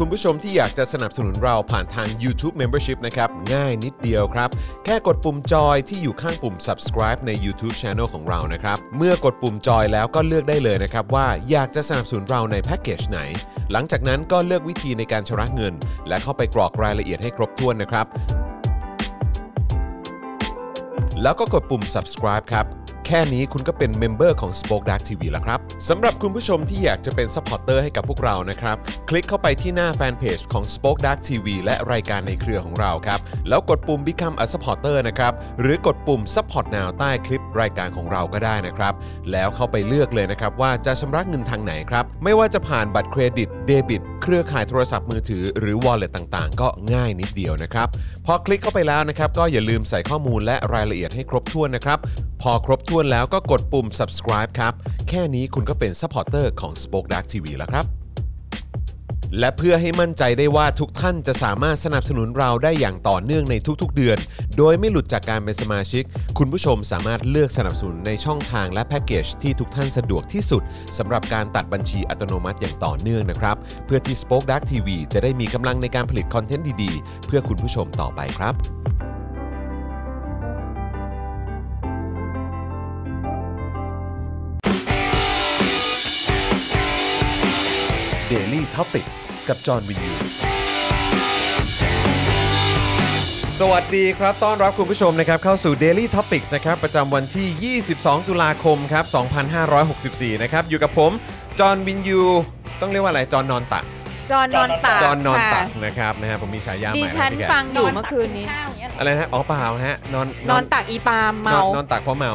คุณผู้ชมที่อยากจะสนับสนุนเราผ่านทาง YouTube Membership นะครับง่ายนิดเดียวครับแค่กดปุ่มจอยที่อยู่ข้างปุ่ม subscribe ใน YouTube Channel ของเรานะครับเมื่อกดปุ่มจอยแล้วก็เลือกได้เลยนะครับว่าอยากจะสนับสนุนเราในแพ็กเกจไหนหลังจากนั้นก็เลือกวิธีในการชำระเงินและเข้าไปกรอกรายละเอียดให้ครบถ้วนนะครับแล้วก็กดปุ่ม subscribe ครับแค่นี้คุณก็เป็นเมมเบอร์ของ Spoke Dark TV แล้วครับสำหรับคุณผู้ชมที่อยากจะเป็นซัพพอร์ตเตอร์ให้กับพวกเรานะครับคลิกเข้าไปที่หน้าแฟนเพจของ Spoke Dark TV และรายการในเครือของเราครับแล้วกดปุ่ม Become a supporter นะครับหรือกดปุ่ม Support Now ใต้คลิปรายการของเราก็ได้นะครับแล้วเข้าไปเลือกเลยนะครับว่าจะชำระเงินทางไหนครับไม่ว่าจะผ่านบัตรเครดิตเดบิตเครือข่ายโทรศัพท์มือถือหรือ Wallet ต่างๆก็ง่ายนิดเดียวนะครับพอคลิกเข้าไปแล้วนะครับก็อย่าลืมใส่ข้อมูลและรายละเอียดให้ครบถ้วนนะครับพอครบถ้วนแล้วก็กดปุ่ม subscribe ครับแค่นี้คุณก็เป็นซัพพอร์ตเตอร์ของ Spoke Dark TV แล้วครับและเพื่อให้มั่นใจได้ว่าทุกท่านจะสามารถสนับสนุนเราได้อย่างต่อเนื่องในทุกๆเดือนโดยไม่หลุดจากการเป็นสมาชิกคุณผู้ชมสามารถเลือกสนับสนุนในช่องทางและแพ็กเกจที่ทุกท่านสะดวกที่สุดสำหรับการตัดบัญชีอัตโนมัติอย่างต่อเนื่องนะครับเพื่อที่ Spoke Dark TV จะได้มีกำลังในการผลิตคอนเทนต์ดีๆเพื่อคุณผู้ชมต่อไปครับDaily Topics กับจอห์นวินยูสวัสดีครับต้อนรับคุณผู้ชมนะครับเข้าสู่ Daily Topics นะครับประจำวันที่22ตุลาคมครับ2564นะครับอยู่กับผมจอห์นวินยูต้องเรียกว่าอะไรจอห์นนอนตักจอนนอนตักจอนนอนตักนะครับนะฮะผมมีฉายาใหม่ดิฉันฟังอยู่เมื่อคืนนี้อะไรนะอ๋อเปล่าฮะนอนตักอีปามเมานอนตักเพราะเมา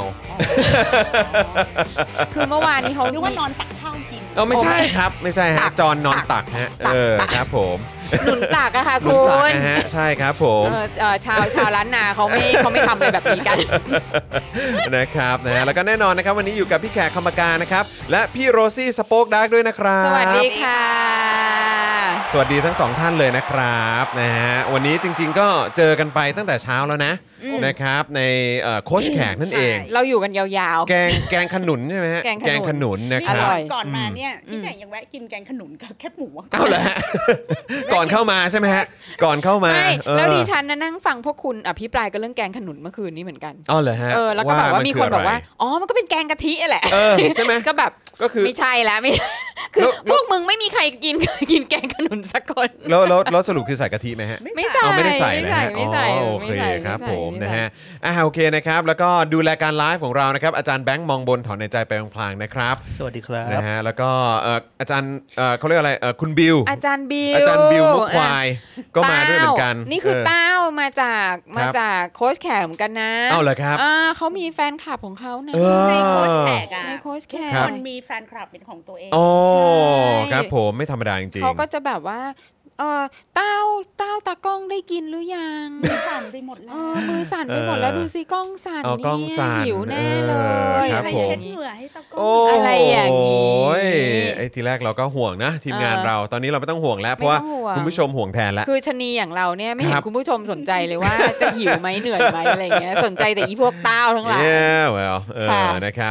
คือเมื่อวานนี้เขาคิดว่านอนตักข้าวกินไม่ใช่ครับไม่ใช่ฮะจอนนอนตักฮะครับผมหนุนตักอะค่ะคุณฮะใช่ครับผมชาวล้านนาเขาไม่ทำอะไรแบบนี้กันนะครับนะแล้วก็แน่นอนนะครับวันนี้อยู่กับพี่แขกคำปากานะครับและพี่โรซี่สโป๊กดาร์กด้วยนะครับสวัสดีค่ะสวัสดีทั้งสองท่านเลยนะครับนะฮะวันนี้จริงๆก็เจอกันไปตั้งแต่เช้าแล้วนะครับในโค้ชแขกนั่นเองเราอยู่กันยาวๆแกงขนุนใช่ไหมฮะแกงขนุนนะครับก่อนมาเนี่ยพี่แขกยังแวะกินแกงขนุนกับแคบหมูเอาเหรอฮะก่อนเข้ามาใช่ไหมฮะก่อนเข้ามาแล้วดิฉันนั่งฟังพวกคุณอภิปรายกันเรื่องแกงขนุนเมื่อคืนนี้เหมือนกันอ๋อเหรอฮะแล้วก็แบบว่ามีคนบอกว่าอ๋อมันก็เป็นแกงกะทิแหละใช่ไหมก็แบบไม่ใช่แล้วไม่คือพวกมึงไม่มีใครกินแกงขนุนสักคนแล้วสรุปคือใส่กะทิไหมฮะไม่ใส่ไม่ได้ใส่นะโอเคครับผมนะฮะโอเคนะครับแล้วก็ดูแลการไลฟ์ของเรานะครับอาจารย์แบงค์มองบนถอนในใจไปพลางๆนะครับสวัสดีครับนะฮะแล้วก็อาจารย์เขาเรียกอะไรคุณบิวอาจารย์บิวมุกควายก็มาด้วยเหมือนกันนี่คือเต้ามาจากโค้ชแขกเหมือนกันนะเอาเหรอครับเขามีแฟนคลับของเขานะในโค้ชแขกในโค้ชแขกคนมีแฟนคลับเป็นของตัวเองอ๋อครับผมไม่ธรรมดาจริงๆเขาก็จะแบบว่าเต้าตากล้องได้กินหรือยังมือสั่นไปหมดแล้วมือสั่นไปหมดแล้วดูสิกล้องสั่นเนี่ยหิวแน่เลยอะไรอย่างนี้ให้ตากล้องอะไรอย่างนี้ไอ้ทีแรกเราก็ห่วงนะทีมงานเราตอนนี้เราไม่ต้องห่วงแล้วเพราะว่าคุณผู้ชมห่วงแทนแล้วคือชนีอย่างเราเนี่ยไม่เห็นคุณผู้ชมสนใจเลยว่าจะหิวไหมเหนื่อยไหมอะไรเงี้ยสนใจแต่อีพวกเต้าทั้งหลายนะครับ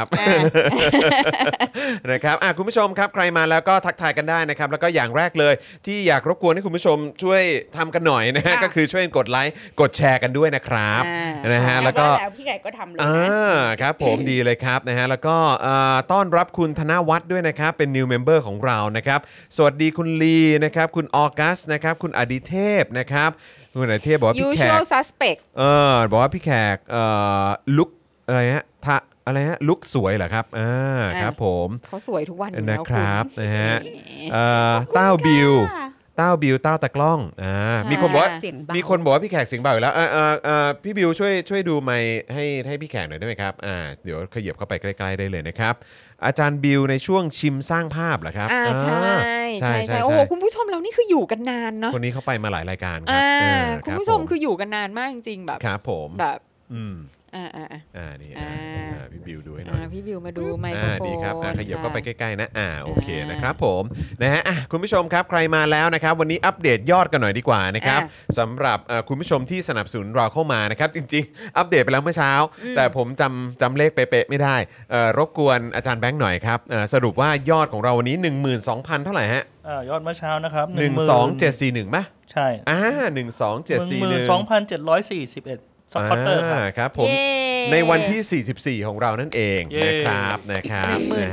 นะครับคุณผู้ชมครับใครมาแล้วก็ทักทายกันได้นะครับแล้วก็อย่างแรกเลยที่อยากรบกวนให้คุณผู้ชมช่วยทำกันหน่อยนะฮะก็คือช่วยกดไลค์กดแชร์กันด้วยนะครับนะฮะแล้วก็พี่ไก่ก็ทำเลยครับผมดีเลยครับนะฮะแล้วก็ต้อนรับคุณธนวัฒน์ด้วยนะครับเป็น new member ของเรานะครับสวัสดีคุณลีนะครับคุณออกัสนะครับคุณอดิเทพนะครับคุณอดิเทพบอกว่าพี่แขก usual suspect บอกว่าพี่แขกลุกอะไรฮะอะไรฮะลุกสวยเหรอครับครับผมเขาสวยทุกวันนะครับนะฮะเต้าบิวเต้าตะกล้องมีคนบอกว่าพี่แขกเสียงเบาอยู่แล้วพี่บิวช่วยดูไมค์ให้พี่แขกหน่อยได้ไหมครับเดี๋ยวขยับเข้าไปใกล้ๆได้เลยนะครับอาจารย์บิวในช่วงชิมสร้างภาพเหรอครับใช่โอ้โหคุณผู้ชมเรานี่คืออยู่กันนานเนาะคนนี้เข้าไปมาหลายรายการครับคุณผู้ชมคืออยู่กันนานมากจริงๆแบบครับผมแบบนี่พี่บิวดูให้หน่อยพี่บิวมาดูไมโครโฟนดีครับขยับเข้าไปใกล้ๆนะโอเคนะครับผมนะฮะคุณผู้ชมครับใครมาแล้วนะครับวันนี้อัปเดตยอดกันหน่อยดีกว่านะครับสำหรับคุณผู้ชมที่สนับสนุนเราเข้ามานะครับจริงๆอัปเดตไปแล้วเมื่อเช้าแต่ผมจำเลขเป๊ะๆไม่ได้รบกวนอาจารย์แบงค์หน่อยครับสรุปว่ายอดของเราวันนี้ 12,000 เท่าไหร่ฮะยอดเมื่อเช้านะครับ 12741ป่ะใช่ 12741 12,741ซัพพอร์เตอร์ครับผมในวันที่44ของเรานั่นเองนะครับ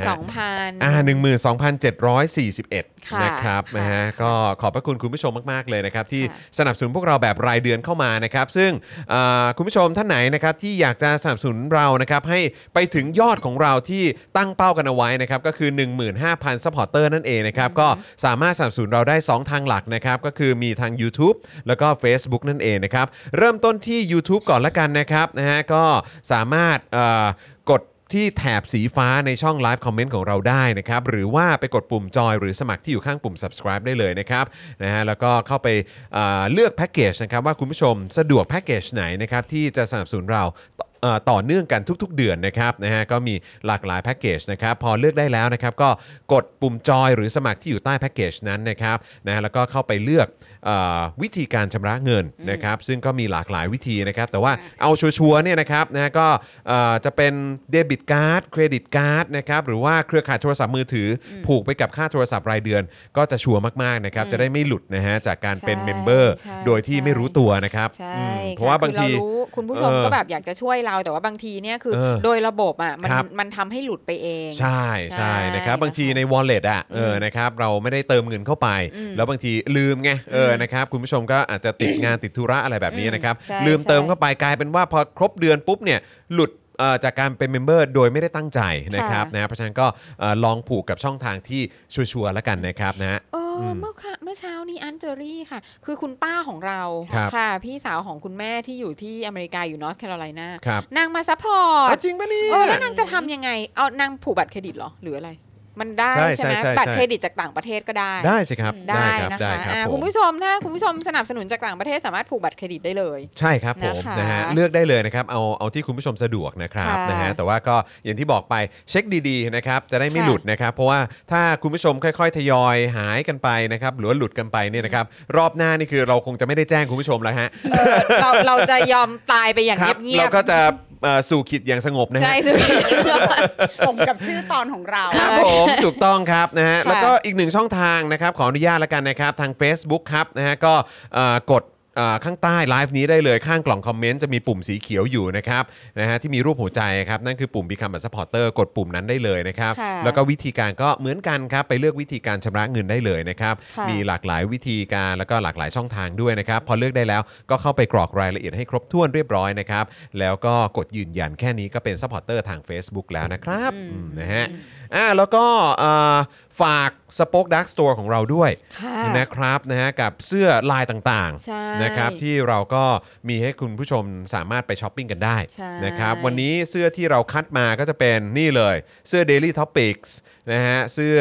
12,741นะครับนะฮะก็ขอบพระคุณคุณผู้ชมมากๆเลยนะครับที่สนับสนุนพวกเราแบบรายเดือนเข้ามานะครับซึ่งคุณผู้ชมท่านไหนนะครับที่อยากจะสนับสนุนเรานะครับให้ไปถึงยอดของเราที่ตั้งเป้ากันเอาไว้นะครับก็คือ 15,000 ซัพพอร์เตอร์นั่นเองนะครับก็สามารถสนับสนุนเราได้2ทางหลักนะครับก็คือมีทาง YouTube แล้วก็ Facebook นั่นเองนะครับเริ่มต้นที่ YouTubeก่อนละกันนะครับนะฮะก็สามารถกดที่แถบสีฟ้าในช่อง Live Comment ของเราได้นะครับหรือว่าไปกดปุ่มจอยหรือสมัครที่อยู่ข้างปุ่ม Subscribe ได้เลยนะครับนะฮะแล้วก็เข้าไปเลือกแพ็กเกจนะครับว่าคุณผู้ชมสะดวกแพ็กเกจไหนนะครับที่จะสนับสนุนเราต่อเนื่องกันทุกๆเดือนนะครับนะฮะก็มีหลากหลายแพ็กเกจนะครับพอเลือกได้แล้วนะครับก็กดปุ่มจอยหรือสมัครที่อยู่ใต้แพ็กเกจนั้นนะครับนะแล้วก็เข้าไปเลือกวิธีการชำระเงินนะครับซึ่งก็มีหลากหลายวิธีนะครับแต่ว่าเอาชัวร์ๆเนี่ยนะครับนะก็จะเป็นเดบิตการ์ดเครดิตการ์ดนะครับหรือว่าเครือข่ายโทรศัพท์มือถือผูกไปกับค่าโทรศัพท์รายเดือนก็จะชัวร์มากๆนะครับจะได้ไม่หลุดนะฮะจากการเป็นเมมเบอร์โดยที่ไม่รู้ตัวนะครับเพราะว่าบางทีคุณผู้ชมก็แบบอยากจะช่วยเราแต่ว่าบางทีเนี่ยคือโดยระบบอ่ะมันทำให้หลุดไปเองใช่นะครับบางทีใน wallet อ่ะนะครับเราไม่ได้เติมเงินเข้าไปแล้วบางทีลืมไงนะครับคุณผู้ชมก็อาจจะติดงานติดธุระอะไรแบบนี้นะครับลืมเติมเข้าไปกลายเป็นว่าพอครบเดือนปุ๊บเนี่ยหลุดจากการเป็นเมมเบอร์โดยไม่ได้ตั้งใจนะครับนะเพราะฉะนั้นก็ลองผูกกับช่องทางที่ชัวร์ๆแล้วกันนะครับนะเมื่อเช้านี้อันเจอรี่ค่ะคือคุณป้าของเราค่ะพี่สาวของคุณแม่ที่อยู่ที่อเมริกาอยู่นอร์ทแคโรไลนานางมาซัพพอร์ตจริงป่ะนี่แล้วนางจะทำยังไงเอานางผูกบัตรเครดิตเหรอหรืออะไรมันได้ใช่ไหมบัตรเครดิตจากต่างประเทศก็ได้สิครับได้นะคะคุณผู้ชมถ้าคุณผู้ชมสนับสนุนจากต่างประเทศสามารถผูกบัตรเครดิตได้เลยใช่ครับผมนะฮะเลือกได้เลยนะครับเอาที่คุณผู้ชมสะดวกนะครับนะฮะแต่ว่าก็อย่างที่บอกไปเช็คดีๆนะครับจะได้ไม่หลุดนะครับเพราะว่าถ้าคุณผู้ชมค่อยๆทยอยหายกันไปนะครับหรือว่าหลุดกันไปเนี่ยนะครับรอบหน้านี่คือเราคงจะไม่ได้แจ้งคุณผู้ชมแล้วฮะเราจะยอมตายไปอย่างเงียบๆเราก็จะสู่ขิดอย่างสงบนะฮะใช่สู่ขิดสมกับชื่อตอนของเราครับผมถูกต้องครับนะฮะแล้วก็อีกหนึ่งช่องทางนะครับขออนุญาตแล้วกันนะครับทาง Facebook ครับนะฮะก็กดข้างใต้ไลฟ์นี้ได้เลยข้างกล่องคอมเมนต์จะมีปุ่มสีเขียวอยู่นะครับนะฮะที่มีรูปหัวใจครับนั่นคือปุ่ม Become a Supporter กดปุ่มนั้นได้เลยนะครับแล้วก็วิธีการก็เหมือนกันครับไปเลือกวิธีการชำระเงินได้เลยนะครับมีหลากหลายวิธีการแล้วก็หลากหลายช่องทางด้วยนะครับพอเลือกได้แล้วก็เข้าไปกรอกรายละเอียดให้ครบถ้วนเรียบร้อยนะครับแล้วก็กดยืนยันแค่นี้ก็เป็น Supporter ทาง Facebook แล้วนะครับนะฮะแล้วก็ฝาก Spoke Dark Store ของเราด้วยนะครับนะฮะกับเสื้อลายต่างๆนะครับที่เราก็มีให้คุณผู้ชมสามารถไปช้อปปิ้งกันได้นะครับวันนี้เสื้อที่เราคัดมาก็จะเป็นนี่เลยเสื้อ Daily Topics นะฮะเสื้อ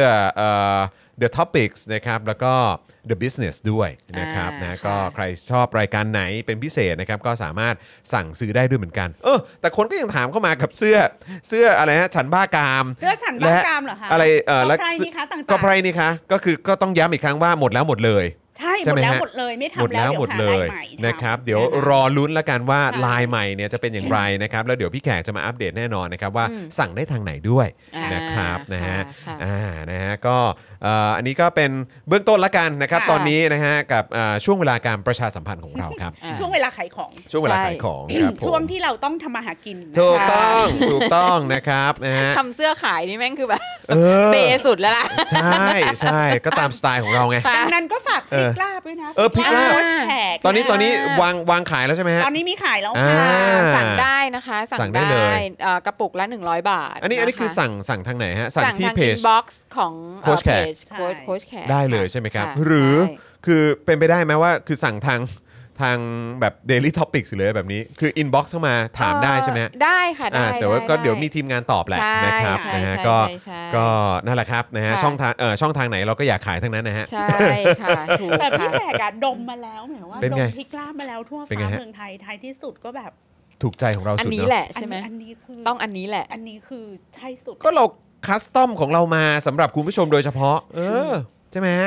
The Topics นะครับแล้วก็ The Business ด้วยนะครับนะก็ใครชอบรายการไหนเป็นพิเศษนะครับก็สามารถสั่งซื้อได้ด้วยเหมือนกันแต่คนก็ยังถามเข้ามากับเสื้ออะไรฮะฉันบ้ากามเสื้อฉันบ้ากามเหรอคะอะไรแล้วไพรนี่คะต่างๆก็ไพรนี่คะก็คือก็ต้องย้ำอีกครั้งว่าหมดแล้วหมดเลยใช่หมดแล้วหมดเลยไม่ทำแล้วหมดเลยนะครับเดี๋ยวรอลุ้นแล้วกันว่าลายใหม่เนี่ยจะเป็นอย่างไรนะครับแล้วเดี๋ยวพี่แขกจะมาอัปเดตแน่นอนนะครับว่าสั่งได้ทางไหนด้วยนะครับนะฮะนะฮะก็อันนี้ก็เป็นเบื้องต้นละกันนะครับตอนนี้นะฮะกับช่วงเวลาการประชาสัมพันธ์ของเราครับช่วงเวลาขายของครับช่วงที่เราต้องทำมาหากินถูกต้องนะครับนะฮะทำเสื้อขายนี่แม่งคือแบบเบสุดแล้วล่ะใช่ก็ตามสไตล์ของเราไงดังนั้นก็ฝากพริกลาบด้วยนะพริกลาบตอนนี้วางขายแล้วใช่ไหมฮะตอนนี้มีขายแล้วค่ะสั่งได้นะคะสั่งได้กระปุกละ100 บาทอันนี้คือสั่งทางไหนฮะสั่งที่เพจบ็อกซ์ของโค้ชแขกได้เลยใช่ไหมครับหรือคือเป็นไปได้ไหมว่าคือสั่งทางแบบ Daily Topics เลยแบบนี้คือ inbox เข้ามาถามได้ใช่ไหมได้ค่ะได้แต่ว่าก็เดี๋ยวมีทีมงานตอบแหละนะครับนะฮะก็นั่นแหละครับนะฮะช่องทางไหนเราก็อยากขายทั้งนั้นนะฮะใช่ค่ะแต่พี่แขกดมมาแล้วหมายว่าดมพริกลาบมาแล้วทั่วฟ้าเมืองไทยที่สุดก็แบบถูกใจของเราสุดอันนี้แหละใช่ไหมอันนี้คือต้องอันนี้แหละอันนี้คือใช่สุดก็เราคัสตอมของเรามาสำหรับคุณผู้ชมโดยเฉพาะใช่ไหมฮะ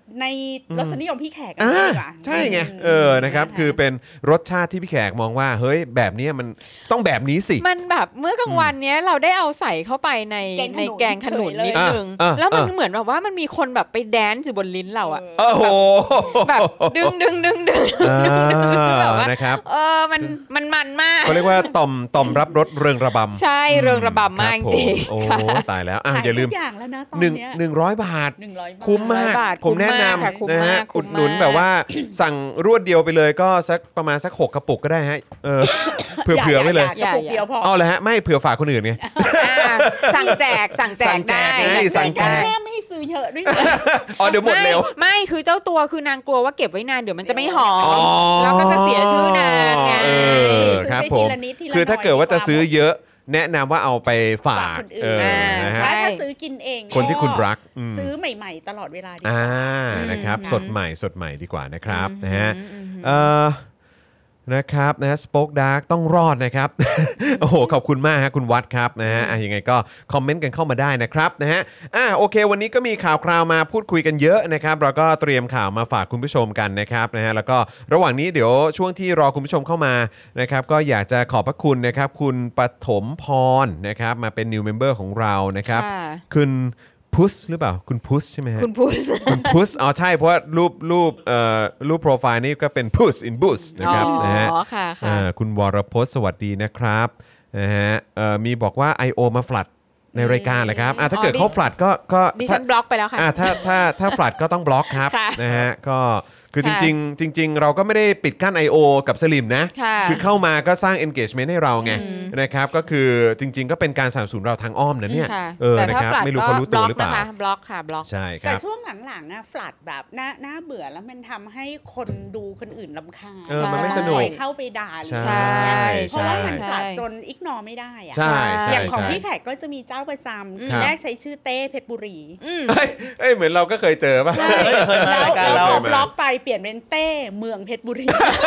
ในรสนิยมพี่แขกกันดีกว่าใช่ไงนะครับคือเป็นรสชาติที่พี่แขกมองว่าเฮ้ยแบบนี้มันต้องแบบนี้สิมันแบบเมื่อกลางวันเนี้ยเราได้เอาใส่เข้าไปในแกงขนุนนิดนึงแล้วมันเหมือนแบบว่ามันมีคนแบบไปแดนซ์อยู่บนลิ้นเราอะโอ้โหแบบดึงแบบว่านะครับมันมากเขาเรียกว่าต่อมรับรสเริงระบำใช่เริงระบำมากจริงโอ้ตายแล้วอย่าลืมอย่างแล้วนะตอนเนี้ย 100 บาทคุ้มมากผมแนะนำนะฮะอุดหนุนแบบว่าสั่งรวดเดียวไปเลยก็สักประมาณสัก6 กระปุกก็ได้ฮะเผื่อไว้เลยกระปุกเดียวพอเอาเลยฮะไม่เผื่อฝากคนอื่นไงสั่งแจกได้สั่งแจกไม่ให้ซื้อเยอะด้วยเดี๋ยวหมดเร็วไม่คือเจ้าตัวคือนางกลัวว่าเก็บไว้นานเดี๋ยวมันจะไม่หอมแล้วก็จะเสียชื่อนางไงครับผมคือถ้าเกิดว่าจะซื้อเยอะแนะนำว่าเอาไปฝากนะฮะถ้าซื้อกินเองคนที่คุณรักซื้อใหม่ๆตลอดเวลาดีนะครับสดใหม่ดีกว่านะครับนะฮะนะครับนะฮะ Spoke Dark ต้องรอดนะครับ โอ้โหขอบคุณมากฮะคุณวัดครับนะฮะยังไงก็คอมเมนต์กันเข้ามาได้นะครับนะฮะโอเควันนี้ก็มีข่าวคราวมาพูดคุยกันเยอะนะครับเราก็เตรียมข่าวมาฝากคุณผู้ชมกันนะครับนะฮะแล้วก็ระหว่างนี้เดี๋ยวช่วงที่รอคุณผู้ชมเข้ามานะครับก็อยากจะขอบพระคุณนะครับคุณปฐมพรนะครับมาเป็น new member ของเรานะครับคุณพุชหรือเปล่าคุณพุชใช่ไหมฮะคุณพุชใช่เพราะว่ารูปโปรไฟล์นี่ก็เป็นพุชอินบุชนะครับนะฮะคุณวรพจน์สวัสดีนะครับนะฮะมีบอกว่า I.O. มาฟลัดในรายการเหรอครับถ้าเกิดเขาฟลัดก็ดิฉันบล็อกไปแล้วค่ะถ้าฟลัดก็ต้องบล็อกครับนะฮะก็คือจริงเราก็ไม่ได้ปิดกั้น I.O. กับสลิมนะคือเข้ามาก็สร้าง engagement ให้เราไงนะครับก็คือจริงๆก็เป็นการสนับสนุนเราทางอ้อมนะเนี่ยนะครับไม่รู้เขารู้ตัวหรือเปล่าบล็อกค่ะบล็อกใช่ครับแต่ช่วงหลังๆฟลัดแบบน่าเบื่อแล้วมันทำให้คนดูคนอื่นรำคาญมันไม่สนุกเข้าไปด่าใช่เพราะว่ามันฟลัดจนอิกนอร์ไม่ได้อะอย่างของพี่แขกก็จะมีเจ้าประจำทีแรกใช้ชื่อเต้เพชรบุรีเหมือนเราก็เคยเจอป่ะแล้วบล็อกไปเปลี่ยนเป็นเต้เมืองเพชรบุรี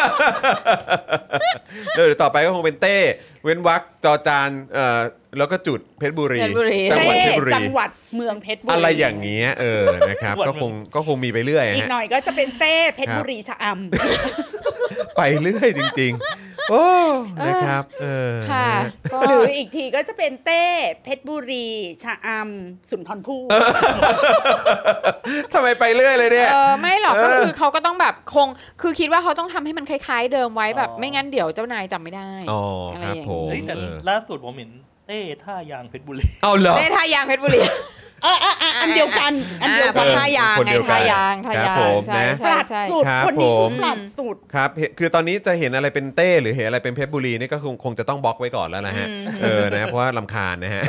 เดี๋ยวต่อไปก็คงเป็นเต้เว้นวรรคจอจานแล้วก็จุดเพชรบุรีจังหวัดเพชรบุรีจังหวัดเมืองเพชรบุรีอะไรอย่างเงี้ยนะครับก็คงมีไปเรื่อยอีกหน่อยก็จะเป็นเต้เพชรบุรีชะอำไปเรื่อยจริงๆโอ้นะครับค่ะหรืออีกทีก็จะเป็นเต้เพชรบุรีชะอำสุนทรภู่ทำไมไปเรื่อยเลยเนี่ยไม่หรอกก็คือเขาก็ต้องแบบคือคิดว่าเขาต้องทำให้มันคล้ายๆเดิมไว้แบบไม่งั้นเดี๋ยวเจ้านายจำไม่ได้อะไรอย่างนี้แต่ล่าสุดผมเห็นเต้ท่ายางเพชรบุรีเอาเหรอเต้ท่ายางเพชรบุรีอันเดียวกันท่ายางไงท่ายางใช่ฟลัดสุดคนนี้ฟลัดสุดครับคือตอนนี้จะเห็นอะไรเป็นเต้หรือเห็นอะไรเป็นเพชรบุรีนี่ก็คงจะต้องบล็อกไว้ก่อนแล้วนะฮะนะเพราะว่ารำคาญนะฮะ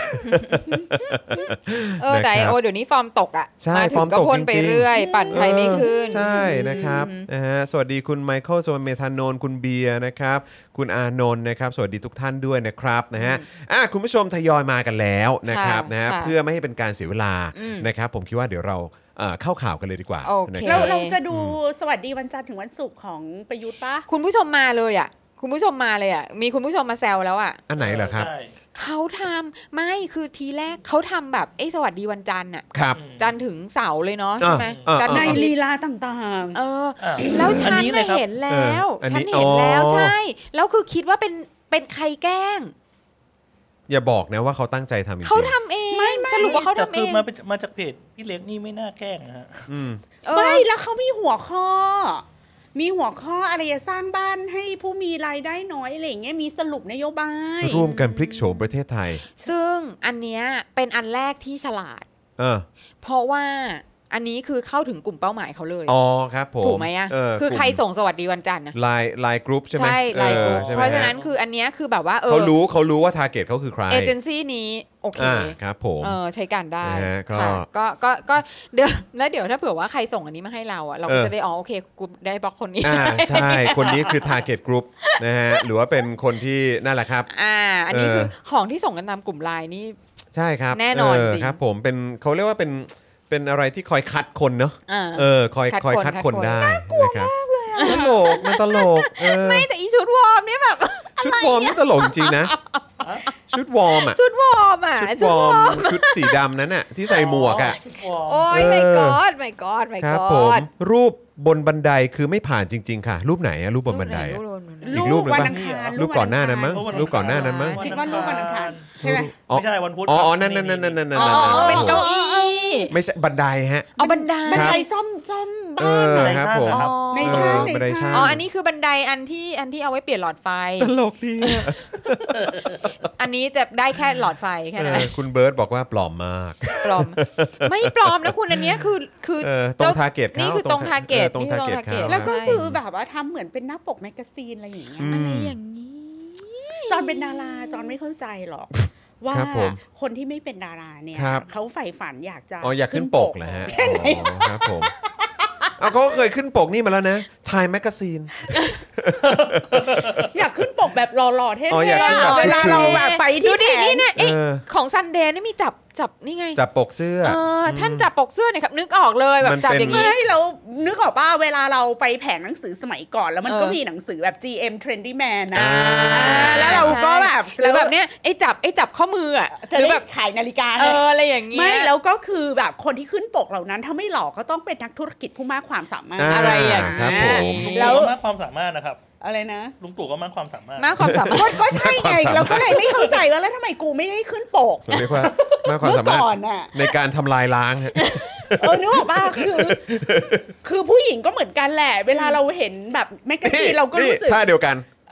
แต่เดี๋ยวนี้ฟอร์มตกอ่ะมาถึงก็พ่นไปเรื่อยปั่นไฟไม่ขึ้นใช่นะครับนะฮะสวัสดีคุณไมเคิลโซนเมธานนท์คุณเบียร์นะครับคุณอานนท์นะครับสวัสดีทุกท่านด้วยนะครับนะฮะคุณผู้ชมทยอยมากันแล้วนะครับนะเพื่อไม่ให้เป็นการเสียเวลานะครับผมคิดว่าเดี๋ยวเราเข้าข่าวกันเลยดีกว่าเราจะดูสวัสดีวันจันทร์ถึงวันศุกร์ของประยุทธ์ปะคุณผู้ชมมาเลยอ่ะคุณผู้ชมมาเลยอ่ะมีคุณผู้ชมมาแซวแล้วอ่ะอันไหนเหรอครับเขาทำไม่คือทีแรกเขาทำแบบสวัสดีวันจันทร์อ่ะจันทร์ถึงเสาร์เลยเนาะใช่ไหมในลีลาต่างๆแล้วฉันเห็นแล้วใช่แล้วคือคิดว่าเป็นใครแกล้งอย่าบอกนะว่าเขาตั้งใจทำจริงเขาทำเองไม่สรุปว่าเขาทำเองมาจากเพจพี่เล็กนี่ไม่น่าแกล้งนะฮะไม่แล้วเขามีหัวข้ออะไรจะสร้างบ้านให้ผู้มีรายได้น้อยอะไรอย่างเงี้ยมีสรุปนโยบายร่วมกันพลิกโฉมประเทศไทยซึ่งอันเนี้ยเป็นอันแรกที่ฉลาดเพราะว่าอันนี้คือเข้าถึงกลุ่มเป้าหมายเขาเลยครับผมถูกไหมคือใครส่งสวัสดีวันจันทร์นะไลน์กรุ๊ปใช่ไหมใช่ไลน์กรุ๊ปเพราะฉะนั้นคืออันเนี้ยคือแบบว่าเขารู้ว่าทาร์เก็ตเขาคือใครเอเจนซี่นี้โอเคครับผมใช้การได้ค่ะก็เดี๋ยวถ้าเผื่อว่าใครส่งอันนี้มาให้เราอ่ะเราก็จะได้โอเคกูได้บล็อกคนนี้ใช่คนนี้คือทาร์เก็ตกรุ๊ปนะฮะหรือว่าเป็นคนที่นั่นแหละครับอันนี้คือของที่ส่งกันตามกลุ่มไลน์นี่ใช่ครับแน่นอนจริงครับผมเป็นเขาเรียกว่าเป็นอะไรที่คอยคัดคนเนาะคอยคัดคนได้นะครับมันตลกไม่แต่อีชุดวอร์มเนี่ยแบบชุดวอร์มนี่ตลกจริงนะชุดวอร์มอ่ะชุดวอร์มอ่ะชุดวอร์มชุดสีดำนั้นน่ะที่ใส่หมวกอ่ะโอ้ยไม่กอดไม่กอดไม่ครักผอมดรูปบนบันไดคือไม่ผ่านจริงๆค่ะรูปไหนอะรูปบนบันไดอะ อีกรูปหนึ่งวันปะอังคารรูปก่อนหน้านั้นมั้งรูปก่อนหน้านั้นมั้งคิดว่ารูปวันอังคารใช่ไหมไม่ใช่วันพุธอ๋อครับนั่นอ๋อเป็นเก้าอี้ไม่ใช่บันไดฮะเอาบันไดบันไดซ่อมเอบ้านอครับผมในช่างบันไดช่างอ๋ออันนี้คือบันไดอันที่เอาไว้เปลี่ยนหลอดไฟตลกดีอะอันนี้จะได้แค่หลอดไฟแค่นั้นคุณเบิร์ตบอกว่าปลอมมากปลอมไม่ปลอมนะคุณอันเนี้ยคือตรงทาร์เก็ตนี่คือตรงทาร์เก็ตตรงทาร์เก็ตนี่คือตรง target เขาแล้วก็คือแบบว่าทำเหมือนเป็นหน้าปกแมกกาซีนอะไรอย่างเงี้ยอะไรอย่างนี้จอนเป็นดาราจอนไม่เข้าใจหรอก ว่าครับผมคนที่ไม่เป็นดาราเนี่ยครับเขาใฝ่ฝันอยากจะอ๋ออยากขึ้นปกเหรอฮะแค่ไหนอ๋อครับผมเอาเขาก็เคยขึ้นปกนี่มาแล้วนะ Time Magazine อยากขึ้นปกแบบหล่อๆเท่อ๋ออยากขึ้นแบบๆเวลาเราแบบไปดูที่ดิแขนี่นเนี่ยเอ๊ะเออของซันเดย์นี่มีจับนี่ไงจับปกเสื้อท่านจับปกเสื้อเนี่ยครับนึกออกเลยแบมับนจับเป็นอย่างนี้ไม่เรานึกออกป่ะเวลาเราไปแผงหนังสือสมัยก่อน แล้วมันก็เออมีหนังสือแบบ GM Trendy Man นะอ่าแล้วเราก็แบบหรือแบบเนี้ยไอ้จับข้อมืออ่ะจะหรือได้แบบขายนาฬิกาอะไรอย่างเงี้ยไม่แล้วก็คือแบบคนที่ขึ้นปกเหล่านั้นถ้าไม่หล่อก็ต้องเป็นนักธุรกิจผู้มากความสามารถอะไรอย่างครัเงี้บยผมลุงแล้ตู่วก็มากความสามารถนะครับอะไรนะลุงตู่ก็มากความสามารถมากความสามารถก็ใช่ไงความสามารถเราก็เลยไม่เข้าใจว่าแล้วทำไมกูไม่ได้ขึ้นปกเรียกว่ามากความสามารถเมื่อก่อนน่ะในการทำลายล้างฮะนึกออกป่ะคือผู้หญิงก็เหมือนกันแหละ เวลาเราเห็นแบบแมกกาซีนเราก็รู้สึกท่าเดียวกัน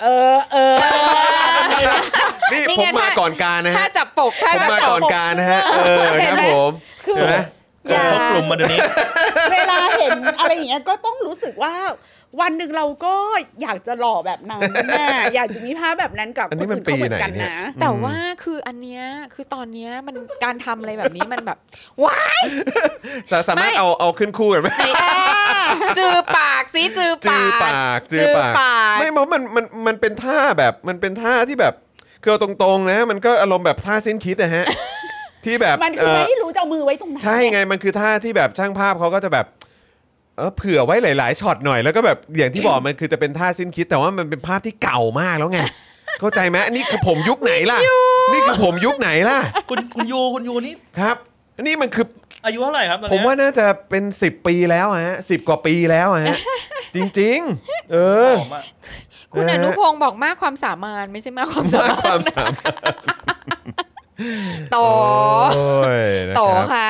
นี่นี่ผมไงมาก่อนการนะถ้าฮะจับปกผมมาก่อนการนะฮะครับผมคือใช่ไหมอย่าเขากลุ่มมาเดี๋ยวนี้เวลาเห็นอะไรอย่างเงี้ยก็ต้องรู้สึกว่าวันหนึ่งเราก็อยากจะหล่อแบบนั้นแน่อยากจะมีภาพแบบนั้นกับอันคนี้นมันอื่นเขาเหมือนกันปีไหนเนี่ยนะแต่ว่าคืออันเนี้ยคือตอนเนี้ยมันการทำอะไรแบบนี้มันแบบว้ายจะสามารถไม่เอาขึ้นคู่กันไหมจือปากสิจือจือปากปากจือปากไม่เพราะมันเป็นท่าแบบมันเป็นท่าที่แบบคือเอาตรงๆนะมันก็อารมณ์แบบท่าสิ้นคิดนะฮะ ที่แบบมันคือไม่รู้จะเอามือไว้ตรงไหนใช่ไงมันคือท่าที่แบบช่างภาพเขาก็จะแบบเผื่อไว้หลายๆช็อตหน่อยแล้วก็แบบอย่างที่บอกมันคือจะเป็นท่าสิ้นคิดแต่ว่ามันเป็นภาพที่เก่ามากแล้วไงเข้าใจไหมอันนี้คือผมยุคไหนล่ะนี่คือผมยุคไหนล่ะคุณยูนี่ครับอันนี้มันคืออายุเท่าไหร่ครับตอนผมเนี้ยว่าน่าจะเป็น10 ปีแล้วฮะ10 กว่าปีแล้วฮะจริงๆผอมอะคุณอนุพงศ์บอกมากความสามารถไม่ใช่มากความสามารถความสามารถโตโอ้ยนะโตครับค่ะ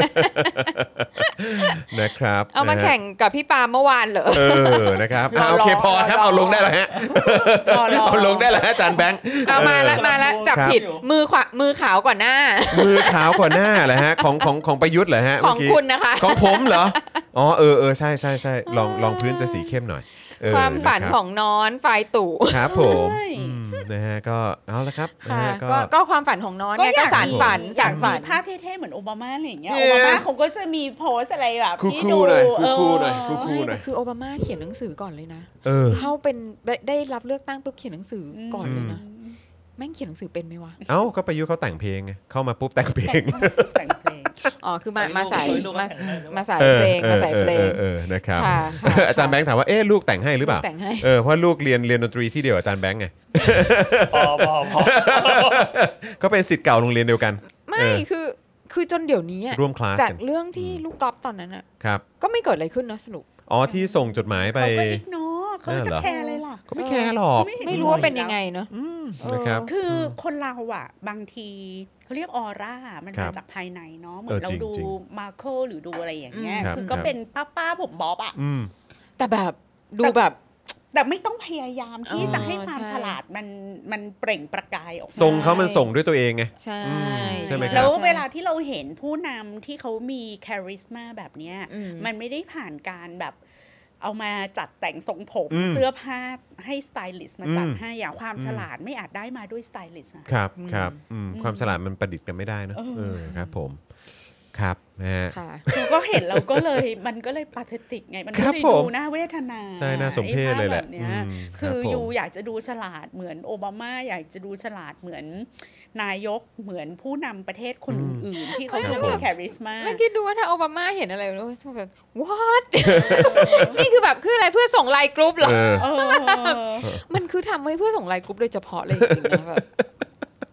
นะครับเอามาแข่งกับพี่ปาเมื่อวานเหรอนะครับโอเคพอครับเอาลงได้แล้วฮะเอาลงได้แล้วฮะอาจารย์แบงค์เอามาละจับผิดมือขาวกว่าหน้ามือขาวกว่าหน้าเหรอฮะของประยุทธ์เหรอฮะของเมื่กี้คุณนะคะของผมเหรออ๋อใช่ลองพื้นจะสีเข้มหน่อยความฝันนะครับของน้อนฝ่ายตู่ครับผมใช่นะฮะก็เอาละครับนะค่ะฮะก็ความฝันของน้อนเนี่ยก็สารฝันอยากฝัมีนภาพเท่ๆเหมือนโอบามาอะไรอย่างเงี้ยเนี่โอย บามาเขาก็จะมีโพสอะไรแบบคูที่ลดูๆหน่อยเออคูลๆหน่อยคูลไม่ๆหน่แต่อยคือโอบามาเขียนหนังสือก่อนเลยนะเออเข้าเป็นได้รับเลือกตั้งปุ๊บเขียนหนังสือก่อนเลยนะแม่งเขียนหนังสือเป็นไหมวะเอ้าก็ประยุทธ์เขาแต่งเพลงไงเข้ามาปุ๊บแต่งเพลงแต่งเพลงอ๋อคือมาสายลูกก็แต่งให้ใช่ไหมมาสายเพลงมาสายเพลงนะครับค่ะค่ะอาจารย์แบงค์ถามว่าลูกแต่งให้หรือเปล่าแต่งให้เพราะลูกเรียนดนตรีที่เดียวกับอาจารย์แบงค์ไงพอก็เป็นศิษย์เก่าโรงเรียนเดียวกันไม่คือจนเดี๋ยวนี้อะร่วมคลาสจากกันเรื่องที่ลูกก๊อฟตอนนั้นอ่ะครับก็ไม่เกิดอะไรขึ้นนะสรุปอ๋อที่ส่งจดหมายไปเขาก็อิกโนเขาจะแคร์อะไรล่ะก็ไม่แคร์หรอกไม่รู้ว่าเป็นยังไงเนาะนะครับคือคนเราอ่ะบางทีเขาเรียกออร่ามันครัมาบจากภายในเนาะเหมือนเราจริงดูจริงมาเคิลหรือดูอะไรอย่างเงี้ยครับคือก็ครับเป็นป้าผมบ๊อบอ่ะอืมแต่แบบดูแบบแต่ไม่ต้องพยายามที่จะให้ความใช่ฉลาดมันเปล่งประกายออกมาทรงเขามันส่งด้วยตัวเองไงใช่ใช่ไหมครับแล้วเวลาที่เราเห็นผู้นำที่เขามีคาริสมาแบบเนี้ยอืมมันไม่ได้ผ่านการแบบเอามาจัดแต่งทรงผมอืมเสื้อผ้าให้สไตลิสต์มาจัดอืมให้อย่างความฉลาดไม่อาจได้มาด้วยสไตลิสต์อะครับครับความฉลาดมันประดิษฐ์กันไม่ได้เนอะครับผมครับนะฮะค่ะคือก็เห็นเราก็เลยมันก็เลยปาเทติกไง มันคก็รับเลยผมดูน่าเวทนาใช่น่าสมเพชเลยแหละไอ้ภาพบบเนี้ยครับคือผมอยู่อยากจะดูฉลาดเหมือนโอบามาอยากจะดูฉลาดเหมือนนายกเหมือนผู้นำประเทศคนอื่นๆที่เขาจะมีแคริสมาแล้วคิดดูว่าถ้าโอบามาเห็นอะไรแล้วแบบ what นี่คือแบบคืออะไรเพื่อส่งไลน์กรุ๊ปเหรอเออเออมันคือทำไว้เพื่อส่งไลน์กรุ๊ปโดยเฉพาะเลยจริงๆนะแบบ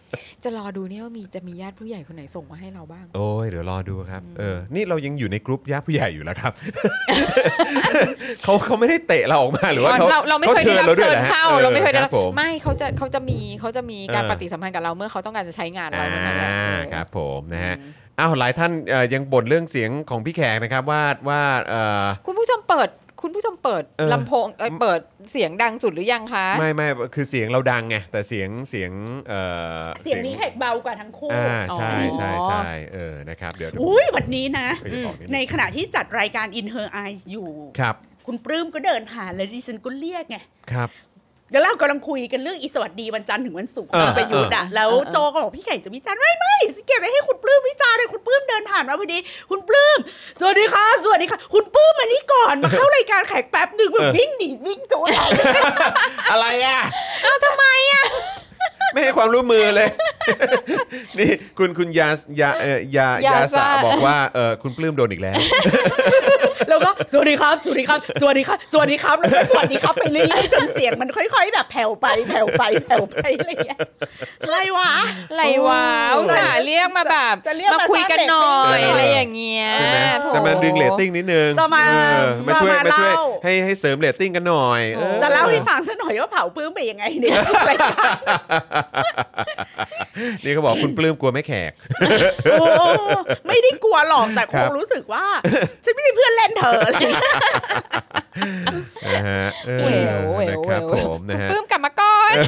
จะรอดูเนี่ยว่าจะมีญาติผู้ใหญ่คนไหนส่งมาให้เราบ้างโอ้ยเดี๋ยวรอดูครับนี่เรายังอยู่ในกรุ๊ปญาติผู้ใหญ่อยู่แล้วครับ เขาไม่ได้เตะเราออกมาหรือว่าเราไม่เคยได้รับเชิญเข้าเราไม่เคยได้รับผมไม่เขาจะมีการปฏิสัมพันธ์กับเราเมื่อเขาต้องการจะใช้งานเราเท่านั้นแหละครับผมนะฮะหลายท่านยังบ่นเรื่องเสียงของพี่แขกนะครับว่าคุณผู้ชมเปิดลำโพงเปิดเสียงดังสุดหรือยังคะไม่คือเสียงเราดังไงแต่เสียงนี้แขกเบากว่าทั้งคู่ใช่นะครับเดี๋ยววันนี้นะในขณะที่จัดรายการ In Her Eyes อยู่ครับคุณปลื้มก็เดินผ่านเลยดิฉันก็เรียกไงครับเดี๋ยวเรากำลังคุยกันเรื่องอีสวัสดีวันจันทร์ถึงวันศุกร์ไปยุทธ์แล้วโจก็บอกพี่ไข่จะวิจารณ์ไม่เก็บไว้ให้คุณปลื้มวิจารณ์เลยคุณปลื้มเดินผ่านมาพอดีคุณปลื้มสวัสดีครับคุณปลื้มมานี่ก่อนมาเข้ารายการแขกแป๊บนึงแบบวิ่งหนีวิ่งโจอะไรอ่ะทำไมอ่ะไม่ให้ความร่วมมือเลยนี่คุณยาสะบอกว่าคุณปลื้มโดนอีกแล้วแล้วก็สวัสดีครับแล้วก็สวัสดีครับไปเรื่อยๆจนเสียงมันค่อยๆแบบแผ่วไปอะไรอย่างเงี้ยอะไรวะอุตส่าห์เรียกมาแบบมาคุยกันหน่อยอะไรอย่างเงี้ยจะมาดึงเรตติ้งนิดนึงมาช่วยให้เสริมเรตติ้งกันหน่อยจะเล่าให้ฟังซะหน่อยว่าเผาปลื้มไปยังไงเนี่ยนี่เขาบอกคุณปลื้มกลัวไม่แขกไม่ได้กลัวหรอกแต่คงรู้สึกว่าฉันไม่ใช่เพื่อนเล่นเธอเลยนะครับผมนะฮะปลื้มกลับมาก่อน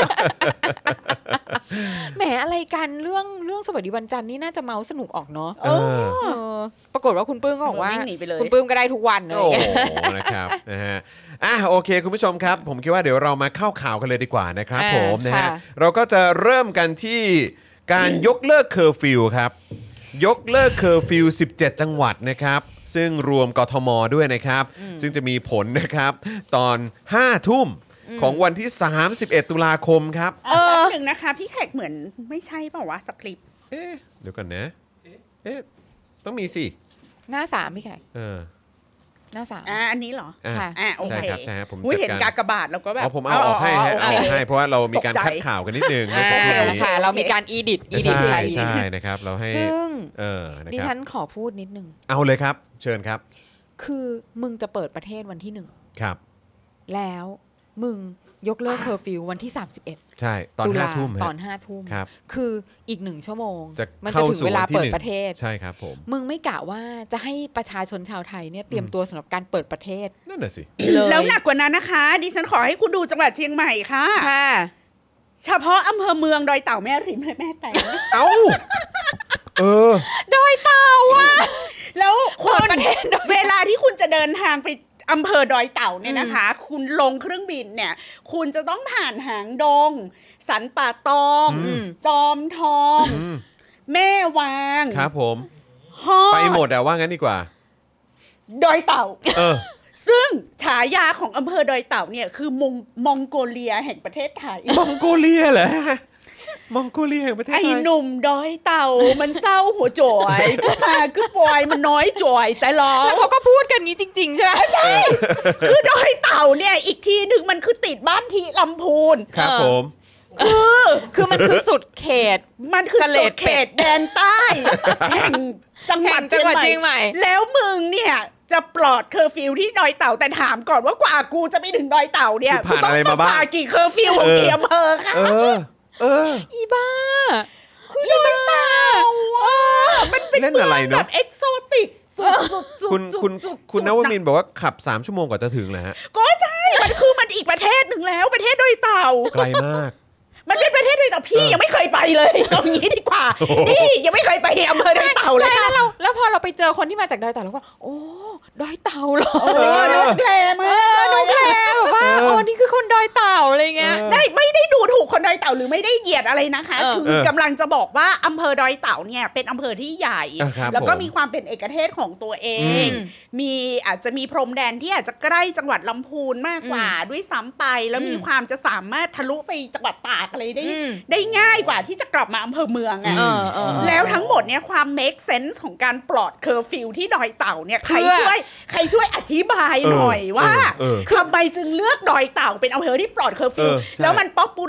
แหมอะไรกันเรื่องสวัสดีวันจันทร์นี่น่าจะเมาสนุกออกเนาะปรากฏว่าคุณปลื้มก็บอกว่าคุณปลื้มก็ได้ทุกวันเลยนะครับนะฮะโอเคคุณผู้ชมครับผมคิดว่าเดี๋ยวเรามาเข้าข่าวกันเลยดีกว่านะครับผมนะฮะเราก็จะเริ่มกันที่การยกเลิกเคอร์ฟิวครับยกเลิกเคอร์ฟิว17จังหวัดนะครับซึ่งรวมกทมด้วยนะครับซึ่งจะมีผลนะครับตอน 5 ทุ่มของวันที่31ตุลาคมครับหนึ่งนะคะพี่แขกเหมือนไม่ใช่เปล่าวะสคริปต์เดี๋ยวก่อนนะต้องมีสิหน้า3พี่แขกหน้า3 อันนี้เหรอค่ะโอเคใช่ครับผมเห็นกากบาทแล้วก็แบบผมเอาออกให้เพราะว่าเรามีการคัดข่าวกันนิดนึงค่ะเรามีการอีดิทใช่นะครับเราให้ซึ่งดิฉันขอพูดนิดนึงเอาเลยครับเชิญครับคือมึงจะเปิดประเทศวันที่1 ครับแล้วมึงยกเลิกเคอร์ฟิววันที่31 ใช่ตอน 5 ทุ่มตอน 5 ทุ่มครับคืออีก1ชั่วโมงมันจะถึงเวลาเปิดประเทศใช่ครับผมมึงไม่กะว่าจะให้ประชาชนชาวไทยเนี่ยเตรียมตัวสำหรับการเปิดประเทศนั่นน่ะสิแล้วหนักกว่านั้นนะคะดิฉันขอให้คุณดูจังหวัดเชียงใหม่ค่ะเฉพาะอำเภอเมืองดอยเต่าแม่ริมและแม่แตงเอ้าดอยเต่าอ่ะแล้วคนเวลาที่คุณจะเดินทางไปอำเภอดอยเต่าเนี่ยนะคะคุณลงเครื่องบินเนี่ยคุณจะต้องผ่านหางดงสันป่าตองจอมทองแม่วางครับผมไปหมดว่างั้นดีกว่าดอยเต่าซึ่งฉายาของอำเภอดอยเต่าเนี่ยคือมองโกเลียแห่งประเทศไทยมองโกเลียเหรอมองโกเลียแห่งประเทศไทยไอ้หนุ่มดอยเต่ามันเศร้าหัวจ่อยคือปอยมันน้อยจ่อยแต่ล้อแล้วเขาก็พูดกันนี้จริงๆใช่ไหมใช่คือดอยเต่าเนี่ยอีกทีหนึ่งมันคือติดบ้านที่ลำพูนครับผมคือมันคือสุดเขตมันคือสุดเขตแดนใต้แห่งจังหวัดเชียงใหม่แล้วมึงเนี่ยจะปลอดเคอร์ฟิวที่ดอยเต่าแต่ถามก่อนว่ากว่ากูจะไปถึงดอยเต่าเนี่ยผ่านอะไรมาบ้างกี่เคอร์ฟิวของกี่อำเภอคะอีบ้าคือดอยเต่ามันเป็นเมืองแบบเอ็กโซติกคุณนวมินทร์บอกว่าขับ3ชั่วโมงกว่าจะถึงแหละฮะก็ใช่มันอีกประเทศหนึ่งแล้วประเทศดอยเต่าไกลมากมันเป็นประเทศดอยเต่าพี่ยังไม่เคยไปเลยเอางี้ดีกว่าพี่ยังไม่เคยไปอำเภอดอยเต่าเลยใช่แล้วพอเราไปเจอคนที่มาจากดอยเต่าเราก็โอ้ดอยเต่าเหรอนกแกลมากนกแกลแบบว่านี่คือคนดอยเต่าอะไรเงี้ยไม่ได้ดูถูกคนดอยเต่าหรือไม่ได้เหยียดอะไรนะคะคือกำลังจะบอกว่าอำเภอดอยเต่าเนี่ยเป็นอำเภอที่ใหญ่แล้วก็มีความเป็นเอกเทศของตัวเองมีอาจจะมีพรมแดนที่อาจจะใกล้จังหวัดลำพูนมากกว่าด้วยซ้ำไปแล้วมีความจะสามารถทะลุไปจังหวัดตากอะไรได้ง่ายกว่าที่จะกลับมาอำเภอเมืองแล้วทั้งหมดเนี่ยความ make sense ของการปลอดเคอร์ฟิวที่ดอยเต่าเนี่ยใครช่วยอธิบายหน่อยว่าทำไมจึงเลือกดอยเต่าเป็นอำเภอที่ปลอดเคอร์ฟิวแล้วมันป๊อปปูล่าอันดับ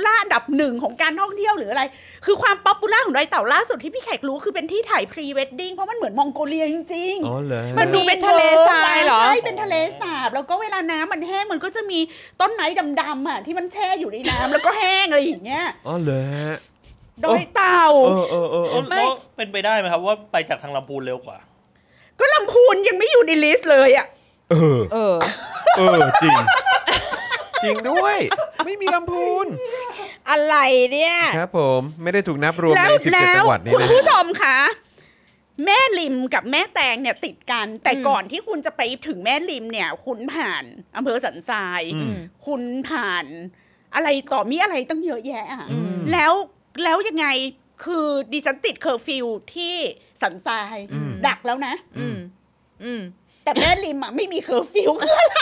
หนึ่งของการท่องเที่ยวหรืออะไรคือความป๊อปปูล่าของดอยเต่าล่าสุดที่พี่แขกรู้คือเป็นที่ถ่ายพรีเวดดิ้งเพราะมันเหมือนมองโกเลียจริงอ๋อเหรอมันดูเป็นทะเลทรายเหรอใช่เป็นทะเลสาบแล้วก็เวลาน้ำมันแห้งมันก็จะมีต้นไม้ดำๆอ่ะที่มันแช่อยู่ในน้ำแล้วก็แห้งอะไรอย่างเงี้ยอ๋อเหรอดอยเต่าแล้วเป็นไปได้ไหมครับว่าไปจากทางลำพูนเร็วกว่าก็ลำพูนยังไม่อยู่ในลิสต์เลยอ่ะจริงจริงด้วยไม่มีลำพูนอะไรเนี่ยครับผมไม่ได้ถูกนับรวมใน17จังหวัดนี้นะคุณผู้ชมคะแม่ริมกับแม่แตงเนี่ยติดกันแต่ก่อนที่คุณจะไปถึงแม่ริมเนี่ยคุณผ่านอำเภอสันทรายคุณผ่านอะไรต่อมีอะไรตั้งเยอะแยะอ่ะแล้วยังไงคือดิฉันติดเคอร์ฟิวที่สันทรายดักแล้วนะแต่แม่ริมอ่ะไม่มีเคอร์ฟิวคืออะไร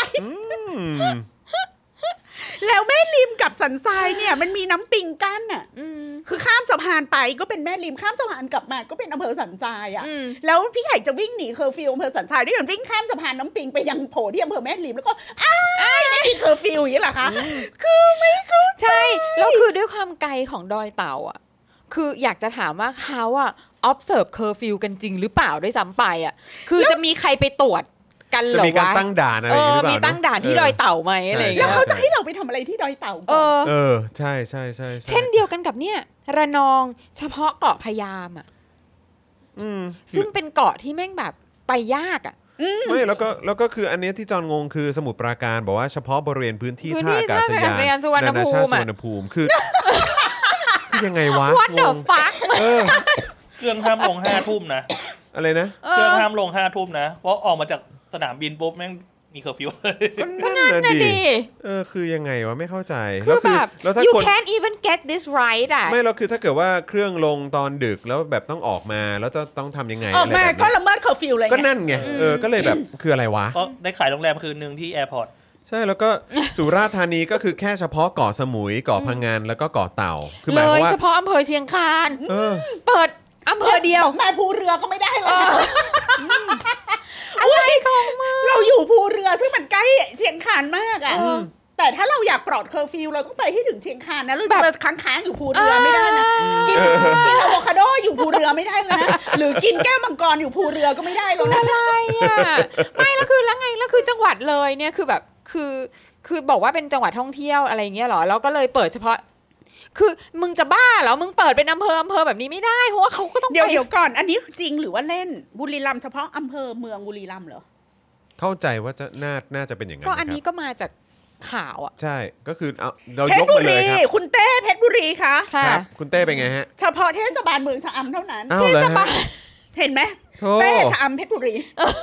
แล้วแม่ริมกับสันทรายเนี่ยมันมีน้ำปิงกั้นอ่ะคือข้ามสะพานไปก็เป็นแม่ริมข้ามสะพานกลับมาก็เป็นอำเภอสันทรายอ่ะแล้วพี่ไข่จะวิ่งหนีเคอร์ฟิวอำเภอสันทรายด้วยการวิ่งข้ามสะพานน้ำปิงไปยังโผล่ที่อำเภอแม่ริมแล้วก็ไม่มีเคอร์ฟิวอย่างนี้เหรอคะคือไม่เข้าใจใช่แล้วคือด้วยความไกลของดอยเต่าอ่ะคืออยากจะถามว่าเขาอ่ะ observe curfew กันจริงหรือเปล่าด้วยซ้ำไปอ่ะคือจะมีใครไปตรวจกันเหรอวะจะมีการตั้งด่านอะไรหรือเปล่ามีตั้งด่านที่ดอยเต่าไหมอะไรอย่างเงี้ยแล้วเขาจะให้เราไปทำอะไรที่ดอยเต่าใช่เช่นเดียวกันกับเนี่ยระนองเฉพาะเกาะพะยามอ่ะซึ่งเป็นเกาะที่แม่งแบบไปยากอ่ะไม่แล้วก็คืออันนี้ที่จอนงงคือสมุทรปราการบอกว่าเฉพาะบริเวณพื้นที่ท่าอากาศยานสุวรรณภูมิคือยังไงวะ What the fuck เครื่องห้ามลง5 ทุ่มนะอะไรนะเครื่องห้ามลง5 ทุ่มนะเพราะออกมาจากสนามบินปุ๊บแม่งมีเคอร์ฟิวก็นั่นน่ะดิคือยังไงวะไม่เข้าใจแล้วแบบ you can't even get this right อ่ะไม่แล้วคือถ้าเกิดว่าเครื่องลงตอนดึกแล้วแบบต้องออกมาแล้วจะต้องทำยังไงออกมาก็ละเมิดเคอร์ฟิวเลยก็นั่นไงก็เลยแบบคืออะไรวะก็ได้ขายโรงแรมคืนนึงที่แอร์พอร์ตใช่แล้วก็สุราษฎร์ธานีก็คือแค่เฉพาะเกาะสมุยเกาะพังงานแล้วก็เกาะเต่าคือหมายความว่าเฉพาะอำเภอเชียงคานเปิดอำเภอเดียวมาภูเรือก็ไม่ได้เลยอะไรของมึงเราอยู่ภูเรือซึ่งมันใกล้เชียงคานมากอ่ะแต่ถ้าเราอยากปลอดเคอร์ฟิวเราต้องไปให้ถึงเชียงคานนะเราจะมาค้างอยู่ภูเรือไม่ได้นะกินอะโวคาโดอยู่ภูเรือไม่ได้เลยนะหรือกินแก้วมังกรอยู่ภูเรือก็ไม่ได้เลยนะอะไรอ่ะไม่แล้วคือแล้วไงแล้วคือจังหวัดเลยเนี่ยคือแบบคือบอกว่าเป็นจังหวัดท่องเที่ยวอะไรอย่างเงี้ยหรอแล้วก็เลยเปิดเฉพาะคือมึงจะบ้าเหรอมึงเปิดเป็นอำเภอแบบนี้ไม่ได้เพราะว่าเขาก็ต้องเดี๋ยวก่อนอันนี้จริงหรือว่าเล่นบุรีรัมย์เฉพาะอำเภอเมืองบุรีรัมย์เหรอเข้าใจว่าจะน่าจะเป็นอย่างนั้นก็อันนี้ก็มาจากข่าวอ่ะใช่ก็คือเรายกมาเลยครับคุณเต้เพชรบุรีคะครับคุณเต้เป็นไงฮะเฉพาะเทศบาลเมืองชะอำเท่านั้นเทศบาลเห็นไหมเต้ชะอำเพชรบุรี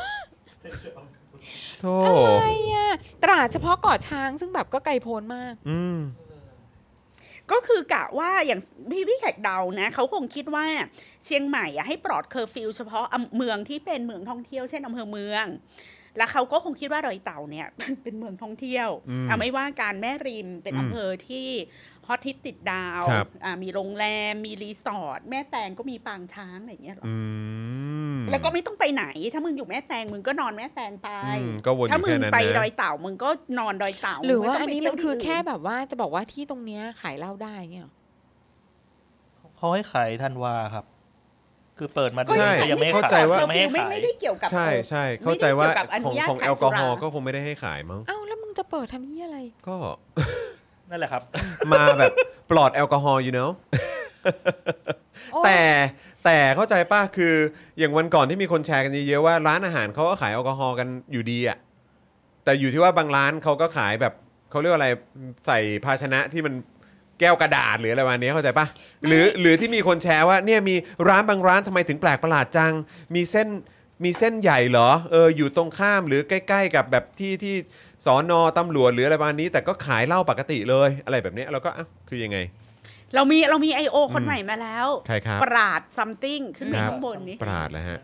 อะไรอ่ะตราดเฉพาะเกาะช้างซึ่งแบบก็ไกลโพ้นมากก็คือกะว่าอย่างพี่แขกเดานะเขาคงคิดว่าเชียงใหม่ให้ปลอดเคอร์ฟิวเฉพาะเมืองที่เป็นเมืองท่องเที่ยวเช่นอำเภอเมืองแล้วเขาก็คงคิดว่าดอยเต่าเนี่ยเป็นเมืองท่องเที่ยวไม่ว่าการแม่ริมเป็นอำเภอที่ฮอตฮิตติดดาวมีโรงแรมมีรีสอร์ทแม่แตงก็มีปางช้างอะไรอย่างเงี้ยหรอแล้วก็ไม่ต้องไปไหนถ้ามึงอยู่แม่แตงมึงก็นอนแม่แตงไปถ้ามึงไปดอยเต่ามึงก็นอนดอยเต่าหรือว่าอันนี้มันคือแค่แบบว่าจะบอกว่าที่ตรงเนี้ยขายเหล้าได้เงี้ยเขาให้ขายธันวาครับคือเปิดมาใช่ยังไม่เข้าใจว่าไม่ได้เกี่ยวกับใช่เข้าใจว่าของแอลกอฮอล์ก็คงไม่ได้ให้ขายมั้งเอ้าแล้วมึงจะเปิดทำยี่อะไรก็นั่นแหละครับมาแบบปลอดแอลกอฮอล์ you know แต่เข้าใจป่ะคืออย่างวันก่อนที่มีคนแชร์กันเยอะๆว่าร้านอาหารเขาก็ขายแอลกอฮอล์กันอยู่ดีอ่ะแต่อยู่ที่ว่าบางร้านเขาก็ขายแบบเขาเรียกว่าอะไรใส่ภาชนะที่มันแก้วกระดาษหรืออะไรประมาณนี้เข้าใจป่ะหรือที่มีคนแชร์ว่าเนี่ยมีร้านบางร้านทำไมถึงแปลกประหลาดจังมีเส้นใหญ่เหรออยู่ตรงข้ามหรือใกล้ๆกับแบบที่สน.ตำรวจหรืออะไรประมาณนี้แต่ก็ขายเหล้าปกติเลยอะไรแบบนี้เราก็คือยังไงเรามี IO คนใหม่มาแล้วใครครับปราด something ขึ้นไปข้างบนนี้ปราดแล้วฮะ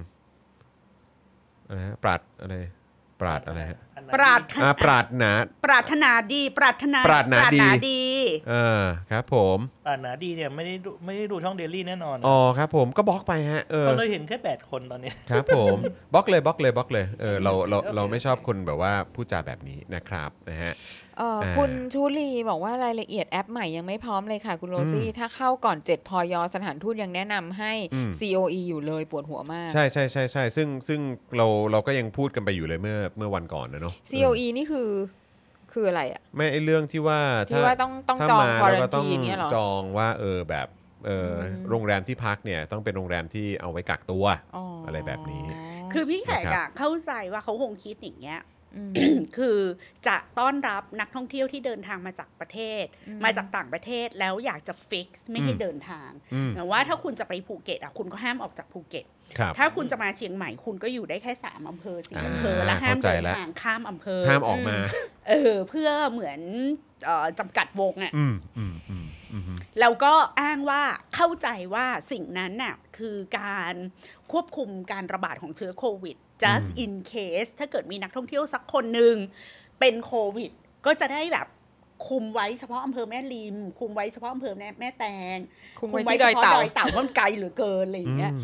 อะไรฮะปราดอะไรปราดอะไรฮะปราดปราดหนาปราดถนาดีปราดถนาดีครับผมอ่านหนาดีเนี่ยไม่ได้ดูช่องเดลี่แน่นอนอ๋อครับผมก็บล็อกไปฮะก็เลยเห็นแค่8คนตอนนี้ครับผมบล็อกเลยเราไม่ชอบคนแบบว่าพูดจาแบบนี้นะครับนะฮะคุณชูลีบอกว่ารายละเอียดแอปใหม่ยังไม่พร้อมเลยค่ะคุณโรซี่ถ้าเข้าก่อน7 พย.สถานทูตยังแนะนำให้ COE อยู่เลยปวดหัวมากใช่ซึ่งเราก็ยังพูดกันไปอยู่เลยเมื่อวันก่อนนะเนาะ COE นี่คืออะไรอ่ะไม่ไอเรื่องที่ว่าต้องจองควอรันทีนเนี่ยหรอจองว่าแบบโรงแรมที่พักเนี่ยต้องเป็นโรงแรมที่เอาไว้กักตัวอะไรแบบนี้คือพี่แขกเข้าใจว่าเขาคงคิดอย่างเงี้ยคือจะต้อนรับนักท่องเที่ยวที่เดินทางมาจากประเทศมาจากต่างประเทศแล้วอยากจะฟิกซ์ไม่ให้เดินทางแต่ว่าถ้าคุณจะไปภูเก็ตคุณก็ห้ามออกจากภูเก็ตถ้าคุณจะมาเชียงใหม่คุณก็อยู่ได้แค่3 อำเภอ4 อำเภอและห้ามเดินทางข้ามอำเภอห้ามออกมาเพื่อเหมือนจำกัดวงอ่ะแล้วก็อ้างว่าเข้าใจว่าสิ่งนั้นน่ะคือการควบคุมการระบาดของเชื้อโควิด just in case ถ้าเกิดมีนักท่องเที่ยวสักคนหนึ่งเป็นโควิดก็จะได้แบบคุมไว้เฉพาะอำเภอแม่ริมคุมไว้เฉพาะอำเภอแม่แตงคุมไว้เฉพาะดอยเต่าเพราะมันไกลเหลือเกินอะไรอย่างเงี้ย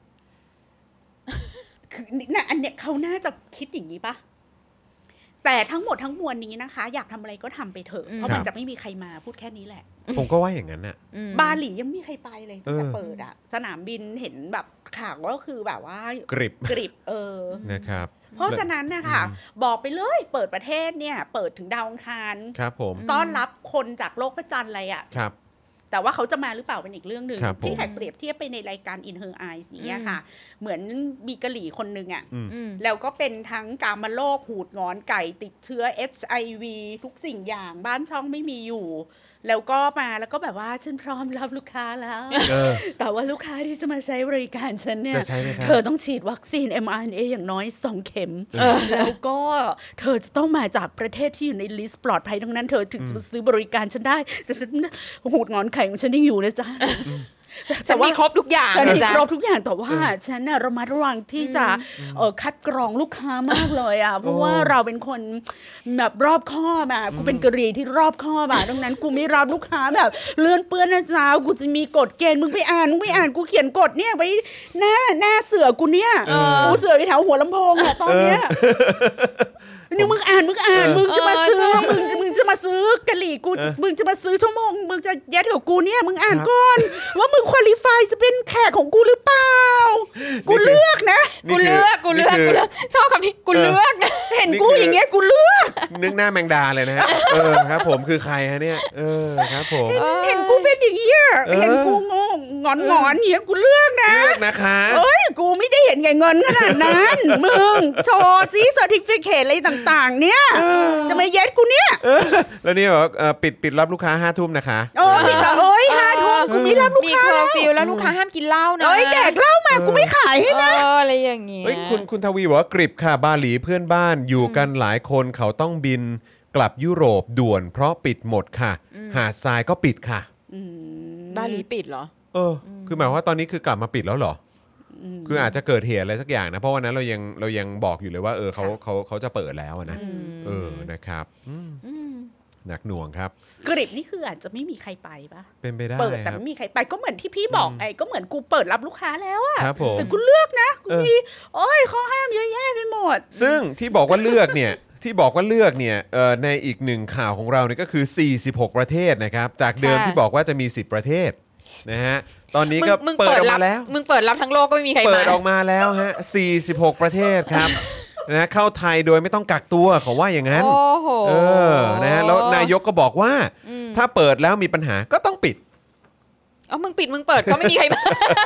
คือน่ะอันเนี้ยเขาน่าจะคิดอย่างนี้ปะแต่ทั้งหมดทั้งมวลนี้นะคะอยากทำอะไรก็ทำไปเถอะเพราะมันจะไม่มีใครมาพูดแค่นี้แหละผมก็ว่าอย่างนั้นน่ะบาหลียังไม่มีใครไปเลยตั้งแต่เปิดอ่ะสนามบินเห็นแบบข่าวก็คือแบบว่ากริบนะครับเพราะฉะนั้นนะคะบอกไปเลยเปิดประเทศเนี่ยเปิดถึงดาวอังคารครับผมต้อนรับคนจากโลกพระจันทร์อะไรอ่ะครับแต่ว่าเขาจะมาหรือเปล่าเป็นอีกเรื่องนึงที่แขกเปรียบเทียบไปในรายการ In Her Eyes เนี่ยค่ะเหมือนมีกะหรี่คนนึงอ่ะแล้วก็เป็นทั้งกามโรคหูดงอนไก่ติดเชื้อ HIV ทุกสิ่งอย่างบ้านช่องไม่มีอยู่แล้วก็มาแล้วก็แบบว่าฉันพร้อมรับลูกค้าแล้วแต่ว่าลูกค้าที่จะมาใช้บริการฉันเนี่ยเธอต้องฉีดวัคซีน mRNA อย่างน้อย2 เข็มแล้วก็เธอจะต้องมาจากประเทศที่อยู่ในลิสต์ปลอดภัยทั้งนั้นเธอถึงจะมาซื้อบริการฉันได้แต่ฉันหูดงอนไข่ของฉันยังอยู่นะจ๊ะฉันมีครบทุกอย่างฉันมีครบทุกอย่างแต่ว่าฉันระมัดระวังที่จะคัดกรองลูกค้ามากเลยอ่ะเพราะว่าเราเป็นคนแบบรอบคอบอ่ะกูเป็นกะหรี่ที่รอบคอบอ่ะดังนั้นกูไม่รับลูกค้าแบบเลื่อนเปื้อนนะจ๊ะกูจะมีกฎเกณฑ์มึงไปอ่านกูเขียนกฎเนี่ยไว้หน้าเสือกูเนี่ยกูเสืออยู่แถวหัวลำโพงอ่ะตอนเนี้ยนี่มึงอ่านมึงจะมาซื้อมึงจะมาซื้อกะหรี่กูมึงจะมาซื้อชั่วโมงมึงจะยัดกับกูเนี่ยมึงอ่านก่อนว่ามึงควอลิฟายจะเป็นแขกของกูหรือเปล่ากูเลือกนะกูเลือกชอบคำนี้กูเลือกนะเห็นกูอย่างเงี้ยกูเลือกนึกหน้าแมงดาเลยนะฮะครับผมคือใครฮะเนี่ยครับผมเห็นกูเป็นอย่างเงี้ยเห็นกูงอนเงี้ยกูเลือกนะเลือกนะคะกูไม่ได้เห็นไงเงินขนาดนั้นมึงโชว์ซิเซอร์ติฟิเคทอะไรต่างๆเนี่ยจะมาเย็ดกูเนี่ยแล้วนี่บอกปิดรับลูกค้า 5 ทุ่มนะคะปิดแล้ว5 ทุ่มกูไม่รับลูกค้ามีเคอร์ฟิวแล้วลูกค้าห้ามกินเหล้านะแดกเหล้ามากูไม่ขายให้นะอะไรอย่างเงี้ยคุณทวีบอกว่ากริบค่ะบาหลีเพื่อนบ้านอยู่กันหลายคนเขาต้องบินกลับยุโรปด่วนเพราะปิดหมดค่ะหาดทรายก็ปิดค่ะบาหลีปิดเหรอคือหมายว่าตอนนี้คือกลับมาปิดแล้วเหรอคืออาจจะเกิดเหตุอะไรสักอย่างนะเพราะวันนั้นเรายังบอกอยู่เลยว่าเขาจะเปิดแล้วนะนะครับหนักหน่วงครับกริบนี่คืออาจจะไม่มีใครไปปะเป็นไปได้เปิดแต่ไม่มีใครไปก็เหมือนที่พี่บอกไงก็เหมือนกูเปิดรับลูกค้าแล้วอะแต่กูเลือกนะกูมีข้อห้ามเยอะแยะไปหมดซึ่งที่บอกว่าเลือกเนี่ยในอีกหนึ่งข่าวของเราเนี่ยก็คือ46ประเทศนะครับจากเดิมที่บอกว่าจะมี10ประเทศนะฮะตอนนี้ก็เปิดออกมาแล้วมึงเปิดรับทั้งโลกก็ไม่มีใครมาเปิดออกมาแล้วฮะ46ประเทศครับนะเข้าไทยโดยไม่ต้องกักตัวเขาว่าอย่างนั้นนะฮะแล้วนายกก็บอกว่าถ้าเปิดแล้วมีปัญหาก็ต้องปิดมึงปิดมึงเปิดก็ไม่มีใครมา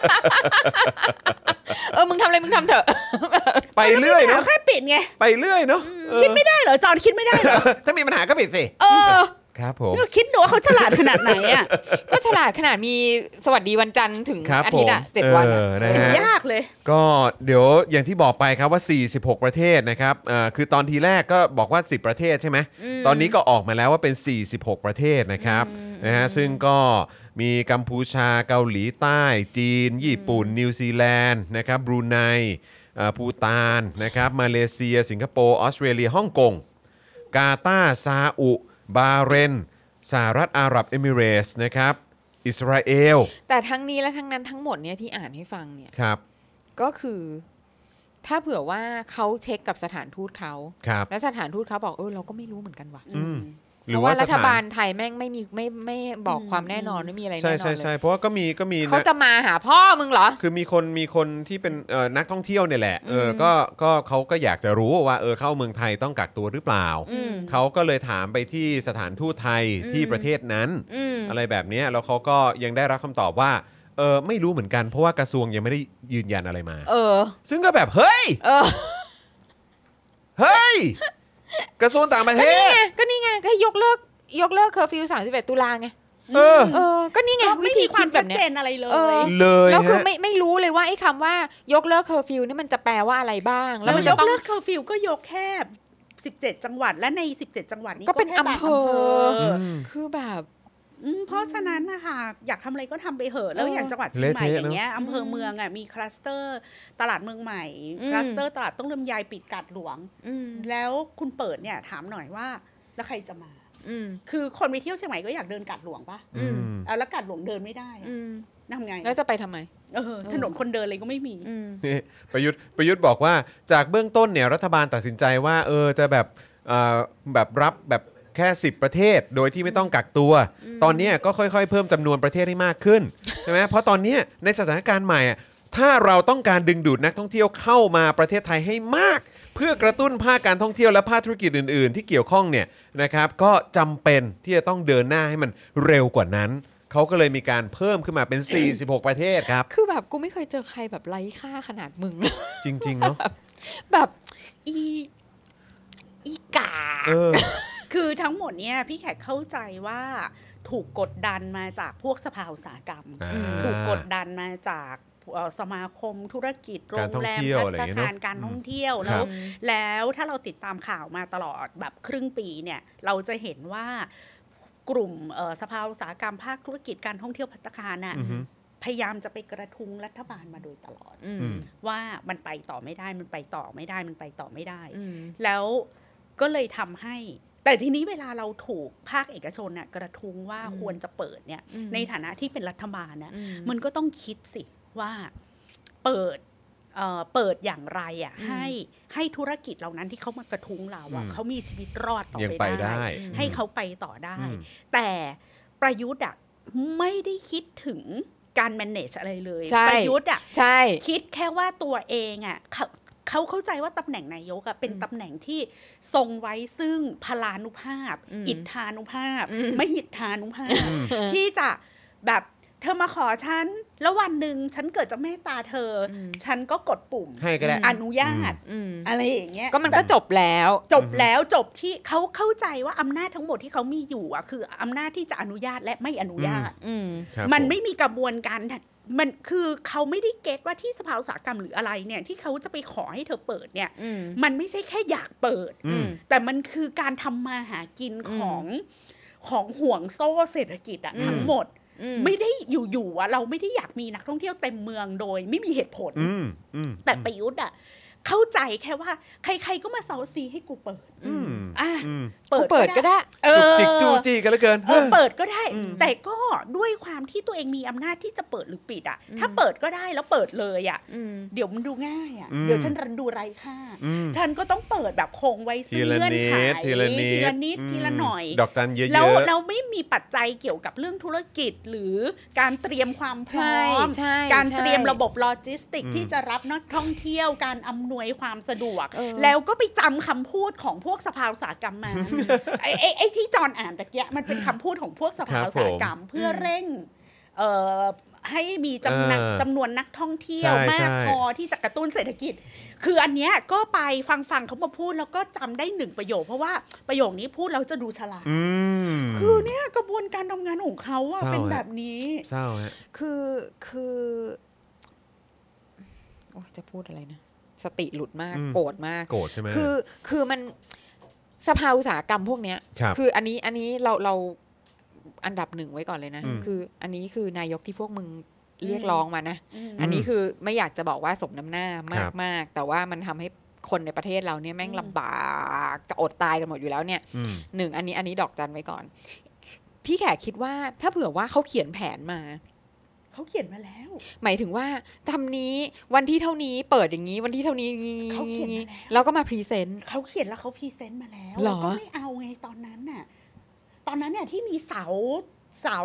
มึงทำอะไรมึงทำเถอะไปเรื่อยเนาะแค่ปิดไงไปเรื่อยเนาะคิดไม่ได้เหรอจอนคิดไม่ได้เหรอถ้ามีปัญหาก็ปิดสิครับผมคิดดูว่าเขาฉลาดขนาดไหนอ่ะก็ฉลาดขนาดมีสวัสดีวันจันทร์ถึงอาทิตย์7 วันยากเลยก็เดี๋ยวอย่างที่บอกไปครับว่า46ประเทศนะครับคือตอนทีแรกก็บอกว่า10ประเทศใช่ไหมตอนนี้ก็ออกมาแล้วว่าเป็น46ประเทศนะครับนะฮะซึ่งก็มีกัมพูชาเกาหลีใต้จีนญี่ปุ่นนิวซีแลนด์นะครับบรูไนภูฏานนะครับมาเลเซียสิงคโปร์ออสเตรเลียฮ่องกงกาตาร์ซาอุบาห์เรนสหรัฐอาหรับเอมิเรตส์นะครับอิสราเอลแต่ทั้งนี้และทั้งนั้นทั้งหมดเนี่ยที่อ่านให้ฟังเนี่ยครับก็คือถ้าเผื่อว่าเขาเช็คกับสถานทูตเขาแล้วสถานทูตเขาบอกเราก็ไม่รู้เหมือนกันว่ะหรือว่ารัฐบาลไทยแม่งไม่บอกความแน่นอนไม่มีอะไรแน่นอนเลยใช่เพราะว่าก็มีเขาจะมาหาพ่อมึงเหรอคือมีคนที่เป็นนักท่องเที่ยวเนี่ยแหละก็เขาก็อยากจะรู้ว่าเข้าเมืองไทยต้องกักตัวหรือเปล่าเขาก็เลยถามไปที่สถานทูตไทยที่ประเทศนั้นอะไรแบบนี้แล้วเขาก็ยังได้รับคำตอบว่าไม่รู้เหมือนกันเพราะว่ากระทรวงยังไม่ได้ยืนยันอะไรมาซึ่งก็แบบเฮ้ยกระทรวงต่างประเทศก็นี่ไงก็ยกเลิกเคอร์ฟิว31 ตุลาไงก็นี่ไงวิธีคิดแบบเนี้ยอะไรเลยแล้วคือไม่รู้เลยว่าไอ้คำว่ายกเลิกเคอร์ฟิวนี่มันจะแปลว่าอะไรบ้างแล้วมันจะต้องยกเลิกเคอร์ฟิวก็ยกแค่17 จังหวัดและใน17 จังหวัดนี้ก็เป็นอำเภอคือแบบเพราะฉะนั้นนะคะอยากทำอะไรก็ทำไปเหอะแล้วอย่างจังหวัดเชียงใหม่อย่างเงี้ยอำเภอเมืองอ่ะมีคลัสเตอร์ตลาดเมืองใหม่คลัสเตอร์ตลาดต้นลำไยปิดกาดหลวงแล้วคุณเปิดเนี่ยถามหน่อยว่าแล้วใครจะมาคือคนไปเที่ยวเชียงใหม่ก็อยากเดินกาดหลวงป่ะแล้วกาดหลวงเดินไม่ได้ทำไงแล้วจะไปทำไมถนนคนเดินเลยก็ไม่มีประยุทธ์บอกว่าจากเบื้องต้นเนี่ยรัฐบาลตัดสินใจว่าจะแบบรับแบบแค่10ประเทศโดยที่ไม่ต้องกักตัวตอนนี้ก็ค่อยๆเพิ่มจำนวนประเทศให้มากขึ้นใช่ไหมเพราะตอนนี้ในสถานการณ์ใหม่ถ้าเราต้องการดึงดูดนักท่องเที่ยวเข้ามาประเทศไทยให้มากเพื่อกระตุ้นภาคการท่องเที่ยวและภาคธุรกิจอื่นๆที่เกี่ยวข้องเนี่ยนะครับก็จำเป็นที่จะต้องเดินหน้าให้มันเร็วกว่านั้นเขาก็เลยมีการเพิ่มขึ้นมาเป็น46ประเทศครับคือแบบกูไม่เคยเจอใครแบบไร้ค่าขนาดมึงจริงๆเนาะแบบอีกาคือทั้งหมดเนี่ยพี่แขกเข้าใจว่าถูกกดดันมาจากพวกสภาอุตสาหกรรมถูกกดดันมาจากสมาคมธุรกิจโรงแรมภัตตาคารการท่องเที่ยวแล้วถ้าเราติดตามข่าวมาตลอดแบบครึ่งปีเนี่ยเราจะเห็นว่ากลุ่มสภาอุตสาหกรรมภาคธุรกิจการท่องเที่ยวภัตตาคารน่ะพยายามจะไปกระทุ้งรัฐบาลมาโดยตลอดว่ามันไปต่อไม่ได้มันไปต่อไม่ได้มันไปต่อไม่ได้แล้วก็เลยทำให้แต่ทีนี้เวลาเราถูกภาคเอกชนน่ะกระทุ้งว่าควรจะเปิดเนี่ยในฐานะที่เป็นรัฐบาลนะมันก็ต้องคิดสิว่าเปิดอย่างไรอ่ะให้ธุรกิจเหล่านั้นที่เขามากระทุ้งเราอ่ะเขามีชีวิตรอดต่อไปได้ให้เขาไปต่อได้แต่ประยุทธ์อ่ะไม่ได้คิดถึงการ manage อะไรเลยประยุทธ์อ่ะคิดแค่ว่าตัวเองอ่ะเขาเข้าใจว่าตำแหน่งนายกเป็นตำแหน่งที่ทรงไว้ซึ่งพลานุภาพอิทธานุภาพไม่อิทธานุภาพที่จะแบบเธอมาขอฉันแล้ววันหนึ่งฉันเกิดจะเมตตาเธอฉันก็กดปุ่มให้ก็ได้อนุญาตอะไรอย่างเงี้ยก็มันก็จบแล้วจบที่เขาเข้าใจว่าอำนาจทั้งหมดที่เขามีอยู่อ่ะคืออำนาจที่จะอนุญาตและไม่อนุญาตมันไม่มีกระบวนการมันคือเขาไม่ได้เก็ตว่าที่สภาอุตสาหกรรมหรืออะไรเนี่ยที่เขาจะไปขอให้เธอเปิดเนี่ยมันไม่ใช่แค่อยากเปิดแต่มันคือการทำมาหากินของห่วงโซ่เศรษฐกิจอะทั้งหมดไม่ได้อยู่ๆอะเราไม่ได้อยากมีนักท่องเที่ยวเต็มเมืองโดยไม่มีเหตุผลแต่ประยุทธ์อะเข้าใจแค่ว่าใครๆก็มาเซาซีให้กูเปิดเปิดก็ได้จิกจูจี้กันเหลือเกินเปิดก็ได้แต่ก็ด้วยความที่ตัวเองมีอำนาจที่จะเปิดหรือปิดอ่ะถ้าเปิดก็ได้แล้วเปิดเลยอ่ะเดี๋ยวมันดูง่ายอ่ะเดี๋ยวฉันรันดูไร้ค่าฉันก็ต้องเปิดแบบคงไว้ซึ่งเงื่อนไขทีละนิดทีละหน่อยดอกจันเยอะๆแล้วไม่มีปัจจัยเกี่ยวกับเรื่องธุรกิจหรือการเตรียมความพร้อมการเตรียมระบบโลจิสติกที่จะรับนักท่องเที่ยวการอำนวยความสะดวกแล้วก็ไปจำคำพูดของพวกสภาอุตสาหกรรมมาไอ้ที่จอนอ่านตะเกียมันเป็นคำพูดของพวกสภาอุตสาหกรรมเพื่อเร่งให้มีจำนวนนักท่องเที่ยวมากพอที่จะกระตุ้นเศรษฐกิจคืออันเนี้ยก็ไปฟังเขามาพูดแล้วก็จำได้1ประโยคเพราะว่าประโยคนี้พูดเราจะดูฉลาดคือเนี่ยกระบวนการทำงานของเขาอะเป็นแบบนี้เศร้าฮะคือโอ้จะพูดอะไรนะสติหลุดมากโกรธมากโกรธใช่ไหมคือมันสภาอุตสาหกรรมพวกเนี้ยคืออันนี้เราอันดับ1ไว้ก่อนเลยนะคืออันนี้คือนายกที่พวกมึงเรียกร้องมานะอันนี้คือไม่อยากจะบอกว่าสมน้ำหน้ามากแต่ว่ามันทำให้คนในประเทศเราเนี่ยแม่งลำบากจะอดตายกันหมดอยู่แล้วเนี่ย1อันนี้ดอกจันไว้ก่อนพี่แขกคิดว่าถ้าเผื่อว่าเขาเขียนแผนมาเขาเขียนมาแล้วหมายถึงว่าทำนี้วันที่เท่านี้เปิดอย่างนี้วันที่เท่านี้เขาเขียนมาแล้วก็มาพรีเซนต์เขาเขียนแล้วเขาพรีเซนต์มาแล้วแล้วก็ไม่เอาไงตอนนั้นเนี่ยที่มีเสา5 เสา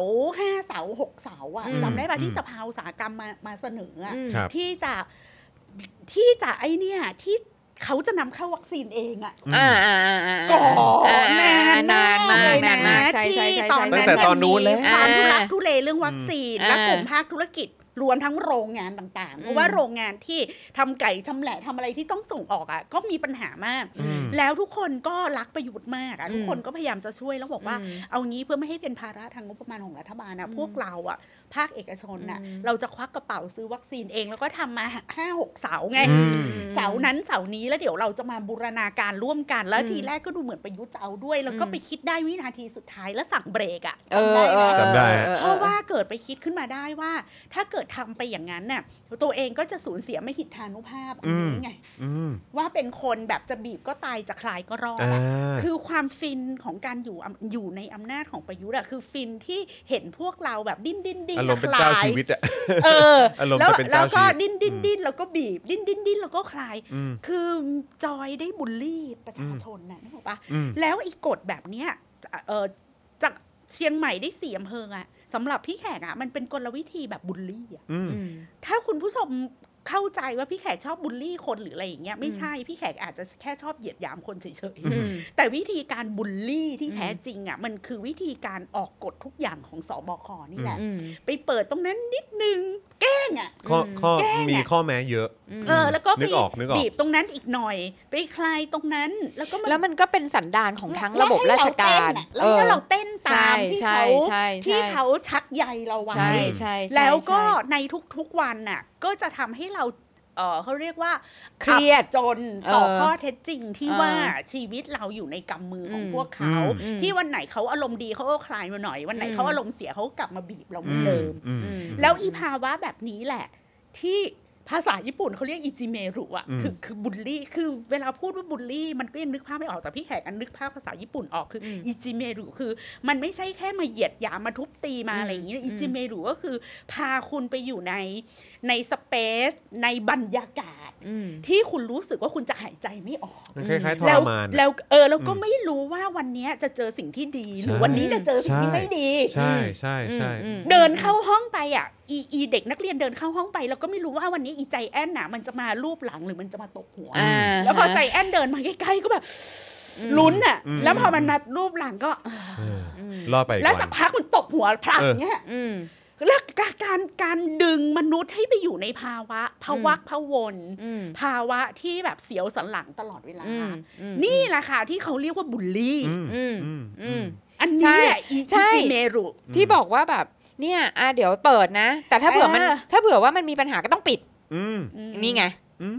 6 เสาอ่ะจำได้ป่ะที่สภาอุตสาหกรรมมาเสนออ่ะที่จะไอเนี่ยที่เขาจะนำเข้าวัคซีนเองอ่ะก่อนนานมากใช่ตั้งแต่ตอนนู้นแล้วความทุรักทุเลเรื่องวัคซีนและกลุ่มภาคธุรกิจรวมทั้งโรงงานต่างๆเพราะว่าโรงงานที่ทำไก่ทำแหละทำอะไรที่ต้องส่งออกอ่ะก็มีปัญหามากแล้วทุกคนก็รักประยุทธ์มากอ่ะทุกคนก็พยายามจะช่วยแล้วบอกว่าเอางี้เพื่อไม่ให้เป็นภาระทางงบประมาณของรัฐบาลนะพวกเราอ่ะภาคเอกชนน่ะเราจะควักกระเป๋าซื้อวัคซีนเองแล้วก็ทำมา 5-6 เสาไงเสานั้นเสานี้แล้วเดี๋ยวเราจะมาบูรณาการร่วมกันแล้วทีแรกก็ดูเหมือนประยุทธ์จะเอาด้วยแล้วก็ไปคิดได้วินาทีสุดท้ายแล้วสั่งเบรกอ่ะจำได้เพราะว่าเกิดไปคิดขึ้นมาได้ว่าถ้าเกิดทำไปอย่างนั้นน่ะตัวเองก็จะสูญเสียมหิทธานุภาพอันนี้ไงว่าเป็นคนแบบจะบีบก็ตายจะคลายก็รอดคือความฟินของการอยู่ในอำนาจของประยุทธ์อะคือฟินที่เห็นพวกเราแบบดิ้นอารมณ์เป็นเจ้าชีวิตอะอารมณ์จะเป็นเจ้าชีวิตแล้วก็ดิ้นแล้วก็บีบดิ้นแล้วก็คลายคือจอยได้บูลลี่ประชาชนนะนึกออกปะแล้วอีกกฎแบบเนี้ยจากเชียงใหม่ได้4 อำเภออะสำหรับพี่แขกอะมันเป็นกลวิธีแบบบูลลี่อะถ้าคุณผู้ชมเข้าใจว่าพี่แขกชอบบูลลี่คนหรืออะไรอย่างเงี้ยไม่ใช่พี่แขกอาจจะแค่ชอบเหยียดหยามคนเฉยๆแต่วิธีการบูลลี่ที่แท้จริงอะมันคือวิธีการออกกฎทุกอย่างของสบคนี่แหละไปเปิดตรงนั้นนิดนึงแกล้งอะมีข้อแม้เยอะแล้วก็บีบตรงนั้นอีกหน่อยไปคลายตรงนั้นแล้วมันก็เป็นสันดานของทั้งระบบราชการแล้วให้เราเต้นตามที่เขาชักใยเราไว้แล้วก็ในทุกๆวันน่ะก็จะทำให้เราเขาเรียกว่าเครียดจนต่อข้อเท็จจริงที่ว่าชีวิตเราอยู่ในกำมือของพวกเขาที่วันไหนเขาอารมณ์ดีเขาก็คลายมาหน่อยวันไหนเขาอารมณ์เสียเขากลับมาบีบเราเหมือนเดิมแล้วอีภาวะแบบนี้แหละที่ภาษาญี่ปุ่นเขาเรียกอิจิเมรุอ่ะคือบูลลี่คือเวลาพูดว่าบูลลี่มันก็ยังนึกภาพไม่ออกแต่พี่แขกนึกภาพภาษาญี่ปุ่นออกคืออิจิเมรุคือมันไม่ใช่แค่มาเหยียดหยามมาทุบตีมาอะไรอย่างเงี้ยอิจิเมรุก็คือพาคุณไปอยู่ในสเปซในบรรยากาศที่คุณรู้สึกว่าคุณจะหายใจไม่ออกคล้ายๆทรมานแล้วแล้วก็ไม่รู้ว่าวันนี้จะเจอสิ่งที่ดีหรือวันนี้จะเจอสิ่งที่ไม่ดีใช่ใช่ใช่เดินเข้าห้องไปอ่ะอีเด็กนักเรียนเดินเข้าห้องไปแล้วก็ไม่รู้ว่าวันนี้อีใจแอนน่ะมันจะมาลูบหลังหรือมันจะมาตบหัวแล้วพอใจแอนเดินมาใกล้ๆก็แบบลุ้นอ่ะแล้วพอมันมาลูบหลังก็รอไปแล้วสักพักมันตบหัวพลักเงี้ยแล้วการดึงมนุษย์ให้ไปอยู่ในภาวะพวักพวนภาวะที่แบบเสียวสันหลังตลอดเวลานี่แหละค่ะที่เขาเรียกว่าบูลลี่อันนี้แหละอิจิเมรุที่บอกว่าแบบเนี่ยเดี๋ยวเปิดนะแต่ถ้าเผื่อว่ามันมีปัญหาก็ต้องปิดนี่ไง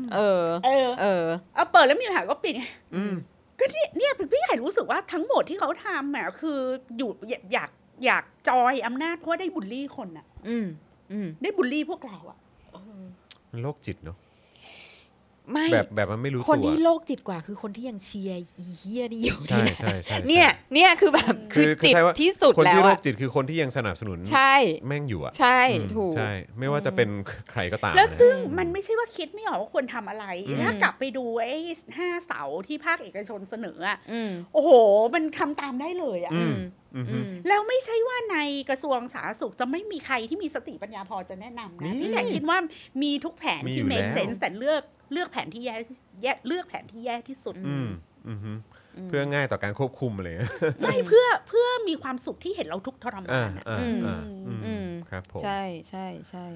เปิดแล้วมีปัญหาก็ปิดไงก็เนี่ยพี่ใหญ่รู้สึกว่าทั้งหมดที่เขาทำอ่ะคืออยู่อยากจอยอำนาจเพราะได้บูลลี่คนอ่ะได้บูลลี่พวกเราอ่ะมันโรคจิตเนาะไม่แบบมันไม่รู้ตัวคนที่โรคจิตกว่าคือคนที่ยังเชียร์อีเหี้ยนี่อยู่ใช่เนี่ยคือแบบคือจิตที่สุดแล้วคนที่โรคจิตคือคนที่ยังสนับสนุนแม่งอยู่อ่ะใช่ถูกใช่ไม่ว่าจะเป็นใครก็ตามแล้วซึ่งมันไม่ใช่ว่าคิดไม่ออกว่าควรทำอะไรถ้ากลับไปดูไอ้5 เสาที่ภาคเอกชนเสนออ่ะโอ้โหมันทำตามได้เลยอ่ะแล้วไม่ใช่ว่าในกระทรวงสาธารณสุขจะไม่มีใครที่มีสติปัญญาพอจะแนะนำนะพี่แขกคิดว่ามีทุกแผนที่ make sense แต่เลือกแผนที่แย่เลือกแผนที่แย่ที่สุดเพื่อง่ายต่อการควบคุมอะไรไม่เพื่อมีความสุขที่เห็นเราทุกทรมานครับผมใช่ใช่ใช่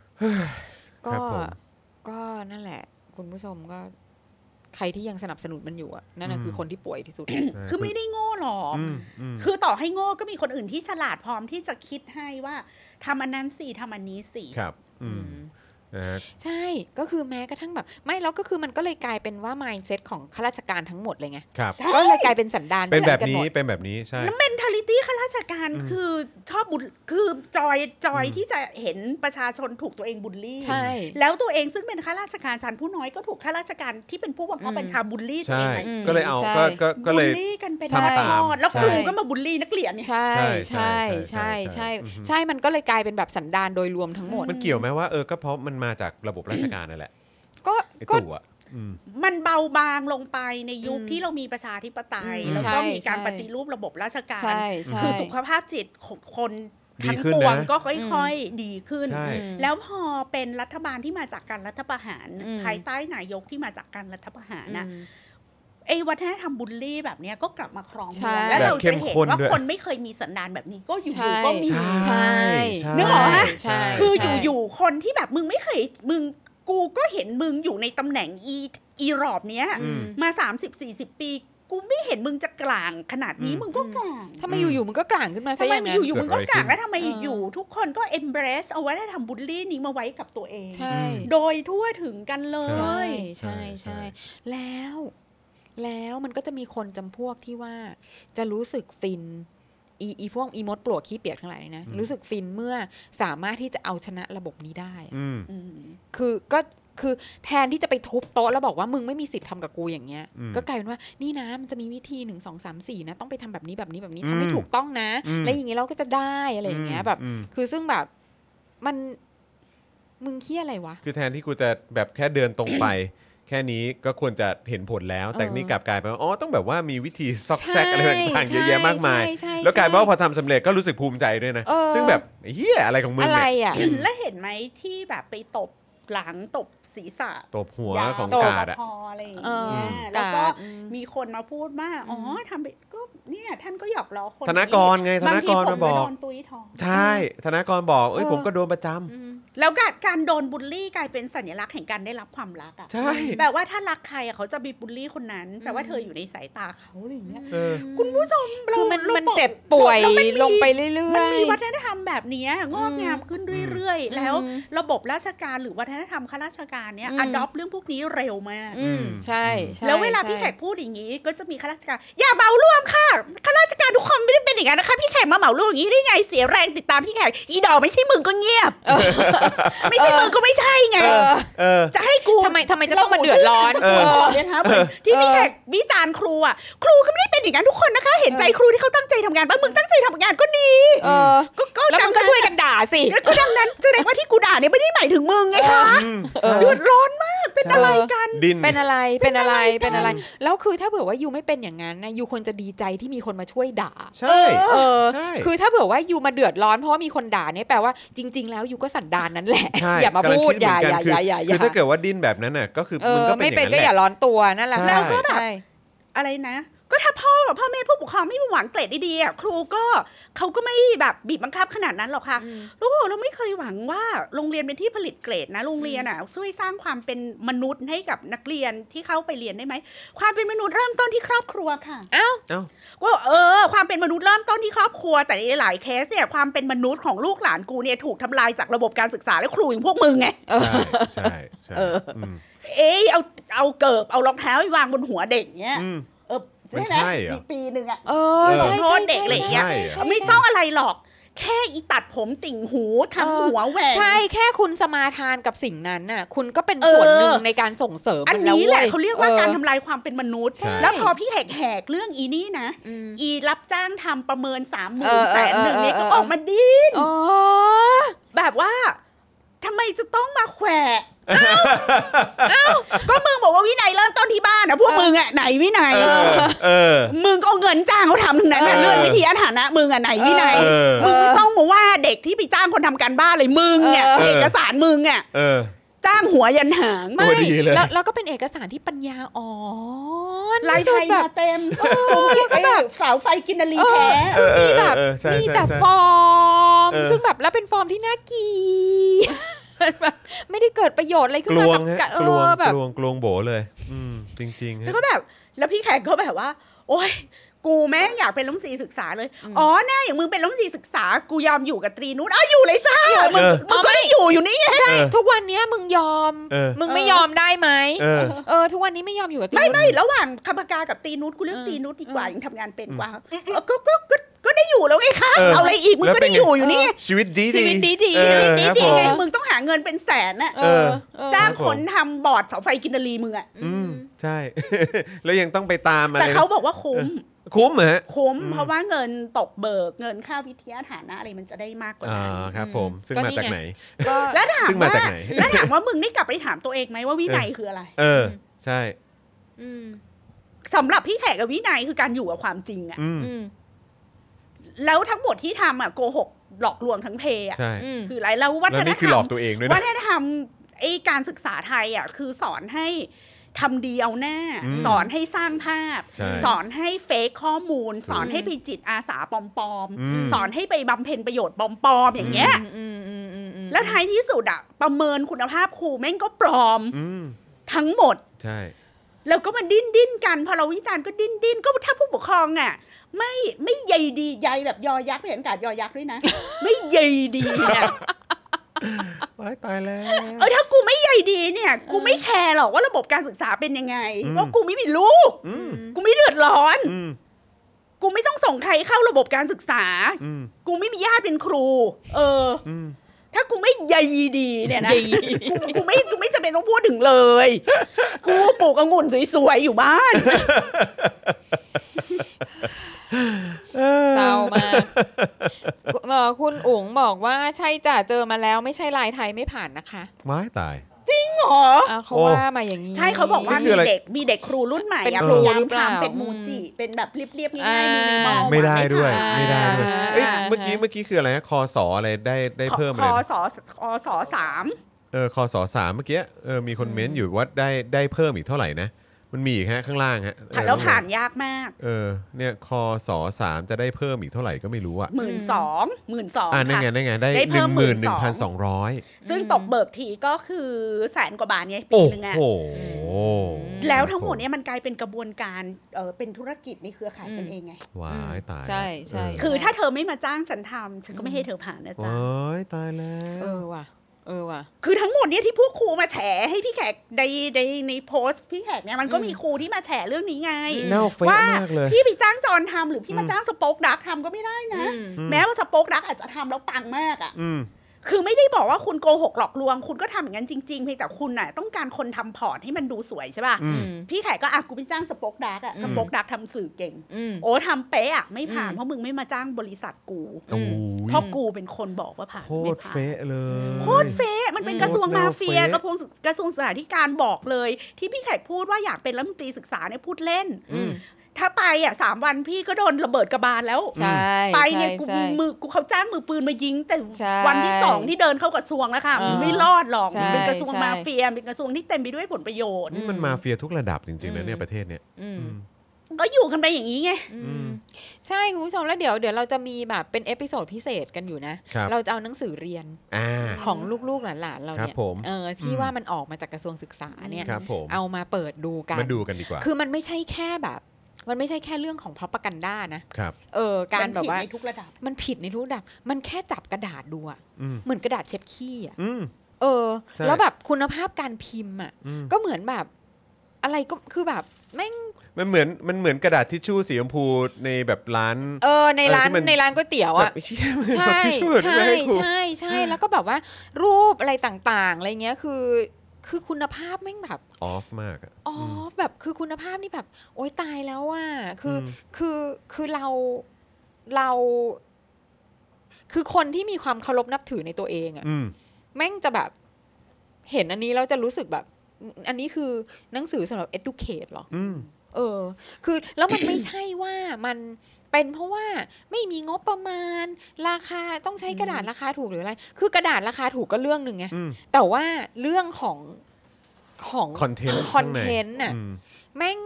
ก็นั่นแหละคุณผู้ชมก็ใครที่ยังสนับสนุนมันอยู่นั่นคือคนที่ป่วยที่สุดคือไม่ได้โง่หรอกคือต่อให้โง่ก็มีคนอื่นที่ฉลาดพร้อมที่จะคิดให้ว่าทำอันนั้นสิทำอันนี้สิครับใช่ก็คือแม้กระทั่งแบบไม่แล้วก็คือมันก็เลยกลายเป็นว่า mindset ของข้าราชการทั้งหมดเลยไงก็เลยกลายเป็นสันดานเป็นแบบนี้ใช่แล้ว mentality ข้าราราชการคือชอบคือจอยที่จะเห็นประชาชนถูกตัวเองบูลลี่ใช่แล้วตัวเองซึ่งเป็นข้าราชการชั้นผู้น้อยก็ถูกข้าราชการที่เป็นผู้บังคับบัญชาบูลลี่ตัวเองก็เลยเอาก็เลยบูลลี่กันเป็นทอดแล้วครูก็มาบูลลี่นักเรียนเนี่ยใช่ใช่ใช่ใช่ใช่มันก็เลยกลายเป็นแบบสันดานโดยรวมทั้งหมดมันเกี่ยวไหมว่าก็เพราะมันมาจากระบบราชการนั่นแหละก็มันเบาบางลงไปในยุคที่เรามีประชาธิปไตยแล้วก็มีการปฏิรูประบบราชการคือสุขภาพจิตของคนทั้งปวงก็ค่อยๆดีขึ้นแล้วพอเป็นรัฐบาลที่มาจากการรัฐประหารภายใต้นายกที่มาจากการรัฐประหารนะวัฒนธรรมบูลลี่แบบนี้ก็กลับมาครองเมืองแล้วเราจะเห็นว่าคนไม่เคยมีสันดานแบบนี้ก็อยู่ๆก็มีใช่นึกออกไหมคืออยู่ๆคนที่แบบมึงไม่เคยกูก็เห็นมึงอยู่ในตำแหน่งอีรอบเนี้ยมา 30-40 ปีกูไม่เห็นมึงจะกลางขนาดนี้มึงก็กลางทำไมอยู่ๆมึงก็กลางขึ้นมาซะอย่างนั้นทำไมอยู่ๆมึงก็กลางแล้วทำไมอยู่ทุกคนก็ embrace เอาไว้ได้ทำบูลลี่นี้มาไว้กับตัวเองโดยทั่วถึงกันเลยใช่แล้วมันก็จะมีคนจำพวกที่ว่าจะรู้สึกฟินพวกมดปลวกขี้เปียกทั้งหลายนะรู้สึกฟินเมื่อสามารถที่จะเอาชนะระบบนี้ได้คือแทนที่จะไปทุบโต๊ะแล้วบอกว่ามึงไม่มีสิทธิ์ทำกับกูอย่างเงี้ยก็กลายเป็นว่านี่นะมันจะมีวิธี1 2 3 4นะต้องไปทำแบบนี้ทำให้ถูกต้องนะแล้วอย่างงี้เราก็จะได้อะไรอย่างเงี้ยแบบคือซึ่งแบบมันมึงเคี้ยอะไรวะคือแทนที่กูจะแบบแค่เดินตรงไปแค่นี้ก็ควรจะเห็นผลแล้วแต่นี่กลับกลายเป็นว่าต้องแบบว่ามีวิธีซอกแซกอะไรต่างๆเยอะแยะมากมายแล้วกลายเป็นว่าพอทำสำเร็จก็รู้สึกภูมิใจด้วยนะซึ่งแบบเหี้ยอะไรของมึงเนี่ยแล้วเห็นไหมที่แบบไปตบหลังตบศีรษะตบหัวของกาดอะไรอย่างเงี้ยแล้วก็มีคนมาพูดว่าทำไปก็เนี่ยท่านก็หยอกล้อคนธนากรไงธนากรมาบอกใช่ธนากรบอกผมก็โดนประจำแล้วการโดนบูลลี่กลายเป็นสัญลักษณ์แห่งการได้รับความรักอ่ะใช่แบบว่าถ้ารักใครเขาจะมีบูลลี่คนนั้นแปลว่าเธออยู่ในสายตาเขาอะไรอย่างเงี้ยคุณผู้ชมคือมันเจ็บป่วยลงไปเรื่อยๆมันมีวัฒนธรรมแบบนี้งอกงามขึ้นเรื่อยๆแล้วระบบราชการหรือวัฒนธรรมข้าราชการเนี่ยadopt เรื่องพวกนี้เร็วมากใช่แล้วเวลาพี่แขกพูดอย่างนี้ก็จะมีข้าราชการอย่าเหมารวมค่ะข้าราชการทุกคนไม่ได้เป็นอย่างนั้นนะคะพี่แขกมาเหมารวมอย่างนี้ได้ไงเสียแรงติดตามพี่แขกอีดอกไม่ใช่มึงก็เงียบไม่ใช่มึงก็ไม่ใช่ไงจะให้กูทำไมจะต้องมาเดือดร้อนที่พี่แขกวิจารณ์ครูอ่ะครูก็ไม่ได้เป็นอย่างนั้นทุกคนนะคะเห็นใจครูที่เขาตั้งใจทำงานบ้างมึงตั้งใจทำงานก็ดีแล้วมึงก็ช่วยกันด่าสิก็ดังนั้นแสดงว่าที่กูด่าเนี่ยไม่ได้หมายถึงมึงไงคะเดือดร้อนมากเป็นอะไรกันเป็นอะไรแล้วคือถ้าเผื่อว่ายูไม่เป็นอย่างนั้นนะยูควรจะดีใจที่มีคนมาช่วยด่าใช่คือถ้าเผื่อว่ายูมาเดือดร้อนเพราะว่ามีคนด่าเนี่ยแปลว่าจริงๆแล้วยูก็สันดานนั้นแหละอย่ามาพูดอย่าคือถ้าเกิดว่าดิ้นแบบนั้นน่ะก็คือมึงก็เป็นอย่างนั้นแหละไม่เป็นก็อย่าร้อนตัวนั่นแหละแล้วก็แบบอะไรนะก็ถ้าพ่อแม่ผู้ปกครองไม่หวังเกรดดีๆอ่ะครูก็เขาก็ไม่แบบบีบบังคับขนาดนั้นหรอกค่ะแล้วเราไม่เคยหวังว่าโรงเรียนเป็นที่ผลิตเกรดนะโรงเรียนอ่ะช่วยสร้างความเป็นมนุษย์ให้กับนักเรียนที่เข้าไปเรียนได้ไหมความเป็นมนุษย์เริ่มต้นที่ครอบครัวค่ะว่าความเป็นมนุษย์เริ่มต้นที่ครอบครัวแต่ในหลายเคสเนี่ยความเป็นมนุษย์ของลูกหลานกูเนี่ยถูกทำลายจากระบบการศึกษาและครูอย่างพวกมึงไงใช่เอาเกิบเอารองเท้าวางบนหัวเด็กเนี้ยมันใช่เหรอปีนึงอ่ะใช่โทษเด็กอะไรอย่างเงี้ยไม่ต้องอะไรหรอกแค่อีตัดผมติ่งหูทำหัวแหวนใช่แค่คุณสมาทานกับสิ่งนั้นน่ะคุณก็เป็นส่วนหนึ่งในการส่งเสริมอันนี้แหละเขาเรียกว่าการทำลายความเป็นมนุษย์แล้วพอพี่แหกเรื่องอีนี่นะอีรับจ้างทำประเมิน 30,000 100,000เนี่ยก็ออกมาดิ้นแบบว่าทำไมจะต้องมาแขวะก็มึงบอกว่าวินัยเริ่มต้นที่บ้านนะพวกมึงอ่ะไหนวินัยมึงก็เอาเงินจ้างเขาทำทั้งนั้นเรื่องวิทยาฐานะมึงอ่ะไหนวินัยมึงไม่ต้องมาว่าเด็กที่ไปจ้างคนทำการบ้านเลยมึงเนี่ยเอกสารมึงอ่ะจ้างหัวยันหางไม่แล้วก็เป็นเอกสารที่ปัญญาอ่อนลายไทยมาเต็มแล้วก็แบบเสาไฟกินนารีแท้มีแต่ฟอร์มซึ่งแบบแล้วเป็นฟอร์มที่น่ากีไม่ได้เกิดประโยชน์อะไรขึ้นมากับแบบกลวงโบเลยจริงๆแล้วก็แบบแล้วพี่แขกก็แบบว่าโอ๊ยกูแม่อยากเป็นรัฐมนตรีศึกษาเลยแน่อย่างมึงเป็นรัฐมนตรีศึกษากูยอมอยู่กับตรีนุชอยู่เลยจ้ามึงก็ได้อยู่นี่ไงใช่ทุกวันนี้มึงยอมมึงไม่ยอมได้ไหมทุกวันนี้ไม่ยอมอยู่กับตรีนุชไม่ระหว่างคำพกากับตรีนุชกูเลือกตรีนุชดีกว่ายังทำงานเป็นกว่าก็ได้อยู่อยู่แล้วไงคะเอาอะไรอีกมึงก็ได้อยู่อยู่นี่ชีวิตดีชีวิตดีดีไงมึงต้องหาเงินเป็นแสนน่ะจ้างคนทำบอร์ดเสาไฟกินนารีมึงอ่ะใช่ แล้วยังต้องไปตามอะไรแต่เขาบอกว่าคุ้มเหรอคุ้มเพราะว่าเงินตกเบิกเงินค่าวิทยาฐานะอะไรมันจะได้มากกว่านั้นครับผมซึ่งมาจากไหนแล้วถามว่ามึงได้กลับไปถามตัวเองไหมว่าวินัยคืออะไรใช่สำหรับพี่แขกกับวินัยคือการอยู่กับความจริงอ่ะแล้วทั้งหมดที่ทำอ่ะโกหกหลอกลวงทั้งเพอ่ะคืออะไรแล้ววัฒนธรรมนี่คือหลอกตัวเองด้วยนะวัฒนธรรมไอ้การศึกษาไทยอ่ะคือสอนให้ทำดีเอาหน้าสอนให้สร้างภาพสอนให้เฟกข้อมูลสอนให้ไปจิตอาสาปลอมๆสอนให้ไปบำเพ็ญประโยชน์ปลอมๆอย่างเงี้ยแล้วท้ายที่สุดอ่ะประเมินคุณภาพครูแม่งก็ปลอมทั้งหมดใช่แล้วก็มาดิ้นกันพอเราวิจารณ์ก็ดิ้นก็ถ้าผู้ปกครองอ่ะไม่ใยดีใยแบบยอยักษ์เห็นการยอยักษ์ด้วยนะไม่ใยดีเนี่ยตายแล้วถ้ากูไม่ใยดีเนี่ยกูไม่แคร์หรอกว่าระบบการศึกษาเป็นยังไงว่ากูไม่มีลูกกูไม่เดือดร้อนกูไม่ต้องส่งใครเข้าระบบการศึกษากูไม่มีญาติเป็นครูถ้ากูไม่ใยดีเนี่ยนะกูไม่จำเป็นต้องพูดถึงเลยกูปลูกองุ่นสวยๆอยู่บ้านเศร้ามากคุณอุ๋งบอกว่าใช่จ้ะเจอมาแล้วไม่ใช่ลายไทยไม่ผ่านนะคะไม่ตายจริงเหรอเขาว่ามาอย่างนี้ใช่เขาบอกว่ามีเด็กครูรุ่นใหม่พยายามทำเป็นมูจิเป็นแบบเรียบๆง่ายๆมีในหม้อไม่ได้ด้วยเมื่อกี้คืออะไรนะคสอะไรได้เพิ่มอะไรคสคส3เมื่อกี้มีคนเม้นอยู่ว่าได้เพิ่มอีกเท่าไหร่นะมันมีอีกฮะข้างล่างฮะแล้วผ่านยากมากเนี่ยคส3จะได้เพิ่มอีกเท่าไหร่ก็ไม่รู้อ่ะ 12,000 นั่นไงได้ 11,200 ซึ่งตกเบิกทีก็คือ100,000 กว่าบาทไงปีนึงอ่ะแล้วทั้งหมดเนี่ยมันกลายเป็นกระบวนการเป็นธุรกิจในเครือข่ายกันเองไงว้ายตายใช่คือถ้าเธอไม่มาจ้างฉันทำฉันก็ไม่ให้เธอผ่านนะจ๊ะว้ายตายแล้วว่ะคือทั้งหมดเนี่ยที่พวกครูมาแฉให้พี่แขกในโพสต์พี่แขกเนี่ยมันก็มีครูที่มาแฉเรื่องนี้ไงว่าพี่ไปจ้างจอนทำหรือพี่มาจ้างสป็อกดักทำก็ไม่ได้นะแม้ว่าสป็อกดักอาจจะทำแล้วปังมากอ่ะคือไม่ได้บอกว่าคุณโกหกหลอกลวงคุณก็ทำอย่างนั้นจริงๆเพียงแต่คุณน่ะต้องการคนทำพอร์ตให้มันดูสวยใช่ป่ะพี่แขกก็กูไปจ้างสป็อกดักอ่ะสป็อกดักทำสื่อเก่งทำเป๊ะอ่ะไม่ผ่านเพราะมึงไม่มาจ้างบริษัทกูเพราะกูเป็นคนบอกว่าผ่านไม่ผ่านโคตรเฟะเลยโคตรเฟะมันเป็นกระทรวงมาเฟียกระทรวงศึกษาธิการบอกเลยที่พี่แขกพูดว่าอยากเป็นรัฐมนตรีศึกษาเนี่ยพูดเล่นถ้าไป3 วันพี่ก็โดนระเบิดกระบาลแล้วไปเนี่ยกูเขาจ้างมือปืนมายิงแต่วันที่2ที่เดินเข้ากระทรวงแล้วค่ะไม่รอดหรอกเป็นกระทรวงมาเฟียเป็นกระทรวงที่เต็มไปด้วยผลประโยชน์นี่มันมาเฟียทุกระดับจริงๆนะเนี่ยประเทศเนี้ยก็อยู่กันไปอย่างนี้ไงใช่คุณผู้ชมแล้วเดี๋ยวเราจะมีแบบเป็นเอพิโซดพิเศษกันอยู่นะเราจะเอาหนังสือเรียนของลูกๆหลานๆเราเนี่ยที่ว่ามันออกมาจากกระทรวงศึกษาเนี่ยเอามาเปิดดูกันมาดูกันดีกว่าคือมันไม่ใช่แค่แบบมันไม่ใช่แค่เรื่องของพร็อพากันด้านะครับการแบบว่ามันผิดในทุกระดับมันแค่จับกระดาษดูอ่ะเหมือนกระดาษเช็ดขี้อ่ะแล้วแบบคุณภาพการพิมพ์อ่ะก็เหมือนแบบอะไรก็คือแบบแม่งมันเหมือนกระดาษทิชชู่สีชมพูในแบบร้านในร้านก๋วยเตี๋ยวอ่ะใช่แล้วก็แบบว่ารูปอะไรต่างๆอะไรเงี้ยคือคุณภาพแม่งแบบออฟมากอ่ะแบบคือคุณภาพนี่แบบโอ๊ยตายแล้วอ่ะคือเราคือคนที่มีความเคารพนับถือในตัวเองอ่ะแม่งจะแบบเห็นอันนี้แล้วจะรู้สึกแบบอันนี้คือหนังสือสำหรับ educate หรอคือแล้วมันไม่ใช่ว่ามันเป็นเพราะว่าไม่มีงบประมาณราคาต้องใช้กระดาษราคาถูกหรืออะไรคือกระดาษราคาถูกก็เรื่องนึงไงแต่ว่าเรื่องของคอนเทนต์น่ะแม่ง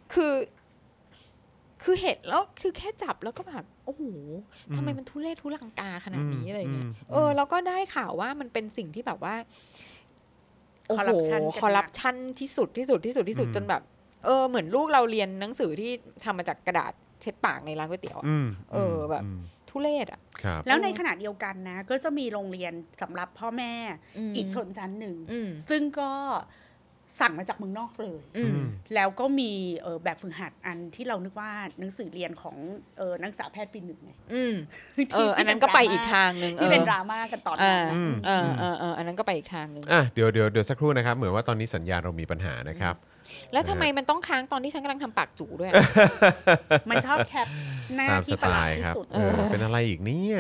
คือเห็นแล้วคือแค่จับแล้วก็แบบโอ้โหทำไมมันทุเรศทุลังกาขนาดนี้อะไรเงี้ยแล้วก็ได้ข่าวว่ามันเป็นสิ่งที่แบบว่าคอร์รัปชันที่สุดจนแบบเหมือนลูกเราเรียนหนังสือที่ทำมาจากกระดาษเช็ดปากในร้านก๋วยเตี๋ยวแบบทุเรศอ่ะแล้วในขณะเดียวกันนะก็จะมีโรงเรียนสำหรับพ่อแม่อีกชนชั้นหนึ่งซึ่งก็สั่งมาจากเมืองนอกเลยแล้วก็มีแบบฝึกหัดอันที่เรานึกว่าหนังสือเรียนของนักศึกษาแพทย์ปี 1ไงอันนั้นก็ไปอีกทางนึงที่เป็นดราม่ากันตอนนั้นอันนั้นก็ไปอีกทางนึงเดี๋ยวสักครู่นะครับเหมือนว่าตอนนี้สัญญาณเรามีปัญหานะครับแล้วทำไมมันต้องค้างตอนที่ฉันกำลังทำปากจู่ด้วยมันชอบแคปหน้าที่ประหลาดที่สุดเป็นอะไรอีกเนี่ย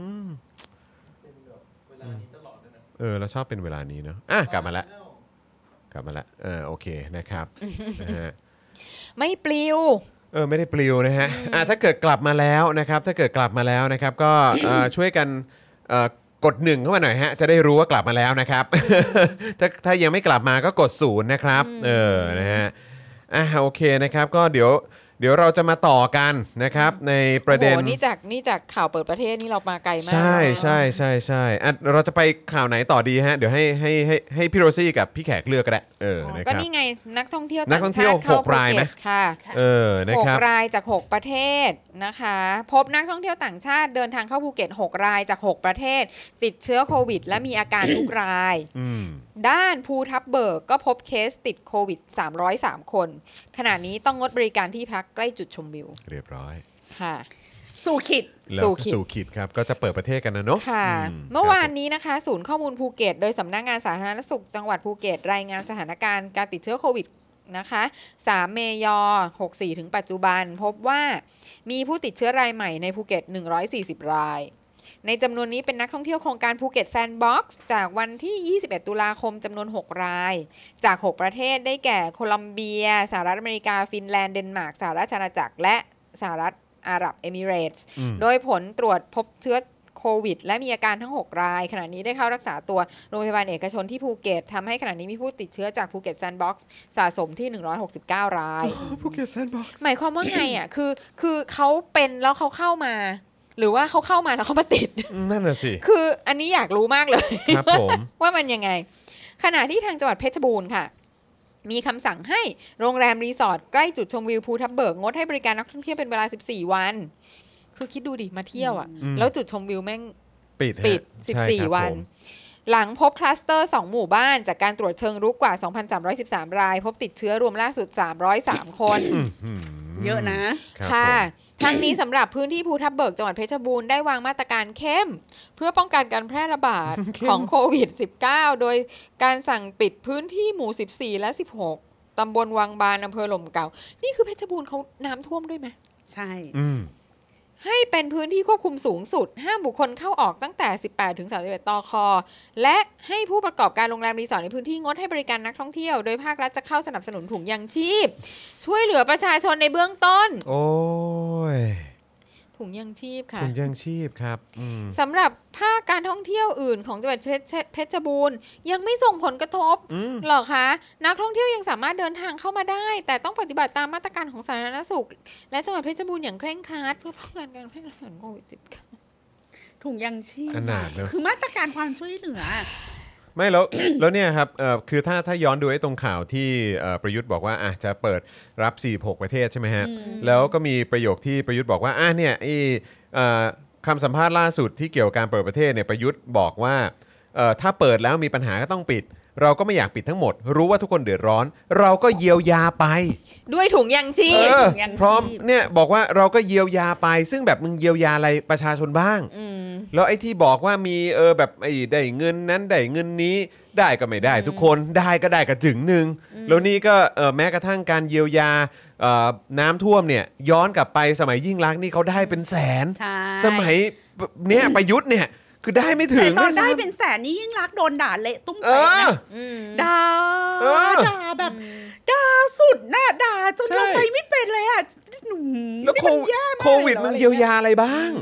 เราชอบเป็นเวลานี้เนาะกลับมาแล้วโอเคนะครับไม่ปลิวไม่ได้ปลิวนะฮะถ้าเกิดกลับมาแล้วนะครับก็ช่วยกันกด1เข้ามาหน่อยฮะจะได้รู้ว่ากลับมาแล้วนะครับ ถ้ายังไม่กลับมาก็กด0นะครับนะฮะโอเคนะครับก็เดี๋ยวเราจะมาต่อกันนะครับในประเด็นนี่จากข่าวเปิดประเทศนี่เรามาไกลมากใช่เราจะไปข่าวไหนต่อดีฮะเดี๋ยวให้พี่โรซี่กับพี่แขกเลือกก็ได้นะครับก็นี่ไงนักท่องเที่ยวต่างชาติเข้า6รายมั้ยค่ะนะครับ 6รายจาก6ประเทศนะคะพบนักท่องเที่ยวต่างชาติเดินทางเข้าภูเก็ต6รายจาก6ประเทศติดเชื้อโควิดและมีอาการทุกรายด้านภูทับเบิกก็พบเคสติดโควิด303คนขณะนี้ต้องงดบริการที่พักใกล้จุดชมวิวเรียบร้อยค่ะสู่ขิดครับก็จะเปิดประเทศกันนะเนาะค่ะเมื่อวานนี้นะคะศูนย์ข้อมูลภูเก็ตโดยสำนักงานสาธารณสุขจังหวัดภูเก็ตรายงานสถานการณ์การติดเชื้อโควิดนะคะ3 เมษายน 64ถึงปัจจุบันพบว่ามีผู้ติดเชื้อรายใหม่ในภูเก็ต140รายในจำนวนนี้เป็นนักท่องเที่ยวโครงการภูเก็ตแซนด์บ็อกซ์จากวันที่21ตุลาคมจำนวน6รายจาก6ประเทศได้แก่โคลัมเบียสหรัฐอเมริกาฟินแลนด์เดนมาร์กสหราชอาณาจักรและสหรัฐอาหรับเอมิเรตส์โดยผลตรวจพบเชื้อโควิดและมีอาการทั้ง6รายขณะนี้ได้เข้ารักษาตัวโรงพยาบาลเอกชนที่ภูเก็ตทำให้ขณะนี้มีผู้ติดเชื้อจากภูเก็ตแซนด์บ็อกซ์สะสมที่169รายภูเก็ตแซนด์บ็อกซ์หมายความว่าไงอ่ะคือเขาเป็นแล้วเขาเข้ามาหรือว่าเขาเข้ามาแล้วเขามาติดนั่นน่ะสิคืออันนี้อยากรู้มากเลยครับผมว่ามันยังไงขณะที่ทางจังหวัดเพชรบูรณ์ค่ะมีคำสั่งให้โรงแรมรีสอร์ทใกล้จุดชมวิวภูทับเบิกงดให้บริการนักท่องเที่ยวเป็นเวลา14วันคือคิดดูดิมาเที่ยวอ่ะแล้วจุดชมวิวแม่งปิด14วันหลังพบคลัสเตอร์2หมู่บ้านจากการตรวจเชิงรุกกว่า 2,313 รายพบติดเชื้อรวมล่าสุด303คนเยอะนะค่ะทั้งนี้สำหรับพื้นที่ภูทับเบิกจังหวัดเพชรบูรณ์ได้วางมาตรการเข้มเพื่อป้องกันการแพร่ระบาดของโควิด -19 โดยการสั่งปิดพื้นที่หมู่14และ16ตำบลวังบานอำเภอหล่มเก่านี่คือเพชรบูรณ์เขาน้ำท่วมด้วยไหมใช่ให้เป็นพื้นที่ควบคุมสูงสุดห้ามบุคคลเข้าออกตั้งแต่18ถึง31ตค.และให้ผู้ประกอบการโรงแรมรีสอร์ทในพื้นที่งดให้บริการนักท่องเที่ยวโดยภาครัฐจะเข้าสนับสนุนถุงยางชีพช่วยเหลือประชาชนในเบื้องต้นโอ้ยถุงยางชีพค่ะถุงยางชีพครับสำหรับภาคการท่องเที่ยวอื่นของจังหวัดเพชรบูรณ์ยังไม่ส่งผลกระทบหรอคะนักท่องเที่ยวยังสามารถเดินทางเข้ามาได้แต่ต้องปฏิบัติตามมาตรการของสาธารณสุขและจังหวัดเพชรบูรณ์อย่างเคร่งครัดเพื่อป้องกันการแพร่ระบาดของโควิด -19 ถุงยางชีพคือมาตรการความช่วยเหลือไม่แล้วเนี่ยครับคือถ้าย้อนดูไอ้ตรงข่าวที่ประยุทธ์บอกว่าจะเปิดรับ46ประเทศใช่ไหมฮะแล้วก็มีประโยคที่ประยุทธ์บอกว่าเนี่ยคำสัมภาษณ์ล่าสุดที่เกี่ยวกับการเปิดประเทศเนี่ยประยุทธ์บอกว่าถ้าเปิดแล้วมีปัญหาก็ต้องปิดเราก็ไม่อยากปิดทั้งหมดรู้ว่าทุกคนเดือดร้อนเราก็เยียวยาไปด้วยถุงยางชีพพร้อมเนี่ยบอกว่าเราก็เยียวยาไปซึ่งแบบมึงเยียวยาอะไรประชาชนบ้างแล้วไอ้ที่บอกว่ามีแบบไอ้ได้เงินนั้นได้เงินนี้ได้ก็ไม่ได้ทุกคนได้ก็ได้กระจึงนึงแล้วนี่ก็แม้กระทั่งการเยียวยาน้ำท่วมเนี่ยย้อนกลับไปสมัยยิ่งลักษณ์นี่เขาได้เป็นแสนสมัยเนี้ยประยุทธ์เนี่ยคือได้ไม่ถึงแต่ตอนได้เป็นแสนนี่ยิ่งรักโดนด่าเละตุ้มเป๊ะนะด่าแบบด่าสุดนะด่าจนเราไปไม่เป็นเลยอ่ะแล้วโควิดมึงเยียวยาอะไรบ้าง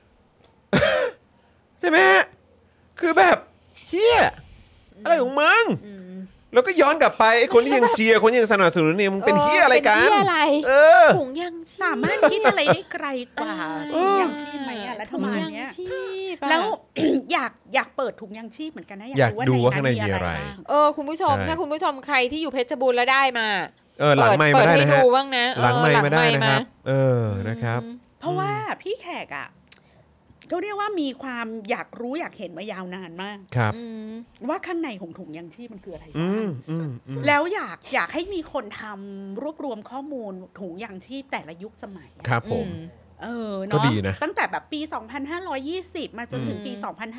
ใช่ไหมคือแบบเฮียอะไรของมึงแล้วก็ย้อนกลับไปไอ้คนที่ยังเชียร์คนที่ยังสนับสนุนเนี่ยมึงเป็นเฮียอะไรกันเป็นเฮียอะไรถุงยางชีพสามารถคิดอะไรได้ไกลกว่าถุงยางชีพไหมอะแล้วทำไมเนี้ยแล้วอยากเปิดถุงยางชีพเหมือนกันนะอยากดูว่าข้างในมีอะไรคุณผู้ชมถ้าคุณผู้ชมใครที่อยู่เพชรบูรณ์แล้วได้มาหลังไมค์มาได้นะฮะหลังไมค์มาได้นะครับนะครับเพราะว่าพี่แขกอะก็เรียกว่ามีความอยากรู้อยากเห็นมายาวนานมากครับว่าข้างในของถุงยังชีพมันคืออะไรบ้างแล้วอยากให้มีคนทำรวบรวมข้อมูลถุงยังชีพแต่ละยุคสมัยครับผมเนาะดีนะตั้งแต่แบบปี 2520 มาจนถึงปี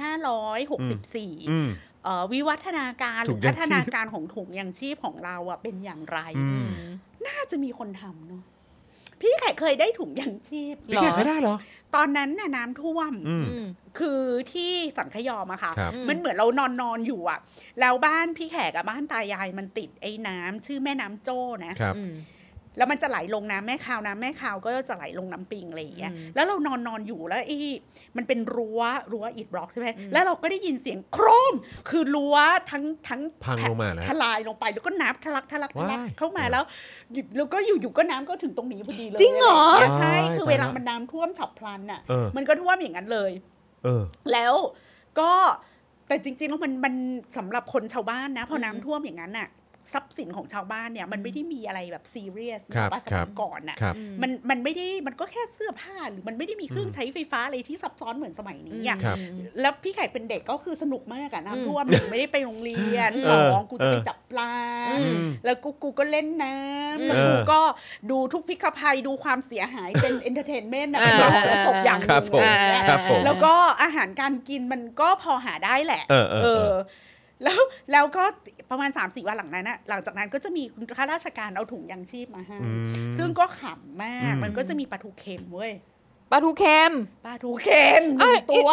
2564วิวัฒนาการหรือพัฒนาการของถุงยังชีพของเราอ่ะเป็นอย่างไรน่าจะมีคนทำเนาะพี่แขกเคยได้ถุงยังชีพพี่แขกไม่ได้เหรอตอนนั้นน่ะน้ำท่วมคือที่สันขยอมอะค่ะมันเหมือนเรานอนอยู่อะแล้วบ้านพี่แขกกับบ้านตายายมันติดไอ้น้ำชื่อแม่น้ำโจ้นะครับแล้วมันจะไหลลงน้ำแม่ขาวก็จะไหลลงน้ำปิงอะไรอย่างเงี้ยแล้วเรานอนอยู่แล้วมันเป็นรั้วอิฐบล็อกใช่ไหมแล้วเราก็ได้ยินเสียงโครมคือรั้วทั้งพังลงมาทลายลงไปแล้วก็น้ำทะลักเข้ามาแล้วก็อยู่ก็น้ำก็ถึงตรงนี้พอดีเลยจริงเหรอใช่คือเวลามันน้ำท่วมฉับพลันอ่ะมันก็ท่วมอย่างนั้นเลยแล้วก็แต่จริงๆแล้วมันสำหรับคนชาวบ้านนะพอน้ำท่วมอย่างนั้นน่ะทรัพย์สินของชาวบ้านเนี่ยมันไม่ได้มีอะไรแบบซีเรียสแบบว่าสมัยก่อนน่ะมันไม่ได้มันก็แค่เสื้อผ้าหรือมันไม่ได้มีเครื่องใช้ไฟฟ้าอะไรที่ซับซ้อนเหมือนสมัยนี้อ่ะแล้วพี่แขกเป็นเด็กก็คือสนุกมากอะน้ำท่วมไม่ได้ไปโรงเรียน2กูจะไปจับปลาแล้วกูก็เล่นน้ำแล้วกูก็ดูทุกพิฆภัยดูความเสียหายเป็นเอนเตอร์เทนเมนต์เป็นมหรสพอย่างนึงแล้วก็อาหารการกินมันก็พอหาได้แหละแล้วก็ประมาณ 3-4 วันหลังจากนั้นก็จะมีข้าราชการเอาถุงยังชีพมาให้ซึ่งก็ขำมากมันก็จะมีปลาทูเค็มเว้ยปลาทูเค็ม1 ตัว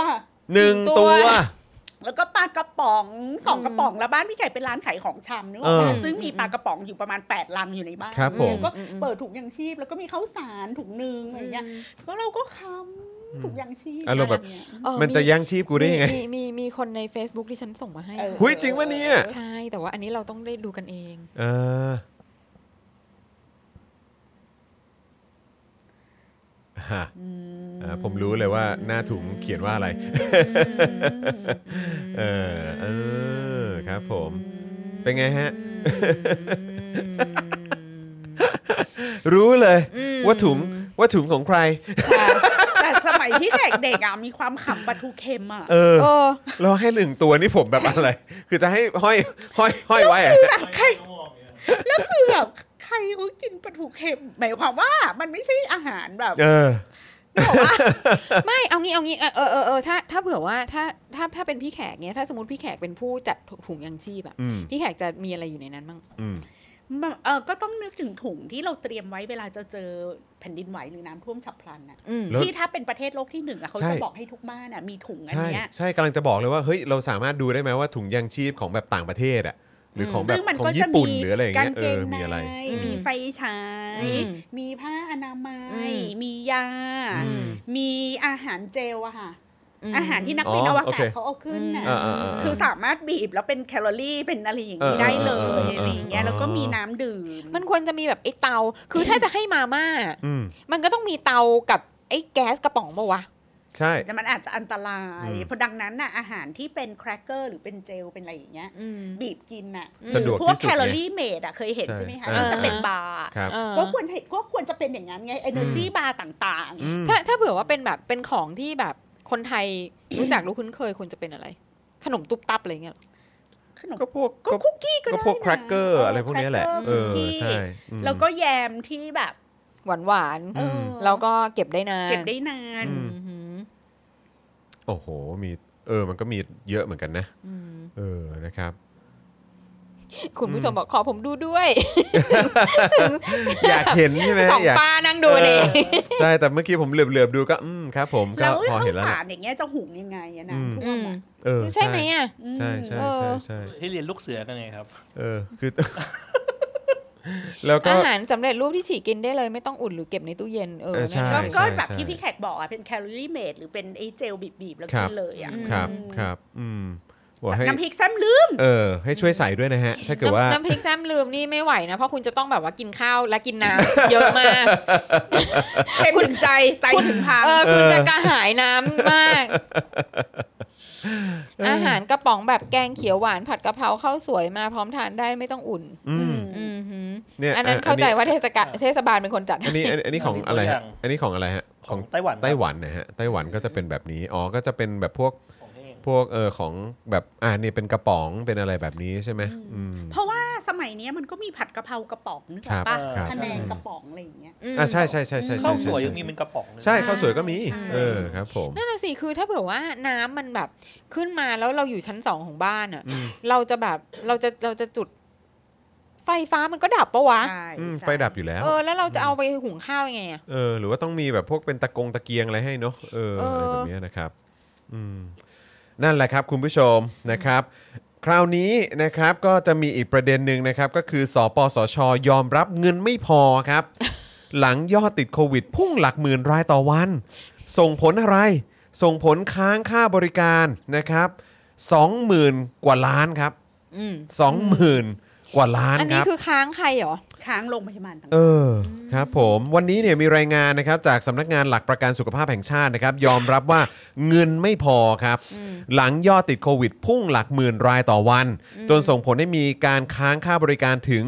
แล้วก็ปลากระป๋อง2 กระป๋องแล้วบ้านพี่ไก่เป็นร้านขายของชำนึกออกมั้ยซึ่งมีปลากระป๋องอยู่ประมาณ8 ลังอยู่ในบ้านก็เปิดถุงยังชีพแล้วก็มีข้าวสารถุงนึงอะไรเงี้ยก็เราก็ขำถุงยังชีพอารมณ์แบบมันจะยังชีพกูได้ยังไงมีคนใน Facebook ที่ฉันส่งมาให้หุ้ยจริงป่ะเนี่ยใช่แต่ว่าอันนี้เราต้องได้ดูกันเองผมรู้เลยว่าหน้าถุงเขียนว่าอะไรครับผมเป็นไงฮะรู้เลยว่าถุงของใครแต่สมัยที่เด็กๆมีความขำปลาทูเค็มอ่ะเราให้1 ตัวนี่ผมแบบอะไรคือจะให้ห้อยไว้แล้วคือแบบใครเขากินปลาทูเค็มหมายความว่ามันไม่ใช่อาหารแบบไม่เอางี้ถ้าเผื่อว่าถ้าเป็นพี่แขกเนี้ยถ้าสมมติพี่แขกเป็นผู้จัดถุงยังชีพแบบพี่แขกจะมีอะไรอยู่ในนั้นบ้างก็ต้องนึกถึงถุงที่เราเตรียมไว้เวลาจะเจอแผ่นดินไหวหรือน้ำท่วมฉับพลันน่ะที่ถ้าเป็นประเทศโลกที่1เขาจะบอกให้ทุกบ้านมีถุงอันเนี้ยใช่กำลังจะบอกเลยว่าเฮ้ยเราสามารถดูได้ไหมว่าถุงยังชีพของแบบต่างประเทศหรือของแบบของญี่ปุ่นหรืออะไรอย่างเงี้ยมีอะไรมีไฟฉายมีผ้าอนามัยมียามีอาหารเจลอะค่ะอาหารที่นักบินอวกาศเขาเอาขึ้นน่ะคือสามารถบีบแล้วเป็นแคลอรี่เป็นอะไรอย่างนี้ได้เลยอะไรอย่างเงี้ยแล้วก็มีน้ำดื่มมันควรจะมีแบบไอ้เตาคือถ้าจะให้มาม่ามันก็ต้องมีเตากับไอ้แก๊สกระป๋องป่ะวะใช่แต่มันอาจจะอันตรายเพราะดังนั้นน่ะอาหารที่เป็นแครกเกอร์หรือเป็นเจลเป็นอะไรอย่างเงี้ยบีบกินน่ะสะดวกที่สุดพวกแคลอรี่เมดเคยเห็นใช่ไหมคะจะเป็นบาร์ก็ควรจะเป็นอย่างนั้นไง energy bar ต่างๆถ้าเผื่อว่าเป็นแบบเป็นของที่แบบคนไทยรู้จักรู้คุ้นเคยควรจะเป็นอะไรขนมตุ๊บตับอะไรเงี้ยก็พวกคุกกี้ก็ได้ก็พวกแครกเกอร์อะไรพวกนี้แหละใช่แล้วก็แยมที่แบบหวานแล้วก็เก็บได้นานโอ้โหมีมันก็มีเยอะเหมือนกันนะนะครับคุณผู้ชมบอกขอผมดูด้วยอยากเห็นใช่ไหมสองป้านั่งดูนี่ใช่แต่เมื่อกี้ผมเหลือบๆดูก็ครับผมก็พอเห็นแล้วแล้วข้าวสารอย่างเงี้ยจะหุงยังไงนะท่วมใช่ไหมอ่ะใช่ให้เรียนลูกเสือกันไงครับคือแล้วก็อาหารสำเร็จรูปที่ฉีกกินได้เลยไม่ต้องอุ่นหรือเก็บในตู้เย็นก็แบบที่พี่แขกบอกเป็นแคลอรี่เมดหรือเป็นไอ้เจลบีบๆแล้วกินเลยครับน้ำพริกแซมลืมให้ช่วยใส่ด้วยนะฮะถ้าเกิดว่าน้ำพริกแซมลืมนี่ไม่ไหวนะเพราะคุณจะต้องแบบว่ากินข้าวและกินน้ำเยอะมากเป็นถึงใจไตถึงพังคุณจะกระหายน้ำมากอาหารกระป๋องแบบแกงเขียวหวานผัดกะเพราข้าวสวยมาพร้อมทานได้ไม่ต้องอุ่นอันนั้นเข้าใจว่าเทศบาลเป็นคนจัดอันนี้ของอะไรฮะอันนี้ของอะไรฮะของไต้หวันนะฮะไต้หวันก็จะเป็นแบบนี้ก็จะเป็นแบบพวกของแบบนี่เป็นกระป๋องเป็นอะไรแบบนี้ใช่ไหมเพราะว่าสมัยนี้มันก็มีผัดกะเพรากระป๋องนึกออกป่ะพะแนงกระป๋องอะไรอย่างเงี้ยใช่ข้าวสวยยังมีเป็นกระป๋องใช่ข้าวสวยก็มีครับผมนั่นน่ะสิคือถ้าเผื่อว่าน้ำมันแบบขึ้นมาแล้วเราอยู่ชั้น2ของบ้านอ่ะเราจะแบบเราจะจุดไฟฟ้ามันก็ดับปะวะไฟดับอยู่แล้วแล้วเราจะเอาไปหุงข้าวยังไงหรือว่าต้องมีแบบพวกเป็นตะเกียงอะไรให้เนาะอะไรแบบนี้นะครับนั่นแหละครับคุณผู้ชมนะครับคราวนี้นะครับก็จะมีอีกประเด็นหนึ่งนะครับก็คือสปสช.ยอมรับเงินไม่พอครับ หลังยอดติดโควิดพุ่งหลักหมื่นรายต่อวันส่งผลอะไรส่งผลค้างค่าบริการนะครับ 20,000 กว่าล้านครับ20,000 กว่าล้านครับอันนี้คือค้างใครเหรอค้างโรงพยาบาลต่างๆครับผมวันนี้เนี่ยมีรายงานนะครับจากสำนักงานหลักประกันสุขภาพแห่งชาตินะครับยอมรับว่าเงินไม่พอครับหลังยอดติดโควิดพุ่งหลักหมื่นรายต่อวันจนส่งผลให้มีการค้างค่าบริการถึง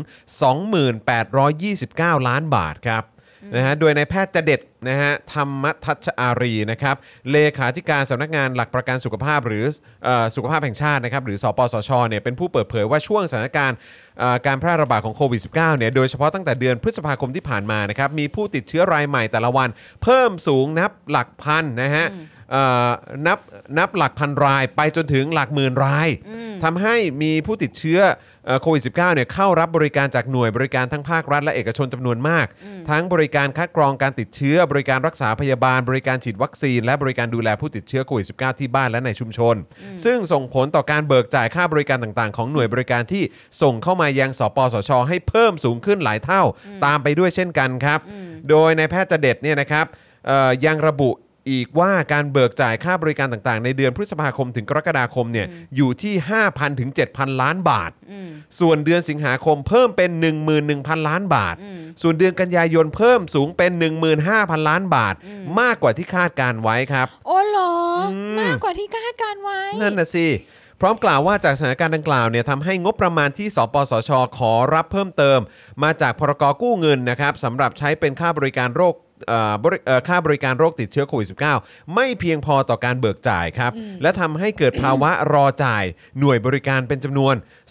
2829 ล้านบาทครับนะฮะโดยนายแพทย์จเด็ดนะฮะธรรมทัชอารีนะครับเลขาธิการสำนักงานหลักประกันสุขภาพหรือสุขภาพแห่งชาตินะครับหรือสปสชเนี่ยเป็นผู้เปิดเผยว่าช่วงสถานการณ์การแพร่ระบาดของโควิด -19 เนี่ยโดยเฉพาะตั้งแต่เดือนพฤษภาคมที่ผ่านมานะครับมีผู้ติดเชื้อรายใหม่แต่ละวันเพิ่มสูงนับหลักพันนะฮะนับหลักพันรายไปจนถึงหลักหมื่นรายทำให้มีผู้ติดเชื้อโควิด -19 เนี่ยเข้ารับบริการจากหน่วยบริการทั้งภาครัฐและเอกชนจำนวนมากทั้งบริการคัดกรองการติดเชื้อบริการรักษาพยาบาลบริการฉีดวัคซีนและบริการดูแลผู้ติดเชื้อโควิด -19 ที่บ้านและในชุมชนซึ่งส่งผลต่อการเบิกจ่ายค่าบริการต่างๆของหน่วยบริการที่ส่งเข้ามายังสปสช.ให้เพิ่มสูงขึ้นหลายเท่าตามไปด้วยเช่นกันครับโดยนายแพทย์จเด็ดเนี่ยนะครับยังระบุอีกว่าการเบิกจ่ายค่าบริการต่างๆในเดือนพฤษภาคมถึงกรกฎาคมเนี่ยอยู่ที่ 5,000 ถึง 7,000 ล้านบาทส่วนเดือนสิงหาคมเพิ่มเป็น 11,000 ล้านบาทส่วนเดือนกันยายนเพิ่มสูงเป็น 15,000 ล้านบาทมากกว่าที่คาดการไว้ครับโอ้เหรอมากกว่าที่คาดการไว้นั่นน่ะสิพร้อมกล่าวว่าจากสถานการณ์ดังกล่าวเนี่ยทำให้งบประมาณที่สปสช.ขอรับเพิ่มเติมมาจากพรก.กู้เงินนะครับสำหรับใช้เป็นค่าบริการโรคค่าบริการโรคติดเชื้อโควิด -19 ไม่เพียงพอต่อการเบิกจ่ายครับและทำให้เกิดภาวะรอจ่ายหน่วยบริการเป็นจำนวน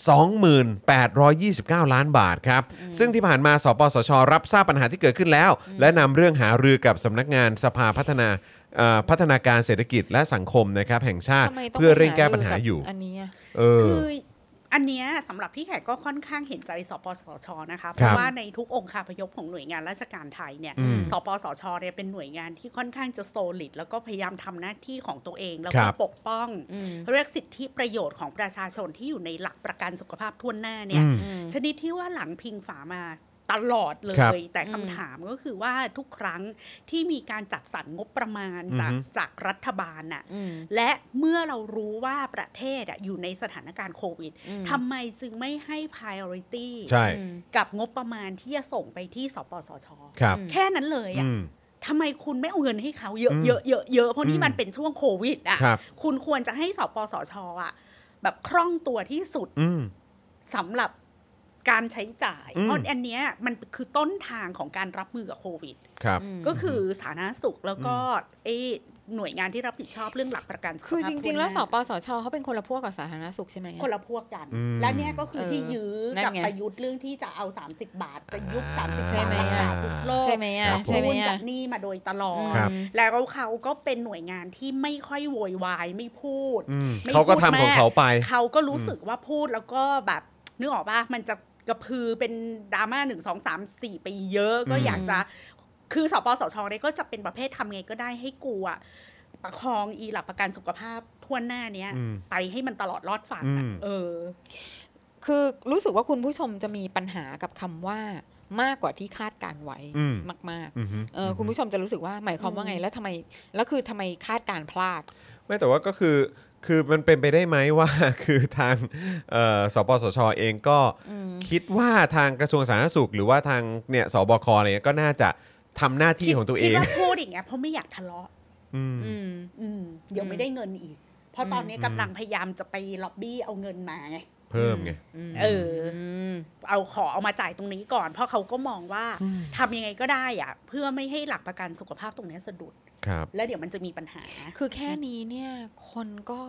2829 ล้านบาทครับซึ่งที่ผ่านมาสปสช.รับทราบปัญหาที่เกิดขึ้นแล้วและนำเรื่องหารือกับสำนักงานสภาพัฒนาการเศรษฐกิจและสังคมนะครับแห่งชาติเพื่อเร่งแก้ปัญหาอยู่อันนี้คืออันเนี้ยสำหรับพี่แขกก็ค่อนข้างเห็นใจสปสช.นะคะเพราะว่าในทุกองค์คาพยพของหน่วยงานราชการไทยเนี่ยสปสช.เนี่ยเป็นหน่วยงานที่ค่อนข้างจะโซลิดแล้วก็พยายามทำหน้าที่ของตัวเองแล้วก็ปกป้องเรียกสิทธิประโยชน์ของประชาชนที่อยู่ในหลักประกันสุขภาพทั่วหน้าเนี่ยชนิดที่ว่าหลังพิงฝามาตลอดเลยแต่คำถามก็คือว่าทุกครั้งที่มีการจัดสรรงบประมาณจากรัฐบาลน่ะและเมื่อเรารู้ว่าประเทศอยู่ในสถานการณ์โควิดทำไมจึงไม่ให้ priority กับงบประมาณที่จะส่งไปที่สปสช.แค่นั้นเลยทำไมคุณไม่เอาเงินให้เขาเยอะๆเพราะนี่มันเป็นช่วงโควิดคุณควรจะให้สปสช.แบบคล่องตัวที่สุดสำหรับการใช้จ่ายเพราะอันเนี้ยมันคือต้นทางของการรับมือกับโควิดก็คือสาธารณสุขแล้วก็หน่วยงานที่รับผิดชอบเรื่องหลักประกันสุขภาพคือจริงๆแล้วสปสช.เขาเป็นคนละพวกกับสาธารณสุขใช่ไหมคนละพวกกันและเนี้ยก็คือที่ยื้อกับประยุทธ์เรื่องที่จะเอา30 บาทจะยุบ30 บาททุกโลกใช่ไหมใช่ไหมจากนี่มาโดยตลอดแล้วเขาก็เป็นหน่วยงานที่ไม่ค่อยโวยวายไม่พูดเขาก็ทำของเขาไปเขาก็รู้สึกว่าพูดแล้วก็แบบนึกออกป่ะมันจะกระพือเป็นดราม่า1 2 3 4 ปีเยอะก็อยากจะคือสปสช.เนี่ยก็จะเป็นประเภททำไงก็ได้ให้กูประคองหลักประกันสุขภาพทั่วหน้าเนี้ยไปให้มันตลอดรอดฝั่งคือรู้สึกว่าคุณผู้ชมจะมีปัญหากับคำว่ามากกว่าที่คาดการไว้มากๆคุณผู้ชมจะรู้สึกว่าหมายความว่าไงแล้วทำไมคาดการพลาดไม่แต่ว่าก็คือมันเป็นไปได้ไหมว่าคือทางสปสช.เองก็คิดว่าทางกระทรวงสาธารณสุขหรือว่าทางเนี่ยสบค.อะไรเงี้ยก็น่าจะทำหน้าที่ของตัวเองคิดว่าพูดอย่างเงี้ยเพราะไม่อยากทะเลาะเดี๋ยวไม่ได้เงินอีกเพราะตอนนี้กำลังพยายามจะไปล็อบบี้เอาเงินมาไงเพิ่มไงเอามาจ่ายตรงนี้ก่อนเพราะเขาก็มองว่าทำยังไงก็ได้เพื่อไม่ให้หลักประกันสุขภาพตรงนี้สะดุดครับแล้วเดี๋ยวมันจะมีปัญหาคือแค่นี้เนี่ยคนก็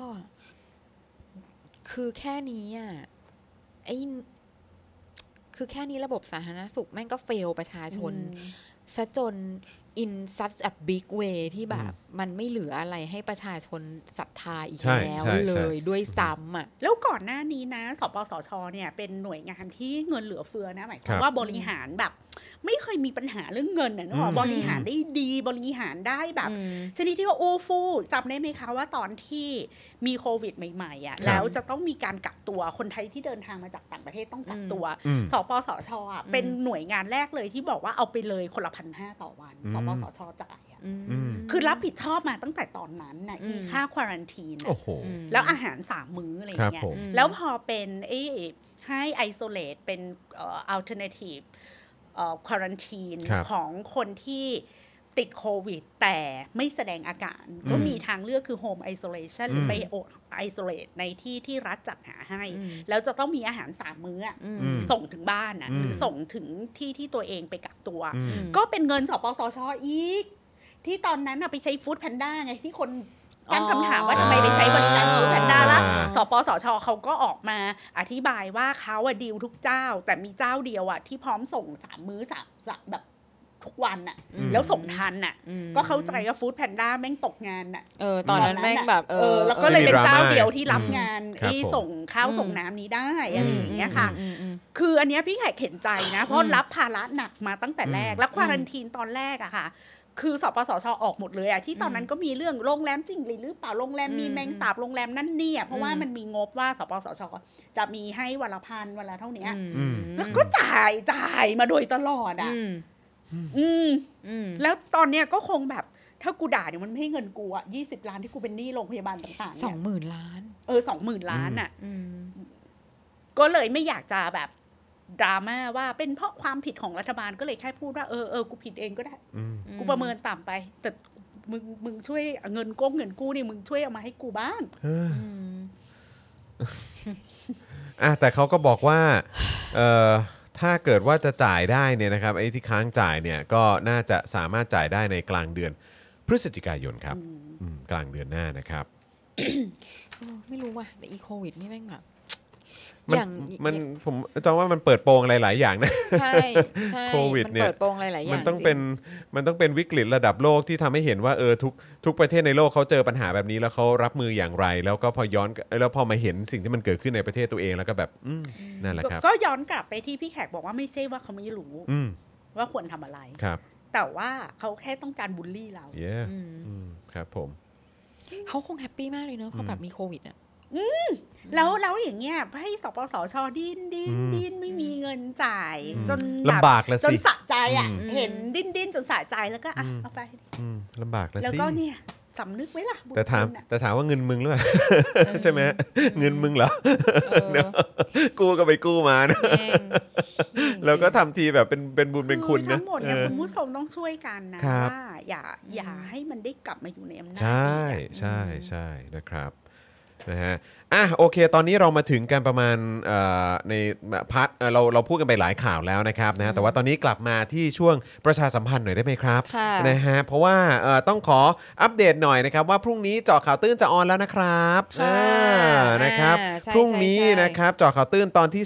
คือแค่นี้อ่ะไอ้คือแค่นี้ระบบสาธารณสุขแม่งก็เฟลประชาชนซะจน in such a big way ที่แบบมันไม่เหลืออะไรให้ประชาชนศรัทธาอีกแล้วเลยด้วยซ้ำอ่ะแล้วก่อนหน้านี้นะสปสชเนี่ยเป็นหน่วยงานที่เงินเหลือเฟือนะหมายความว่าบริหารแบบไม่เคยมีปัญหาเรื่องเงินนะบริหารได้ดีบริหารได้แบบชนิดที่ว่าโอ้ฟูจำได้ไหมคะว่าตอนที่มีโควิดใหม่ๆอ่ะแล้วจะต้องมีการกักตัวคนไทยที่เดินทางมาจากต่างประเทศต้องกักตัวสปสชอ่ะเป็นหน่วยงานแรกเลยที่บอกว่าเอาไปเลยคนละ 1,500 ต่อวันสปสชจ่ายอ่ะคือรับผิดชอบมาตั้งแต่ตอนนั้นน่ะอีค่าควอรันทีนแล้วอาหาร3 มื้ออะไรอย่างเงี้ยแล้วพอเป็นให้ไอโซเลตเป็นalternativeควอรันทีนของคนที่ติดโควิดแต่ไม่แสดงอาการก็มีทางเลือกคือ Home Isolation หรือไป Isolate ในที่ที่รัฐจัดหาให้แล้วจะต้องมีอาหาร3 มื้อส่งถึงบ้านหรือส่งถึงที่ที่ตัวเองไปกักตัวก็เป็นเงินสปสช.อีกที่ตอนนั้นไปใช้ฟู้ดแพนด้าไงที่คนตั้งคำถามว่าทำไมไปใช้บริการฟู้ดแพนด้าแล้วสปสช.เขาก็ออกมาอธิบายว่าเขาดีลทุกเจ้าแต่มีเจ้าเดียวที่พร้อมส่ง3 มื้อแบบทุกวันน่ะแล้วส่งทันน่ะก็เข้าใจว่าฟู้ดแพนด้าแม่งตกงานน่ะตอนนั้นแม่งแบบแล้วก็เลยเป็นเจ้าเดียวที่รับงานส่งข้าวส่งน้ำนี้ได้อะไรอย่างเงี้ยค่ะคืออันเนี้ยพี่แขกเห็นใจนะเพราะรับภาระหนักมาตั้งแต่แรกแล้วควอรันทีนตอนแรกอะค่ะคือสปสช.ออกหมดเลยที่ตอนนั้นก็มีเรื่องโรงแรมจริงหรือเปล่าโรงแรมมีแมงสาบโรงแรมนั่นนี่เพราะว่ามันมีงบว่าสปสช.จะมีให้วันละ 1,000 วันละเท่านี้แล้วก็จ่ายมาโดยตลอดแล้วตอนเนี้ยก็คงแบบถ้ากูด่าเนี่ยมันไม่ให้เงินกู20 ล้านที่กูเป็นหนี้โรงพยาบาลต่างๆเนี่ย 20,000 ล้าน 20,000 ล้านก็เลยไม่อยากจะแบบดราม่าว่าเป็นเพราะความผิดของรัฐบาลก็เลยแค่พูดว่ากูผิดเองก็ได้กูประเมินต่ำไปแต่มึงช่วยเงินกู้นี่มึงช่วยเอามาให้กูบ้างแต่เขาก็บอกว่าถ้าเกิดว่าจะจ่ายได้เนี่ยนะครับไอ้ที่ค้างจ่ายเนี่ยก็น่าจะสามารถจ่ายได้ในกลางเดือนพฤศจิกายนครับกลางเดือนหน้านะครับไม่รู้ว่ะแต่อีโควิดนี่แม่งแบบมันผมจำว่ามันเปิดโปงหลายๆอย่างนะใช่โควิดเนี่ยมันเปิดโปงหลายๆอย่างมันต้องเป็นวิกฤตระดับโลกที่ทำให้เห็นว่าทุกประเทศในโลกเขาเจอปัญหาแบบนี้แล้วเขารับมืออย่างไรแล้วก็พอมาเห็นสิ่งที่มันเกิดขึ้นในประเทศตัวเองแล้วก็แบบนั่นแหละครับก็ย้อนกลับไปที่พี่แขกบอกว่าไม่ใช่ว่าเขาไม่รู้ว่าควรทำอะไรครับแต่ว่าเขาแค่ต้องการบูลลี่เราครับผมเขาคงแฮปปี้มากเลยเนอะเพราะแบบมีโควิดแล้วอย่างเงี้ยให้สปสช.ดิ้นไม่มีเงินจ่ายจนลำบากแล้วสิจนสะใจเห็นดิ้นจนสะใจแล้วก็เอาไปลำบากแล้วสิแล้วก็เนี่ยสำนึกไหมล่ะแต่ถามว่าเงินมึงหรือเปล่าใช่ไหมเงินมึงเหรอกู้ก็ไปกู้มานะแล้วก็ทำทีแบบเป็นบุญเป็นคุณนะทั้งหมดเนี่ยคุณผู้ชมต้องช่วยกันนะว่าอย่าให้มันได้กลับมาอยู่ในอำนาจใช่นะครับนะฮะโอเคตอนนี้เรามาถึงกันประมาณในพาร์ทเราพูดกันไปหลายข่าวแล้วนะครับนะแต่ว่าตอนนี้กลับมาที่ช่วงประชาสัมพันธ์หน่อยได้ไหมครับนะฮะเพราะว่าต้องขออัปเดตหน่อยนะครับว่าพรุ่งนี้เจาะข่าวตื้นจะออนแล้วนะครับนะครับพรุ่งนี้นะครับเจาะข่าวตื้นตอนที่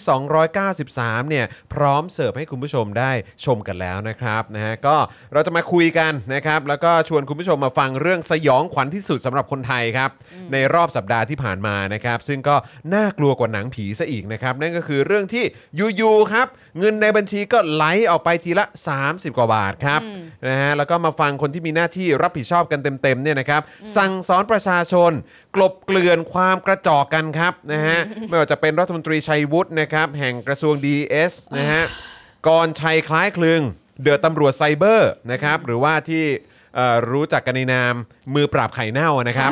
293เนี่ยพร้อมเสิร์ฟให้คุณผู้ชมได้ชมกันแล้วนะครับนะฮะก็เราจะมาคุยกันนะครับแล้วก็ชวนคุณผู้ชมมาฟังเรื่องสยองขวัญที่สุดสำหรับคนไทยครับในรอบสัปดาห์ที่ผ่านมานะครับซึ่งก็น่ากลัวกว่าหนังผีซะอีกนะครับนั่นก็คือเรื่องที่อยู่ๆครับเงินในบัญชีก็ไหลออกไปทีละ30 กว่าบาทครับนะฮะแล้วก็มาฟังคนที่มีหน้าที่รับผิดชอบกันเต็มๆเนี่ยนะครับสั่งสอนประชาชนกลบเกลื่อนความกระจอกกันครับนะฮะไม่ว่าจะเป็นรัฐมนตรีชัยวุฒินะครับแห่งกระทรวง DS นะฮะกรชัยคล้ายคลึงเดอะตำรวจไซเบอร์นะครับหรือว่าที่รู้จักกันในนามมือปราบไข่เน่านะครับ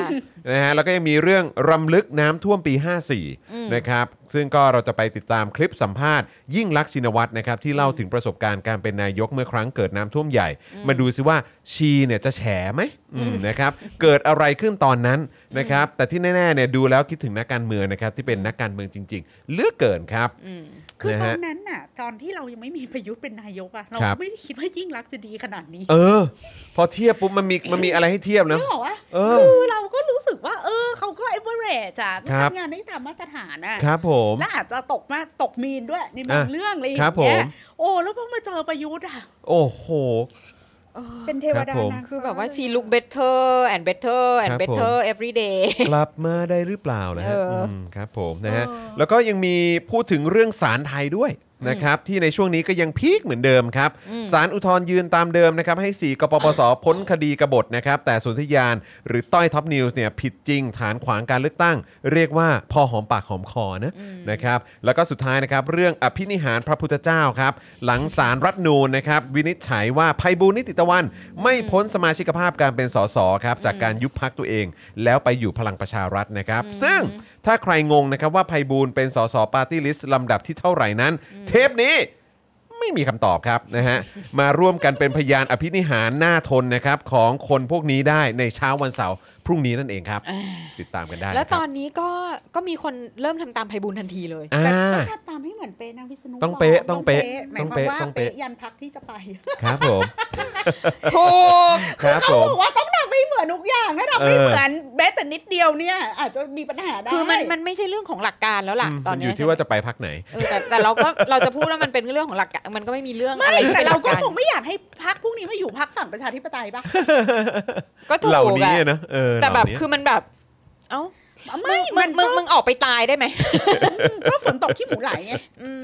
นะฮะแล้วก็ยังมีเรื่องรำลึกน้ำท่วมปี 54 นะครับซึ่งก็เราจะไปติดตามคลิปสัมภาษณ์ยิ่งลักษณ์ชินวัตรนะครับที่เล่าถึงประสบการณ์การเป็นนายกเมื่อครั้งเกิดน้ำท่วมใหญ่มาดูซิว่าชีเนี่ยจะแฉไหมนะครับเกิดอะไรขึ้นตอนนั้นนะครับแต่ที่แน่ๆเนี่ยดูแล้วคิดถึงนักการเมืองนะครับที่เป็นนักการเมืองจริงๆเหลือกเกินครับคือตอนะฮะนนั้นน่ะตอนที่เรายังไม่มีประยุทธ์เป็นนายกอะเราครับไม่ได้คิดว่ายิ่งรักษณ์จะดีขนาดนี้พอเทียบปุ๊บมันมีอะไรให้เทียบนะนึกออกว่าคือเราก็รู้สึกว่าเขาก็ average จ้ะครับทำงานได้ตามมาตรฐานอะครับผมและอาจจะตกมีนด้วยในบางเรื่องอะไรอย่างครับผเงี้มยโอ้แล้วพอมาเจอประยุทธ์อะโอ้โหเป็นเทวดาครับผมนางฟ้คือแบบว่า she look better and better ค and รับ better every day กลับมาได้หรือเปล่านะฮะ ครับผมนะฮะเออแล้วก็ยังมีพูดถึงเรื่องศาลไทยด้วยนะครับที่ในช่วงนี้ก็ยังพีคเหมือนเดิมครับศาลอุทธรณ์ยืนตามเดิมนะครับให้4กปปสพ้นคดีกบฏนะครับแต่สนธิยานหรือต้อยท็อปนิวส์เนี่ยผิดจริงฐานขวางการเลือกตั้ง เรียกว่าพอหอมปากหอมคอนะครับแล้วก็สุดท้ายนะครับเรื่องอภินิหารพระพุทธเจ้าครับหลังศาลรัฐธรรมนูญนะครับวินิจฉัยว่าไพบูลย์นิติตะวันไม่พ้นสมาชิกภาพการเป็นสสครับจากการยุบพรรคตัวเอง แล้วไปอยู่พลังประชารัฐนะครับซึ่งถ้าใครงงนะครับว่าไพบูลย์เป็นสสปาร์ตี้ลิสต์ลำดับที่เท่าไหร่นั้น เทปนี้ไม่มีคำตอบครับนะฮะมาร่วมกันเป็นพยานอภินิหารหน้าทนนะครับของคนพวกนี้ได้ในเช้าวันเสาร์พรุ่งนี้นั่นเองครับ ติดตามกันได้แล้วนะครับตอนนี้ก็มีคนเริ่มทำตามไพบูลย์ทันทีเลยอ่าแต่ต้องทำตามให้เหมือนเป๊ะนะวิษณุต้องเป๊ะบกต้องเป๊ะหมายความว่าต้องเป๊ะเป๊ะยันพักที่จะไปครับผมถูกครับเขาผมบอกว่าต้องทำให้เหมือนทุกอย่างถ้าทำไม่เหมือนแม้แต่นิดเดียวเนี่ยอาจจะมีปัญหาได้คือมันไม่ใช่เรื่องของหลักการแล้วล่ะตอนอเนี้ยู่ที่ว่าจะไปพักไหนแต่เราจะพูดว่ามันเป็นเรื่องของหลักการมันก็ไม่มีเรื่องไม่อะไรที่แต่เป็นหเราลักก็การคงไม่อยากให้พักพวกนี้มาอยู่พักฝั่งประชาธิปไตยปะก็ถูกเหล่านี้อะนะแต่แบบเหล่านี้คือมันแบบ เอ้าไม่มึงออกไปตายได้ไหมก็ฝนตกขี้หมูไหลไง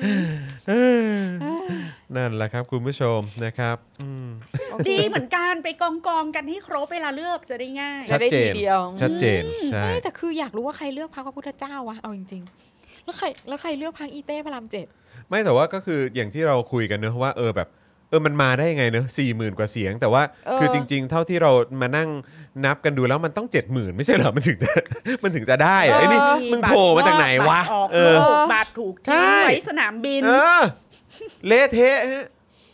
นั่นแหละครับคุณผู้ชมนะครับดีเหมือนกันไปกองกันให้ครบเวลาเลือกจะได้ง่ายจะได้ทีเดียวชัดเจนใช่ไม่แต่คืออยากรู้ว่าใครเลือกพรรคพระพุทธเจ้าวะเอาจริงๆแล้วใครเลือกพรรคอีเต้พระราม 7 ไม่แต่ว่าก็คืออย่างที่เราคุยกันเนอะว่าแบบมันมาได้ยังไงเนอะ40,000 กว่าเสียง แต่ว่าคือจริง ๆ เท่าที่เรามานั่งนับกันดูแล้วมันต้อง 70,000 ไม่ใช่เหรอมันถึงจะได้อะไอ้นี่มึงโผล่มาจากไหนวะบาทถูกใช่ทิ้งไว้สนามบินเละเทะฮะ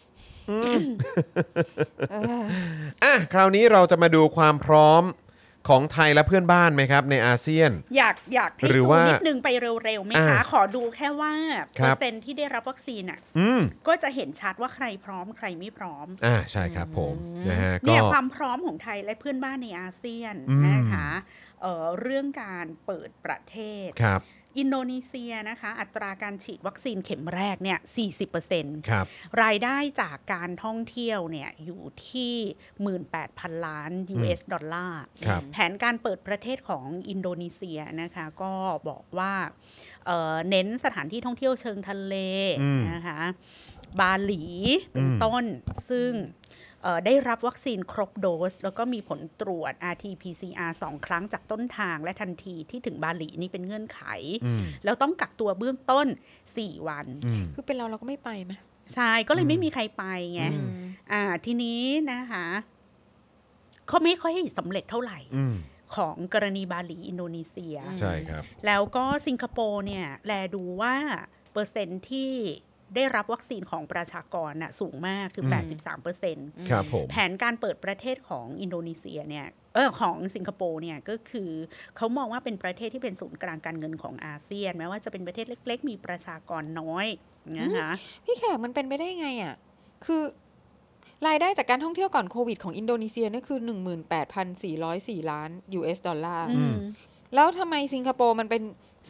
คราวนี้เราจะมาดูความพร้อมของไทยและเพื่อนบ้านไหมครับในอาเซียนอยากให้หรือดูว่านิดนึงไปเร็วๆไหมคะขอดูแค่ว่าเปอร์เซ็นต์ที่ได้รับวัคซีนอ่ะก็จะเห็นชัดว่าใครพร้อมใครไม่พร้อมใช่ครับผมนะฮะเนี่ยความพร้อมของไทยและเพื่อนบ้านในอาเซียนนะคะเรื่องการเปิดประเทศอินโดนีเซียนะคะอัตราการฉีดวัคซีนเข็มแรกเนี่ย 40% ครับรายได้จากการท่องเที่ยวเนี่ยอยู่ที่ 18,000 ล้าน US ดอลลาร์แผนการเปิดประเทศของอินโดนีเซียนะคะก็บอกว่าเน้นสถานที่ท่องเที่ยวเชิงทะเลนะคะบาหลีเป็นต้นซึ่งได้รับวัคซีนครบโดสแล้วก็มีผลตรวจ RT-PCR 2 ครั้งจากต้นทางและทันทีที่ถึงบาหลีนี่เป็นเงื่อนไขแล้วต้องกักตัวเบื้องต้น4 วันคือเป็นเราก็ไม่ไปไหมใช่ก็เลยไม่มีใครไปไงทีนี้นะคะเขาไม่ค่อยสำเร็จเท่าไหร่ของกรณีบาหลีอินโดนีเซียใช่ครับแล้วก็สิงคโปร์เนี่ยแลดูว่าเปอร์เซ็นต์ที่ได้รับวัคซีนของประชากรน่ะสูงมากคือ 83% ครับผมแผนการเปิดประเทศของอินโดนีเซียเนี่ยของสิงคโปร์เนี่ยก็คือเขามองว่าเป็นประเทศที่เป็นศูนย์กลางการเงินของอาเซียนแม้ว่าจะเป็นประเทศเล็กๆมีประชากรน้อยนะคะพี่แขกมันเป็นไปได้ไงอ่ะคือรายได้จากการท่องเที่ยวก่อนโควิดของอินโดนีเซียนี่คือ 18,404 ล้าน US ดอลลาร์แล้วทำไมสิงคโปร์มันเป็น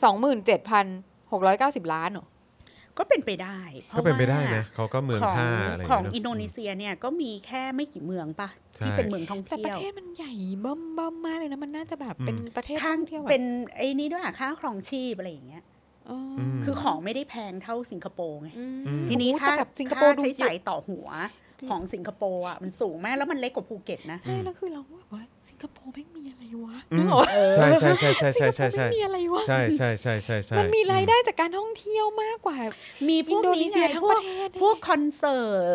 27,690 ล้านเหรอก็เป็นไปได้ก็เป็นไปได้นะเขาก็เมืองท่าอะไรของอินโดนีเซียเนี่ยก็มีแค่ไม่กี่เมืองปะที่เป็นเมืองท่องเที่ยวแต่ประเทศมันใหญ่เบิ่มมากเลยนะมันน่าจะแบบเป็นประเทศท่องเที่ยวเป็นไอ้นี่ด้วยค่าครองชีพอะไรอย่างเงี้ยคือของไม่ได้แพงเท่าสิงคโปร์ไงทีนี้ค่าใช้จ่ายต่อหัวของสิงคโปร์อ่ะมันสูงมากแล้วมันเล็กกว่าภูเก็ตนะใช่แล้วคือเราว่าสิงคโปร์ไม่มีอะไรวะใช่ใช่ใช่ใช่ใช่ใช่ใช่ไม่มีอะไรวะใช่ใช่ใช่ใช่ใช่มันมีรายได้จากการท่องเที่ยวมากกว่ามีพวกนี้ไงพวกคอนเสิร์ต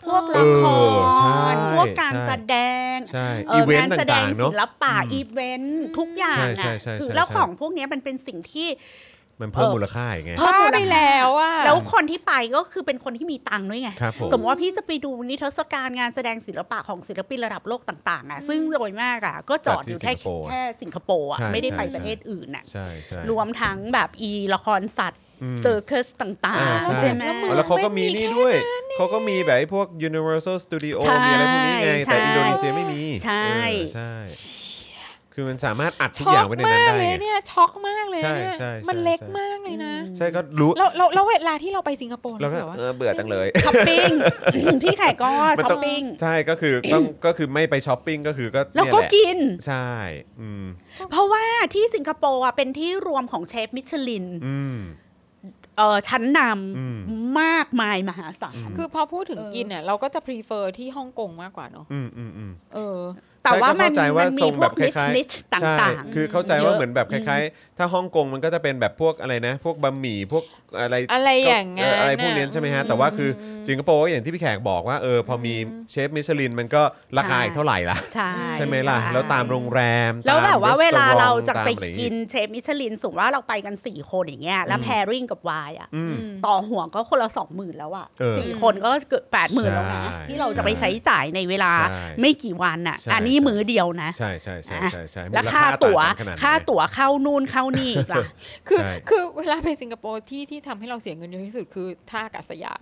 พวกละคใช่รพวกการแสดงใช่อีเวนต์งานแสดต่าง งๆเนาะศิลปะอีเวนต์ทุกอย่างใช่อ่ะใช่คือใช่แล้วใช่ของพวกนี้มันเป็นสิ่งที่มันเพิ่มมูลค่าอย่างไงเพิ่มมูลค่าไปแล้วอ่ะแล้วคนที่ไปก็คือเป็นคนที่มีตังค์ด้วยไงครับผมสมมติว่าพี่จะไปดูนิทรรศการงานแสดงศิลปะของศิลปินระดับโลกต่างๆอ่ะซึ่งโดยมากอ่ะก็จอดอยู่แค่สิงคโปร์อ่ะใช่ไม่ได้ไปใช่ประเทศอื่นอ่ะใช่ใช่รวมทั้งแบบละครสัตว์เซอร์คัสต่างใช่ๆใช่ไหมแล้วเขาก็มีนี่ด้วยเขาก็มีแบบไอ้พวก Universal Studio ใช่มีอะไรพวกนี้ไงใช่แต่อินโดนีเซียไม่มีใช่ใช่คือมันสามารถอัดทุกช็ออย่าง กไว้ในมานั้นกได้เลยไงเนี่ยช็อกมากเลยใช่เนี่ยใช่มันใช่เล็กใช่มากเลยนะใช่ก็รู้แล้วเวลาที่เราไปสิงคโปร์แล้วก็รู้สึกว่าเบื่อจังเลยช้อปปิ้ง พี่แขกก็มันช้อต้ปองปิ้งใช่ก็คือต้องก็คือไม่ไปช้อปปิ้งก็คือก็แล้วเนี่ยก็แหละกินใช่มเพราะว่าที่สิงคโปร์อ่ะเป็นที่รวมของเชฟมิชลิน ชั้นนอืมำมากมายมหาศาลคือพอพูดถึงกินเนี่ยเราก็จะ prefer ที่ฮ่องกงมากกว่าเนาะ เออแต่ว่ามันเข้าใจว่ามีทรงพแบวบกคนิชล้ายนิชตๆใช่่างคือเข้าใจเยว่าอะเหมือนแบบคล้ายๆถ้าฮ่องกงมันก็จะเป็นแบบพวกอะไรนะ พวกบะหมี่พวกอะไรอะไรอย่างงั้นอะไรพวกนี้ใช่ไหมฮะแต่ว่าคือสิงคโปร์อย่างที่พี่แขกบอกว่าพอมีเชฟมิชลินมันก็ราคาอีกเท่าไหร่ล่ะใช่ไหมล่ะใช่แล้วตามโรงแรมแล้วแบบว่าตมเวลาสตอเราจะไปตมอรอย่างกินเชฟมิชลินสมมติว่าเราไปกัน4คนอย่างเงี้ยแล้วแพริ่งกับไวน์อ่ะอืมต่อหัวก็คนละ 20,000 แล้วอ่ะ 4 คนก็เกือบ80,000 แล้วนะใช่ที่เราจะไปใช้จ่ายในเวลาใช่ไม่กี่วันอ่ะใช่อันนี้มื้อเดียวนะใช่ใช่ใช่ใช่ใช่แล้วมูลค่าตั๋วต่งกันขนาดไหนค่าตั๋วเข้านู่นเข้านี่อีกล่ะคือใช่คือเวลาไปสิงคโปร์ที่ทำให้เราเสียเงินเยอะที่สุดคือท่าอากาศยาน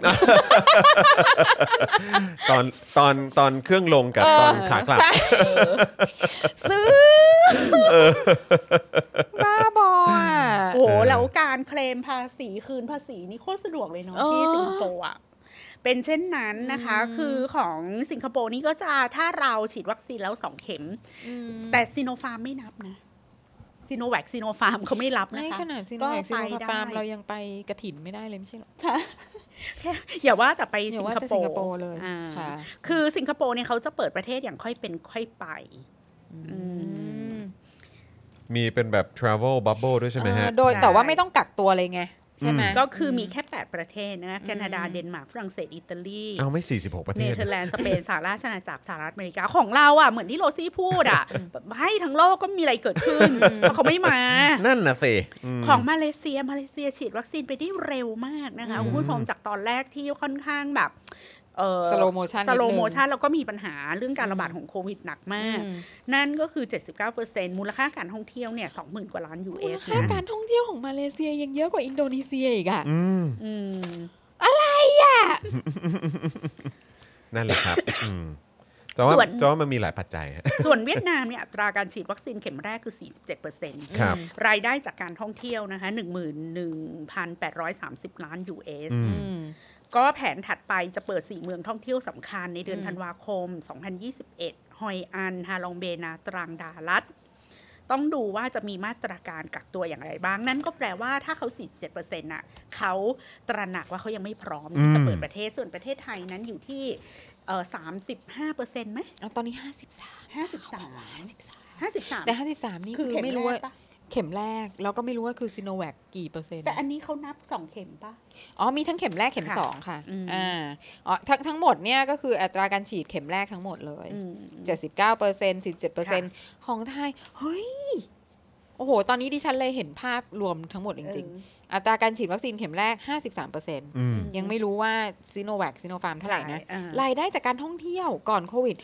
ตอนเครื่องลงกับตอนขากลับใช่ซื้อบ้าบออ่ะโอ้โหแล้วการเคลมภาษีคืนภาษีนี่โคตรสะดวกเลยเนาะที่สิงคโปร์อ่ะเป็นเช่นนั้นนะคะ คือของสิงคโปร์นี่ก็จะถ้าเราฉีดวัคซีนแล้ว2 เข็ม แต่ซีโนฟาร์มไม่นับนะซีโนแวคซีโนฟาร์มเขาไม่รับนะไม่คะขนาดซีโนแวคซีโนฟาร์มเรายังไปกระถิ่นไม่ได้เลยไม่ใช่หรออย่าว่าแต่ไปอย่าสิงว่าคแต่โปสิงคร์โปร์เลยอ่าค่ะคือสิงคโปร์เนี่ยเขาจะเปิดประเทศอย่างค่อยเป็นค่อยไปมีเป็นแบบ travel bubble ด้วยใช่ไหมฮะโดยใช่แต่ว่าไม่ต้องกักตัวเลยไงใช่ไหมก็คือมีแค่8ประเทศนะคะแคนาดาเดนมาร์กฝรั่งเศสอิตาลีเอาไม่46ประเทเนศเธอร์แลนด์สเปนสหราชอาณาจักรสหรัฐอเมริกาของเราอ่ะเหมือนที่โรซี่พูดอ่ะให้ทั้งโลกก็มีอะไรเกิดขึ้นเพราะเขาไม่มานั่นนะสิของมาเลเซียฉีดวัคซีนไปได้เร็วมากนะคะคุณผู้ชมจากตอนแรกที่ค่อนข้างแบบ slow motion สโลนิดนึงโมชันแล้วก็มีปัญหาเรื่องการระบาดของโควิดหนักมาก นั่นก็คือ 79%มูลค่าการท่องเที่ยวเนี่ย 20,000 กว่าล้านมูล US ค่านะการท่องเที่ยวของมาเลเซียยังเยอะกว่าอินโดนีเซียอีกอ่ะอืมนั่นแหละครับแต่ว่ามันมีหลายปัจจัยฮะส่วนเวียดนามเนี่ยอัตราการฉีดวัคซีนเข็มแรกคือ 47% ครับรายได้จากการท่องเที่ยวนะคะ 11,830 ล้าน US ก็แผนถัดไปจะเปิด4เมืองท่องเที่ยวสำคัญในเดือนธันวาคม 2021 ฮอยอัน ฮาลองเบนา ตรัง ดาลัด ต้องดูว่าจะมีมาตรการกักตัวอย่างไรบ้าง นั่นก็แปลว่าถ้าเขา 47% น่ะเขาตระหนักว่าเขายังไม่พร้อมที่จะเปิดประเทศ ส่วนประเทศไทยนั้นอยู่ที่35%ไหมตอนนี้ 53 แต่53นี่คือไม่รู้ว่าเข็มแรกแล้วก็ไม่รู้ว่าคือซิโนแวคกี่เปอร์เซ็นต์แต่อันนี้เขานับ2เข็มป่ะมีทั้งเข็มแรกเข็ม2ค่ะ ทั้งหมดเนี่ยก็คืออัตราการฉีดเข็มแรกทั้งหมดเลย 79% 17%ของไทยเฮ้ยโอ้โหตอนนี้ดิฉันเลยเห็นภาพรวมทั้งหมดจริงๆอัตราการฉีดวัคซีนเข็มแรก 53%ยังไม่รู้ว่าซิโนแวคซิโนฟาร์มเท่าไหร่นะรายได้จากการท่องเที่ยวก่อนโควิด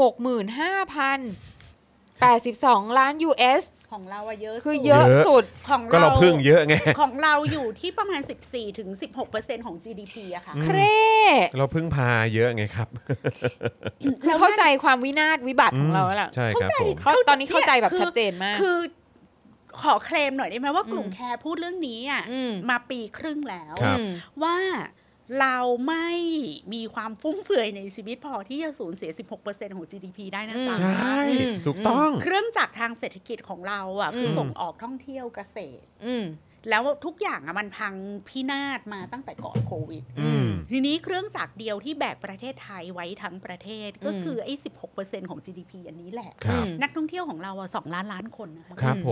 65,082 ล้าน US ของเราอะเยอะคือเยอะสุดของก็เราพึ่งเยอะไงของเราอยู่ที่ประมาณ 14-16% ของ GDP อะค่ะเคร่เราพึ่งพาเยอะไงครับคือเข้าใจความวินาศวิบัติของเราแล้วล่ะใช่ครับผมตอนนี้เข้าใจแบบชัดเจนมากคือขอเคลมหน่อยได้ไหมว่ากลุ่มแคร์พูดเรื่องนี้อ่ะมาปีครึ่งแล้วครับว่าเราไม่มีความฟุ่มเฟือยในชีวิตพอที่จะสูญเสีย 16% ของ GDP ได้นะจ๊ะใช่ถูกต้องเครื่องจักรทางเศรษฐกิจของเราอ่ะคือส่งออกท่องเที่ยวเกษตรแล้วทุกอย่างอะมันพังพินาศมาตั้งแต่ก่อนโควิดทีนี้เครื่องจักรเดียวที่แบกประเทศไทยไว้ทั้งประเทศก็คือไอ้ 16% ของ GDP อันนี้แหละครับนักท่องเที่ยวของเราอะ2 ล้านคนนะคะครับผม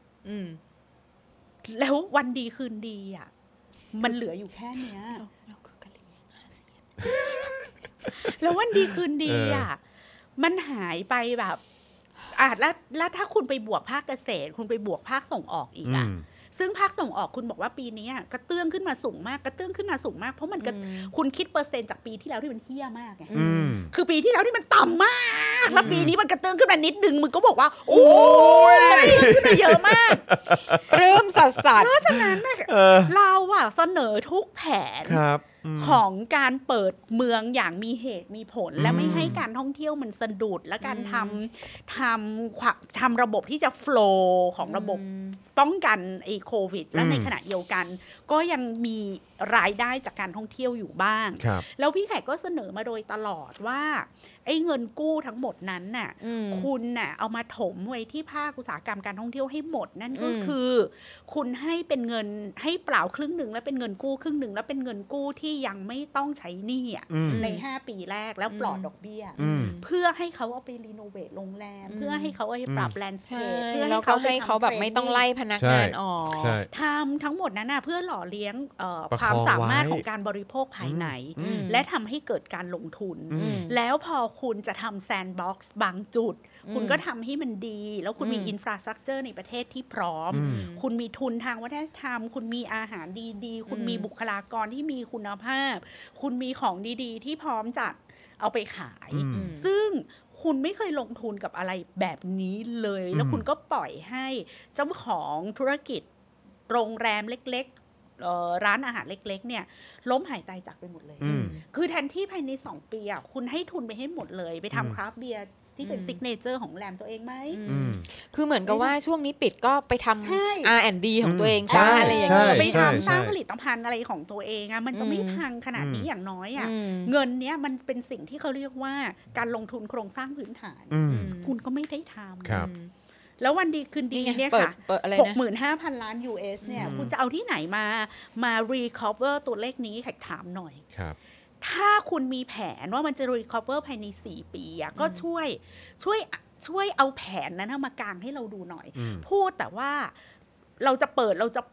แล้ววันดีคืนดีอ่ะมันเหลืออยู่แค่เนี้ยแล้ววันดีคืนดีอ่ะมันหายไปแบบแล้วถ้าคุณไปบวกภาคเกษตรคุณไปบวกภาคส่งออกอีกอ่ะซึ่งภาคส่งออกคุณบอกว่าปีนี้กระเตื้องขึ้นมาสูงมากเพราะมันคุณคิดเปอร์เซ็นต์จากปีที่แล้วที่มันเหี้ยมากไงคือปีที่แล้วที่มันต่ำมากแล้วปีนี้มันกระเตื้องขึ้นมานิดนึงมึงก็บอกว่าโอ้ยขึ้นมาเยอะมากเริ่มสัสๆเพราะฉะนั้นเราเสนอทุกแผนของการเปิดเมืองอย่างมีเหตุมีผลและไม่ให้การท่องเที่ยวมันสะดุดและการทำระบบที่จะโฟลว์ของระบบป้องกันโควิดและในขณะเดียวกันก็ยังมีรายได้จากการท่องเที่ยวอยู่บ้างแล้วพี่แขกก็เสนอมาโดยตลอดว่าเงินกู้ทั้งหมดนั้นน่ะคุณน่ะเอามาถมไว้ที่ภาคอุตสาหกรรมการท่องเที่ยวให้หมดนั่นก็คือคุณให้เป็นเงินให้เปล่าครึ่งหนึ่งแล้วเป็นเงินกู้ครึ่งหนึ่งแล้วเป็นเงินกู้ที่ยังไม่ต้องใช้หนี้ใน5 ปีแรกแล้วปลอดดอกเบี้ยเพื่อให้เขาเอาไปรีโนเวทโรงแรมเพื่อให้เขาเอาไปปรับแลนด์สเคปเพื่อให้เขาแบบไม่ต้องไล่พนักงานออกทำทั้งหมดนั้นน่ะเพื่อหล่อเลี้ยงความสามารถของการบริโภคภายในและทำให้เกิดการลงทุนแล้วพอคุณจะทำแซนด์บ็อกซ์บางจุดคุณก็ทำให้มันดีแล้วคุณมีอินฟราสตรัคเจอร์ในประเทศที่พร้อมคุณมีทุนทางวัฒนธรรมคุณมีอาหารดีๆคุณมีบุคลากรที่มีคุณภาพคุณมีของดีๆที่พร้อมจัดเอาไปขายซึ่งคุณไม่เคยลงทุนกับอะไรแบบนี้เลยแล้วคุณก็ปล่อยให้เจ้าของธุรกิจโรงแรมเล็กๆร้านอาหารเล็กๆเนี่ยล้มหายใจจากไปหมดเลยคือแทนที่ภายใน2 ปีคุณให้ทุนไปให้หมดเลยไปทำคราฟต์เบียร์ที่เป็นซิกเนเจอร์ของแรมตัวเองไหมคือเหมือนกับว่าช่วงนี้ปิดก็ไปทำ R&D ของตัวเองใช่อะไรอย่างเงี้ยไปทำสร้างผลิตภัณฑ์อะไรของตัวเองมันจะไม่พังขนาดนี้อย่างน้อยเงินเนี้ยมันเป็นสิ่งที่เขาเรียกว่าการลงทุนโครงสร้างพื้นฐานคุณก็ไม่ได้ทำแล้ววันดีคืนดีเนี่ยค่ะ 65,000 ล้าน US เนี่ยคุณจะเอาที่ไหนมา recover ตัวเลขนี้แขกถามหน่อยถ้าคุณมีแผนว่ามันจะ recover ภายใน4 ปีก็ช่วยเอาแผนนั้นมากางให้เราดูหน่อยพูดแต่ว่าเราจะเปิดเราจะ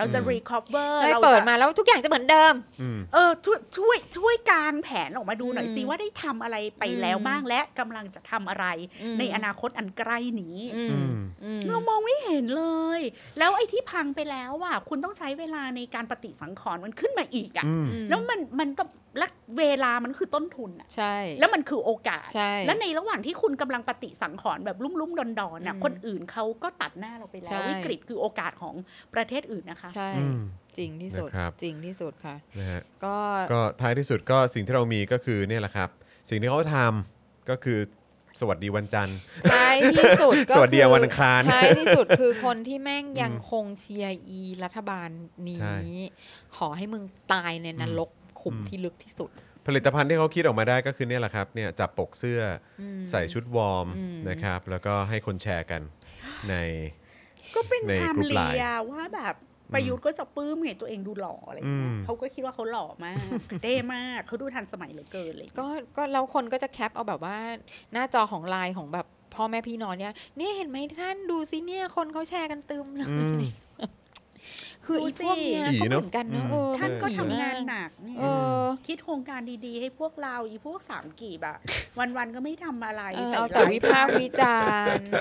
recover เราเปิดมาแล้วทุกอย่างจะเหมือนเดิมช่วยกางแผนออกมาดูหน่อยสิว่าได้ทำอะไรไปแล้วบ้างและกำลังจะทำอะไรในอนาคตอันใกล้นี้เรามองไม่เห็นเลยแล้วไอ้ที่พังไปแล้วคุณต้องใช้เวลาในการปฏิสังขรณ์มันขึ้นมาอีกแล้วมันต้องและเวลามันคือต้นทุนใช่แล้วมันคือโอกาสและในระหว่างที่คุณกำลังปฏิสังขรณ์แบบลุ่มๆดอนๆคนอื่นเขาก็ตัดหน้าเราไปแล้ววิกฤตคือโอกาสของประเทศอื่นนะคะใช่จริงที่สุดจริงที่สุดค่ะก็ท้ายที่สุดก็สิ่งที่เรามีก็คือเนี่ยแหละครับสิ่งที่เขาทำก็คือสวัสดีวันจันทร์ท้ายที่สุดก็สวัสดีวันอังคารท้ายที่สุดคือคนที่แม่งยังคงเชียร์รัฐบาลนี้ขอให้มึงตายในนรกขุมที่ลึกที่สุดผลิตภัณฑ์ที่เขาคิดออกมาได้ก็คือเนี่ยแหละครับเนี่ยจับปกเสื้อใส่ชุดวอร์มนะครับแล้วก็ให้คนแชร์กันในก็เป็นความเลียว่าแบบประยุทธ์ก็จะปลื้มเห็นตัวเองดูหล่ออะไรอย่างเงี้ยเขาก็คิดว่าเขาหล่อมากเท่มากเขาดูทันสมัยเหลือเกินเลยก็แล้วคนก็จะแคปเอาแบบว่าหน้าจอของไลน์ของแบบพ่อแม่พี่น้องเนี่ยเห็นไหมท่านดูสิเนี่ยคนเขาแชร์กันตึมเลยคืออีพวกเนี้ยก็เหมือนกันนะท่านก็ทำงานหนักเนี่ยคิดโครงการดีๆให้พวกเราอีพวก3กีบอะวันๆก็ไม่ทำอะไรเอาแต่วิพากษ์วิจารณ์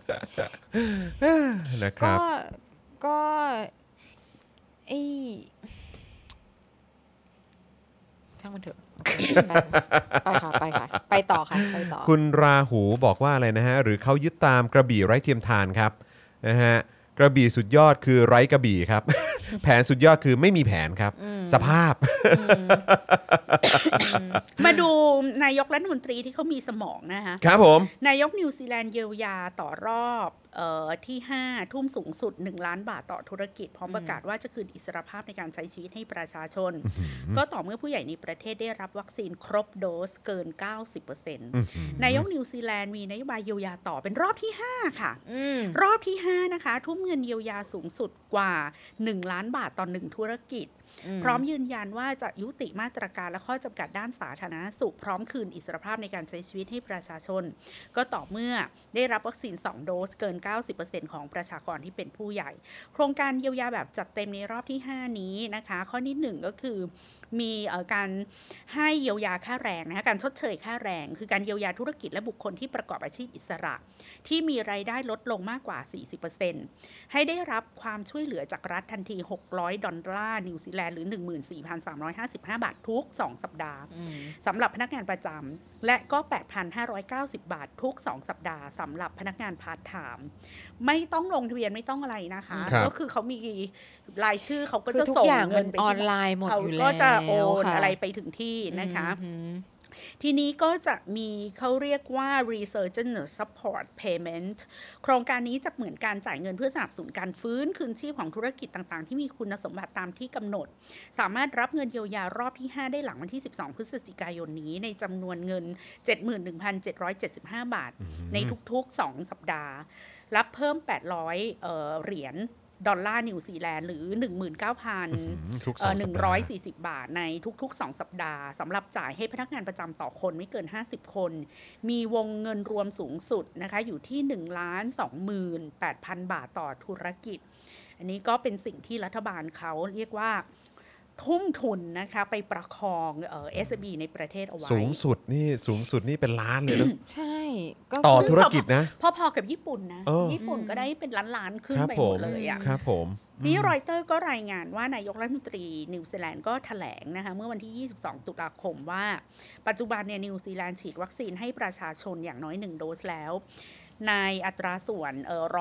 นะครับก็ช่างมันเถอะไปค่ะไปต่อค่ะไปต่อคุณราหูบอกว่าอะไรนะฮะหรือเขายึดตามกระบี่ไร้เทียมทานครับนะฮะกระบี่สุดยอดคือไร้กระบี่ครับ แผนสุดยอดคือไม่มีแผนครับสภาพมาดูนายกรัฐมนตรีที่เขามีสมองนะคะครับผมนายกนิวซีแลนด์เยียวยาต่อรอบที่5ทุ่มสูงสุด1 ล้านบาทต่อธุรกิจพร้อมประกาศว่าจะคืนอิสรภาพในการใช้ชีวิตให้ประชาชนก็ต่อเมื่อผู้ใหญ่ในประเทศได้รับวัคซีนครบโดสเกิน 90% นายกนิวซีแลนด์มีนโยบายเยียวยาต่อเป็นรอบที่5ค่ะรอบที่5นะคะทุ่มเงินเยียวยาสูงสุดกว่า1 ล้านบาทต่อ1ธุรกิจพร้อมยืนยันว่าจะยุติมาตรการและข้อจำกัดด้านสาธารณสุขพร้อมคืนอิสรภาพในการใช้ชีวิตให้ประชาชนก็ต่อเมื่อได้รับวัคซีน2โดสเกิน 90% ของประชากรที่เป็นผู้ใหญ่โครงการเยียวยาแบบจัดเต็มในรอบที่5นี้นะคะข้อที่1ก็คือมีการให้เยียวยาค่าแรงนะคะการชดเชยค่าแรงคือการเยียวยาธุรกิจและบุคคลที่ประกอบอาชีพอิสระที่มีรายได้ลดลงมากกว่า 40% ให้ได้รับความช่วยเหลือจากรัฐทันที$600นิวซีแลนด์หรือ 14,355 บาททุก2สัปดาห์สำหรับพนักงานประจำและก็ 8,590 บาททุก2สัปดาห์สำหรับพนักงานพาร์ทไทม์ไม่ต้องลงทะเบียนไม่ต้องอะไรนะคะก็คือเขามีรายชื่อเขาก็จะส่งเงินไปออนไลน์หมดอยู่แล้วก็จะโอนอะไรไปถึงที่นะคะทีนี้ก็จะมีเขาเรียกว่า Resurgence Support Payment โครงการนี้จะเหมือนการจ่ายเงินเพื่อสนับสนุนการฟื้นคืนชีพของธุรกิจต่างๆที่มีคุณสมบัติตามที่กำหนดสามารถรับเงินเยียวยารอบที่5ได้หลังวันที่12พฤศจิกายนนี้ในจำนวนเงิน 71,775 บาทในทุกๆ2สัปดาห์รับเพิ่ม800เหรียญดอลลาร์นิวซีแลนด์หรือ 19,140 บาทในทุกๆ2สัปดาห์สำหรับจ่ายให้พนักงานประจำต่อคนไม่เกิน50คนมีวงเงินรวมสูงสุดนะคะอยู่ที่ 1,28,000 บาทต่อธุรกิจอันนี้ก็เป็นสิ่งที่รัฐบาลเขาเรียกว่าทุ่มทุนนะคะไปประคองSME ในประเทศเอาไว้สูงสุดนี่เป็นล้านเลยนะใช่ก็ต่อธุรกิจนะพอๆกับญี่ปุ่นนะญี่ปุ่นก็ได้เป็นล้านๆขึ้นไปหมดเลยอ่ะครับผมนี่รอยเตอร์ก็รายงานว่านายกรัฐมนตรีนิวซีแลนด์ก็แถลงนะคะเมื่อวันที่22ตุลาคมว่าปัจจุบันเนี่ยนิวซีแลนด์ฉีดวัคซีนให้ประชาชนอย่างน้อย1โดสแล้วในอัตราส่วน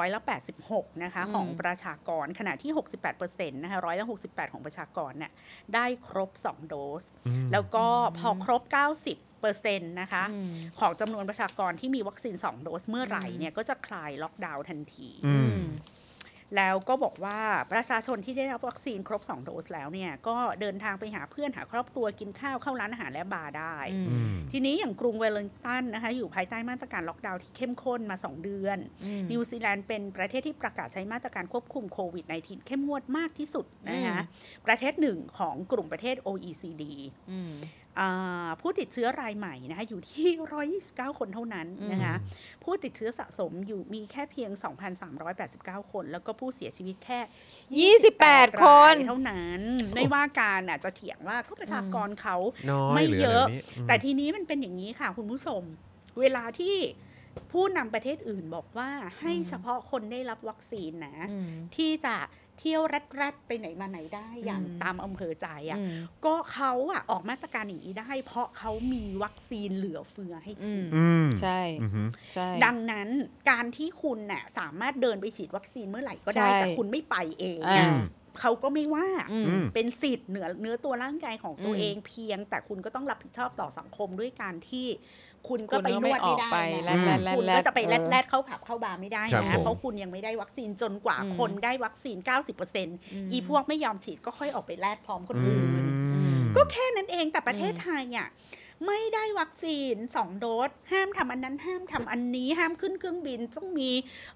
186นะคะของประชากรขณะที่ 68% นะคะ168ของประชากรเนี่ยได้ครบ2โดสแล้วก็พอครบ90%นะคะของจำนวนประชากรที่มีวัคซีน2โดสเมื่อไหร่เนี่ยก็จะคลายล็อกดาวน์ทันทีแล้วก็บอกว่าประชาชนที่ได้รับวัคซีนครบ2โดสแล้วเนี่ยก็เดินทางไปหาเพื่อนหาครอบครัวกินข้าวเข้าร้านอาหารและบาร์ได้ทีนี้อย่างกรุงเวลลิงตันนะคะอยู่ภายใต้มาตรการล็อกดาวน์ที่เข้มข้นมา2เดือนนิวซีแลนด์เป็นประเทศที่ประกาศใช้มาตรการควบคุมโควิด-19 เข้มงวดมากที่สุดนะคะประเทศหนึ่งของกลุ่มประเทศ OECDผู้ติดเชื้อรายใหม่นะคะอยู่ที่129คนเท่านั้นนะคะผู้ติดเชื้อสะสมอยู่มีแค่เพียง 2,389 คนแล้วก็ผู้เสียชีวิตแค่ 28คนเท่านั้นไม่ว่าการจะเถียงว่าก็ประชากรเขาไม่เยอะแต่ทีนี้มันเป็นอย่างนี้ค่ะคุณผู้ชมเวลาที่ผู้นำประเทศอื่นบอกว่าให้เฉพาะคนได้รับวัคซีนนะที่จะเที่ยวรัดไปไหนมาไหนได้อย่างตามอำเภอใจก็เขาออกมาตรการอย่างนี้ได้เพราะเขามีวัคซีนเหลือเฟือให้ฉีดใช่ดังนั้นการที่คุณสามารถเดินไปฉีดวัคซีนเมื่อไหร่ก็ได้แต่คุณไม่ไปเองเขาก็ไม่ว่าเป็นสิทธิ์เนื้อตัวร่างกายของตัวเองเพียงแต่คุณก็ต้องรับผิดชอบต่อสังคมด้วยการที่คุณก็ไปนวดไม่ได้นะคุณก็จะไปแลดเข้าผับเข้าบาร์ไม่ได้นะเพราะคุณยังไม่ได้วัคซีนจนกว่าคนได้วัคซีน 90% อีพวกไม่ยอมฉีดก็ค่อยออกไปแลดพร้อมคนอื่นก็แค่นั้นเองแต่ประเทศไทยไม่ได้วัคซีน2โดสห้ามทำอันนั้นห้ามทำอันนี้ห้ามขึ้นเครื่องบินต้องมี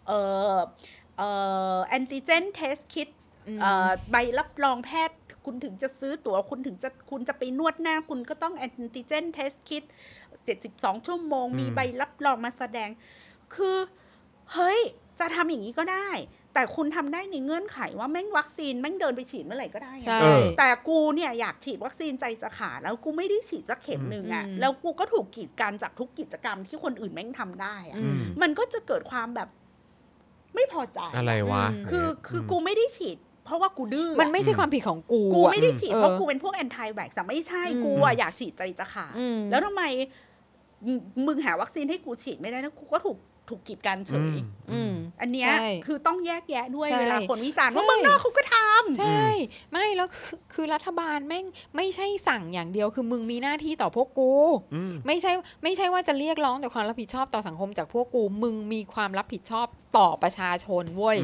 แอนติเจนเทสคิทใบรับรองแพทย์คุณถึงจะซื้อตั๋วคุณจะไปนวดหน้าคุณก็ต้องแอนติเจนเทสคิท72ชั่วโมงมีใบรับรองมาแสดงคือเฮ้ยจะทำอย่างนี้ก็ได้แต่คุณทำได้ในเงื่อนไขว่าแม่งวัคซีนแม่งเดินไปฉีดเมื่อไหร่ก็ได้แต่กูเนี่ยอยากฉีดวัคซีนใจจะขาดแล้วกูไม่ได้ฉีดสักเข็มนึงแล้วกูก็ถูกกีดกันจากทุกกิจกรรมที่คนอื่นแม่งทำได้มันก็จะเกิดความแบบไม่พอใจอะไรวะคือกูไม่ได้ฉีดเพราะว่ากูดื้อมันไม่ใช่ความผิดของกูไม่ได้ฉีดเพราะกูเป็นพวกแอนตี้แว็กซ์ไม่ใช่กูอยากฉีดใจจะขาดแล้วทำไมมึงหาวัคซีนให้กูฉีดไม่ได้นะกูก็ถูกกีดกันเฉยอันเนี้ยคือต้องแยกแยะด้วยเวลาคนวิจารณ์ว่าเมืองนอกเขาก็ทำใช่ไม่แล้วคือรัฐบาลแม่งไม่ใช่สั่งอย่างเดียวคือมึงมีหน้าที่ต่อพวกกูไม่ใช่ว่าจะเรียกร้องแต่ความรับผิดชอบต่อสังคมจากพวกกูมึงมีความรับผิดชอบต่อประชาชนเว้ย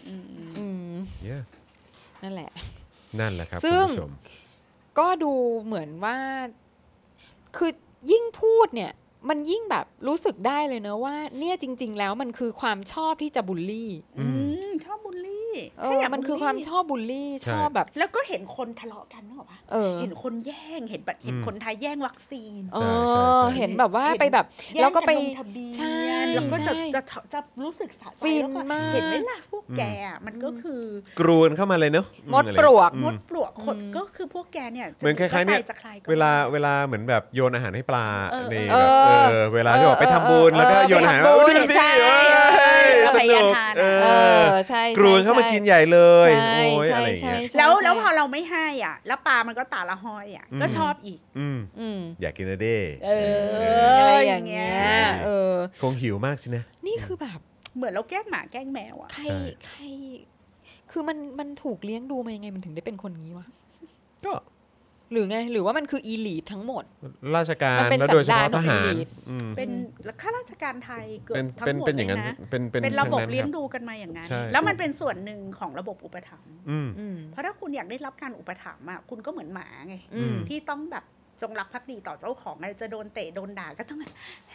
นั่นแหละครับซึ่งก็ดูเหมือนว่าคือยิ่งพูดเนี่ยมันยิ่งแบบรู้สึกได้เลยนะว่าเนี่ยจริงๆแล้วมันคือความชอบที่จะบูลลี่ชอบบูลลี่มันคือความชอบบูลลี่ชอบแบบแล้วก็เห็นคนทะเลาะกันนึกออกปะเห็นคนแย่งเห็นคนไทยแย่งวัคซีนเห็นแบบว่าไปแบบแล้วก็ไปใช่แล้วก็จะรู้สึกสะใจแล้วก็เห็นไหมล่ะพวกแกมันก็คือกรูนเข้ามาเลยเนอะมดปลวกคนก็คือพวกแกเนี่ยเหมือนคล้ายๆเนี่ยเวลาเหมือนแบบโยนอาหารให้ปลาในเวลาที่บอกไปทำบุญแล้วก็โยนอาหารดูสิสนุกใช่กรูนเข้ามากินใหญ่เลยโอ้ยอะไรอย่างเงี้ยแล้วพอเราไม่ให้อ่ะแล้วปลามันก็ตาละห้อยอ่ะก็ชอบอีกอยากกินนะเด้อะไรอย่างเงี้ยคงหิวมากสินะนี่คือแบบเหมือนเราแกล้งหมาแกล้งแมวอ่ะใครคือมันถูกเลี้ยงดูมายังไงมันถึงได้เป็นคนนี้วะก็หรือไงหรือว่ามันคืออีลีททั้งหมดราชการแล้วโดยเฉพาะทหารเป็นข้าราชการไทยเกือบทั้งหมดเลยนะเป็นระบบเลี้ยงดูกันมาอย่างนั้นแล้วมันเป็นส่วนหนึ่งของระบบอุปถัมภ์เพราะถ้าคุณอยากได้รับการอุปถัมภ์อ่ะคุณก็เหมือนหมาไงที่ต้องแบบจงรักภักดีต่อเจ้าของจะโดนเตะโดนด่าก็ต้อง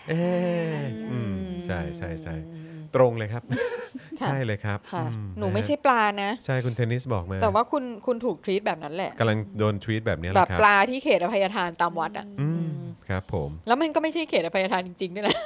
ใช่ใช่ใช่ตรงเลยครับใช่เลยครับหนูไม่ใช่ปลานะใช่คุณเทนนิสบอกมาแต่ว่าคุณถูกทรีตแบบนั้นแหละกำลังโดนทรีตแบบนี้แหละครับแบบปลาที่เขตอภัยทานตามวัดอ่ะครับผมแล้วมันก็ไม่ใช่เขตอภัยทานจริงๆด้วยนะ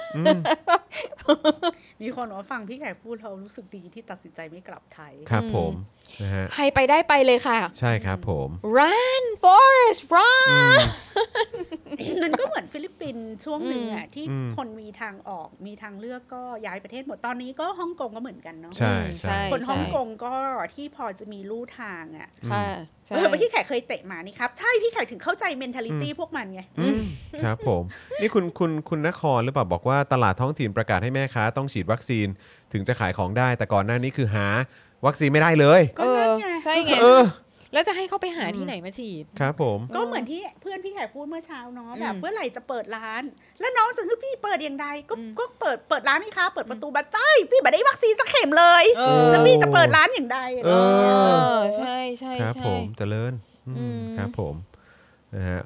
มีคนว่าฟังพี่แขกพูดเรารู้สึกดีที่ตัดสินใจไม่กลับไทยครับผมนะฮะใครไปได้ไปเลยค่ะใช่ครับผม Run Forest Run มันก็เหมือนฟิลิปปินส์ช่วงหนึ่งอ่ะที่คนมีทางออกมีทางเลือกก็ย้ายประเทศหมดตอนนี้ก็ฮ่องกงก็เหมือนกันเนาะใช่ใช่คนฮ่องกงก็ที่พอจะมีลู่ทางอ่ะค่ะพี่แขกเคยเตะหมานี่ครับใช่พี่แขกถึงเข้าใจ mentality พวกมันไงครับผมนี่คุณนครหรือเปล่าบอกว่าตลาดท้องถิ่นประกาศให้แม่ค้าต้องฉีดวัคซีนถึงจะขายของได้แต่ก่อนหน้านี้คือหาวัคซีนไม่ได้เลยก็นั่นไงใช่ไงแล้วจะให้เขาไปหาที่ไหนมาฉีดครับผมก็เหมือนที่เพื่อนพี่แขกพูดเมื่อเช้าเนาะแบบเมื่อไหร่จะเปิดร้านแล้วน้องจะคือพี่เปิดอย่างใดก็เปิดร้านให้ค้าเปิดประตูบัตรใจพี่บัตรได้วัคซีนสักเข็มเลยแล้วพี่จะเปิดร้านอย่างใดใช่ใช่ครับผมเจริญครับผมนะฮะ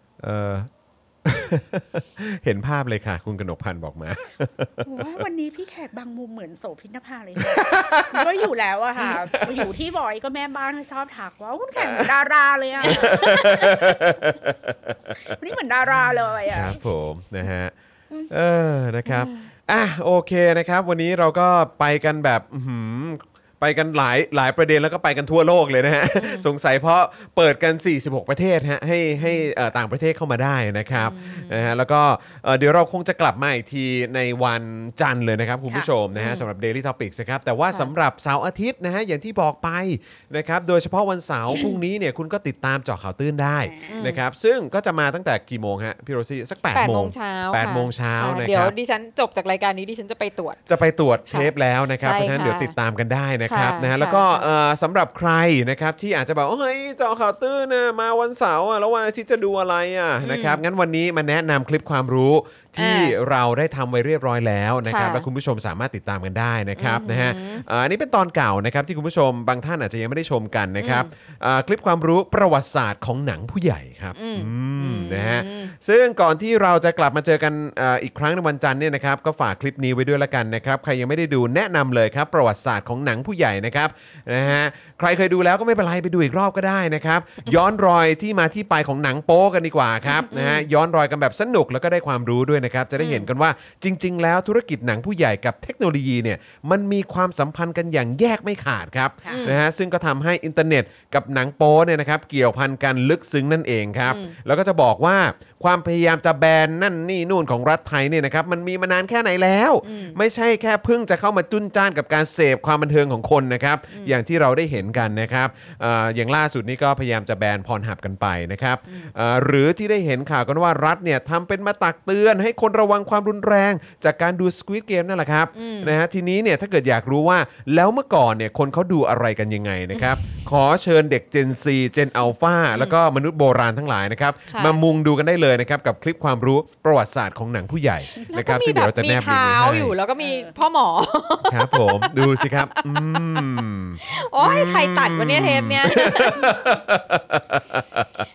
เห็นภาพเลยค่ะคุณกนกพันธ์บอกมาว่าวันนี้พี่แขกบางมุมเหมือนโสภิณภาเลยก็อยู่แล้วอะค่ะอยู่ที่บอยก็แม่บ้านชอบถักว่าคุณแขกเหมือนดาราเลยอะวันนี้เหมือนดาราเลยอะครับผมนะฮะนะครับโอเคนะครับวันนี้เราก็ไปกันแบบไปกันหลายประเด็นแล้วก็ไปกันทั่วโลกเลยนะฮะสงสัยเพราะเปิดกัน46ประเทศฮะให้ต่างประเทศเข้ามาได้นะครับนะฮะแล้วก็เดี๋ยวเราคงจะกลับมาอีกทีในวันจันทร์เลยนะครับคุณผู้ชมนะฮะสำหรับ Daily Topics นะครับแต่ว่าสำหรับเสาร์อาทิตย์นะฮะอย่างที่บอกไปนะครับโดยเฉพาะวันเสาร์พรุ่งนี้เนี่ยคุณก็ติดตามเจาะข่าวตื้นได้นะครับซึ่งก็จะมาตั้งแต่กี่โมงฮะพี่โรซี่สัก8 โมงเช้า 8 โมงเช้านะครับเดี๋ยวดิฉันจบจากรายการนี้ดิฉันจะไปตรวจเทปแล้วนะครับเพราะฉะนั้นเดี๋ยวติดตามกันได้นะครับนะฮะแล้วก็สำหรับใครนะครับที่อาจจะบอกเฮ้ยเจาะข่าวตื้นนะมาวันเสาร์แล้ววันอาทิตย์จะดูอะไรนะครับงั้นวันนี้มาแนะนำคลิปความรู้ที่เราได้ทำไว้เรียบร้อยแล้วนะครับและคุณผู้ชมสามารถติดตามกันได้นะครับนะฮะอันนี้เป็นตอนเก่านะครับที่คุณผู้ชมบางท่านอาจจะยังไม่ได้ชมกันนะครับคลิปความรู้ประวัติศาสตร์ของหนังผู้ใหญ่ครับนะฮะซึ่งก่อนที่เราจะกลับมาเจอกันอีกครั้งในวันจันทร์เนี่ยนะครับก็ฝากคลิปนี้ไว้ด้วยละกันนะครับใครยังไม่ได้ดูแนะนำเลยครับประวัติศาสตร์ของหนังผู้ใหญ่นะครับนะฮะใครเคยดูแล้วก็ไม่เป็นไรไปดูอีกรอบก็ได้นะครับย้อนรอยที่มาที่ไปของหนังโป๊กันดีกว่าครับนะฮะย้อนรอยกันแบบสนุกแล้วก็ได้ความรู้ด้วยนะครับจะได้เห็นกันว่าจริงๆแล้วธุรกิจหนังผู้ใหญ่กับเทคโนโลยีเนี่ยมันมีความสัมพันธ์กันอย่างแยกไม่ขาดครับนะฮะซึ่งก็ทำให้อินเทอร์เน็ตกับหนังโป๊เนี่ยนะครับเกี่ยวพันกันลึกซึ้งนั่นเองครับแล้วก็จะบอกว่าความพยายามจะแบนนั่นนี่นู่นของรัฐไทยเนี่ยนะครับมันมีมานานแค่ไหนแล้วไม่ใช่แค่เพิ่งจะเข้ามาจุนจ้านกับการเสพความบันเทิงของคนนะครับอย่างที่เราได้เห็นกันนะครับอย่างล่าสุดนี้ก็พยายามจะแบนพรหับกันไปนะครับหรือที่ได้เห็นข่าวกันว่ารัฐเนี่ยทำเป็นมาตักเตือนให้คนระวังความรุนแรงจากการดู Squid Game นั่นแหละครับนะฮะทีนี้เนี่ยถ้าเกิดอยากรู้ว่าแล้วเมื่อก่อนเนี่ยคนเขาดูอะไรกันยังไงนะครับขอเชิญเด็ก Gen Z Gen Alpha แล้วก็มนุษย์โบราณทั้งหลายนะครับมามุงดูกันได้เลยนะครับกับคลิปความรู้ประวัติศาสตร์ของหนังผู้ใหญ่นะครับซึ่งเดี๋ยวเราจะแนบลิงก์ไว้ให้อยู่แล้วก็มีพ่อหมอครับผมดูสิครับโอ้ยใครตัดวันนี้เทปเนี้ย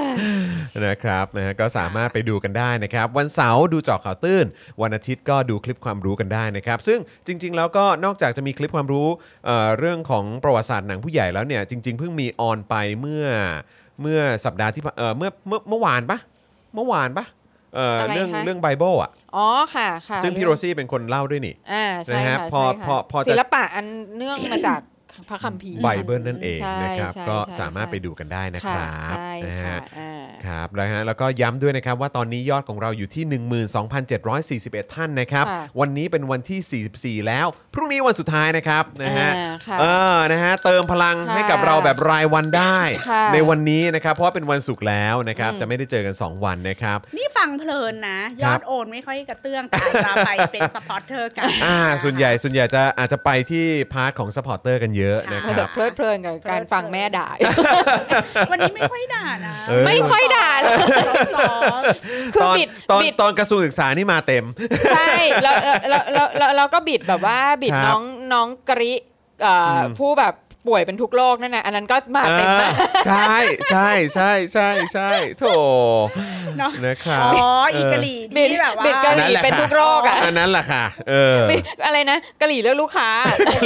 นะครับนะฮะก็สามารถไปดูกันได้นะครับวันเสาร์ดูเจาะข่าวตื้นวันอาทิตย์ก็ดูคลิปความรู้กันได้นะครับซึ่งจริงๆแล้วก็นอกจากจะมีคลิปความรู้เรื่องของประวัติศาสตร์หนังผู้ใหญ่แล้วเนี่ยจริงๆเพิ่งมีออนไปเมื่อสัปดาห์ที่เมื่อวานปะอะไรคะเรื่องไบเบิลอ่ะอ๋อค่ะซึ่งพี่โรซี่เป็นคนเล่าด้วยนี่ใช่ค่ะพอศิลปะอันเนื่องมาจากพระคัมภีร์ไบเบิลนั่นเองนะครับก็สามารถไปดูกันได้นะครับนะฮะครับแล้วก็ย้ำด้วยนะครับว่าตอนนี้ยอดของเราอยู่ที่ 12,741 ท่านนะครับวันนี้เป็นวันที่44แล้วพรุ่งนี้วันสุดท้ายนะครับนะฮะนะฮะเติมพลังให้กับเราแบบรายวันได้ในวันนี้นะครับเพราะเป็นวันศุกร์แล้วนะครับจะไม่ได้เจอกัน2วันนะครับนี่ฟังเพลินนะยอดโอนไม่ค่อยกระเตื้องแต่จะไปเป็นซัพพอร์ตเตอร์กันส่วนใหญ่จะอาจจะไปที่พาร์ทของซัพพอร์ตเตอร์กันเยอะนะครับเพลินกับการฟังแม่ด่าวันนี้ไม่ค่อยด่านะไม่ค่อยด่าเลยคือบิดตอนกระทรวงศึกษานี่มาเต็มใช่แล้วก็บิดแบบว่าบิดน้องกริผู้แบบป่วยเป็นทุกโรคนั่นนะอันนั้นก็มาเต็มมากใช่โถนะครับอ๋ออีกะหรี่ที่แบบว่าบิดกะหรี่เป็นทุกโรคอ่ะอันนั้นแหละค่ะอะไรนะกะหรี่เลือกลูกค้า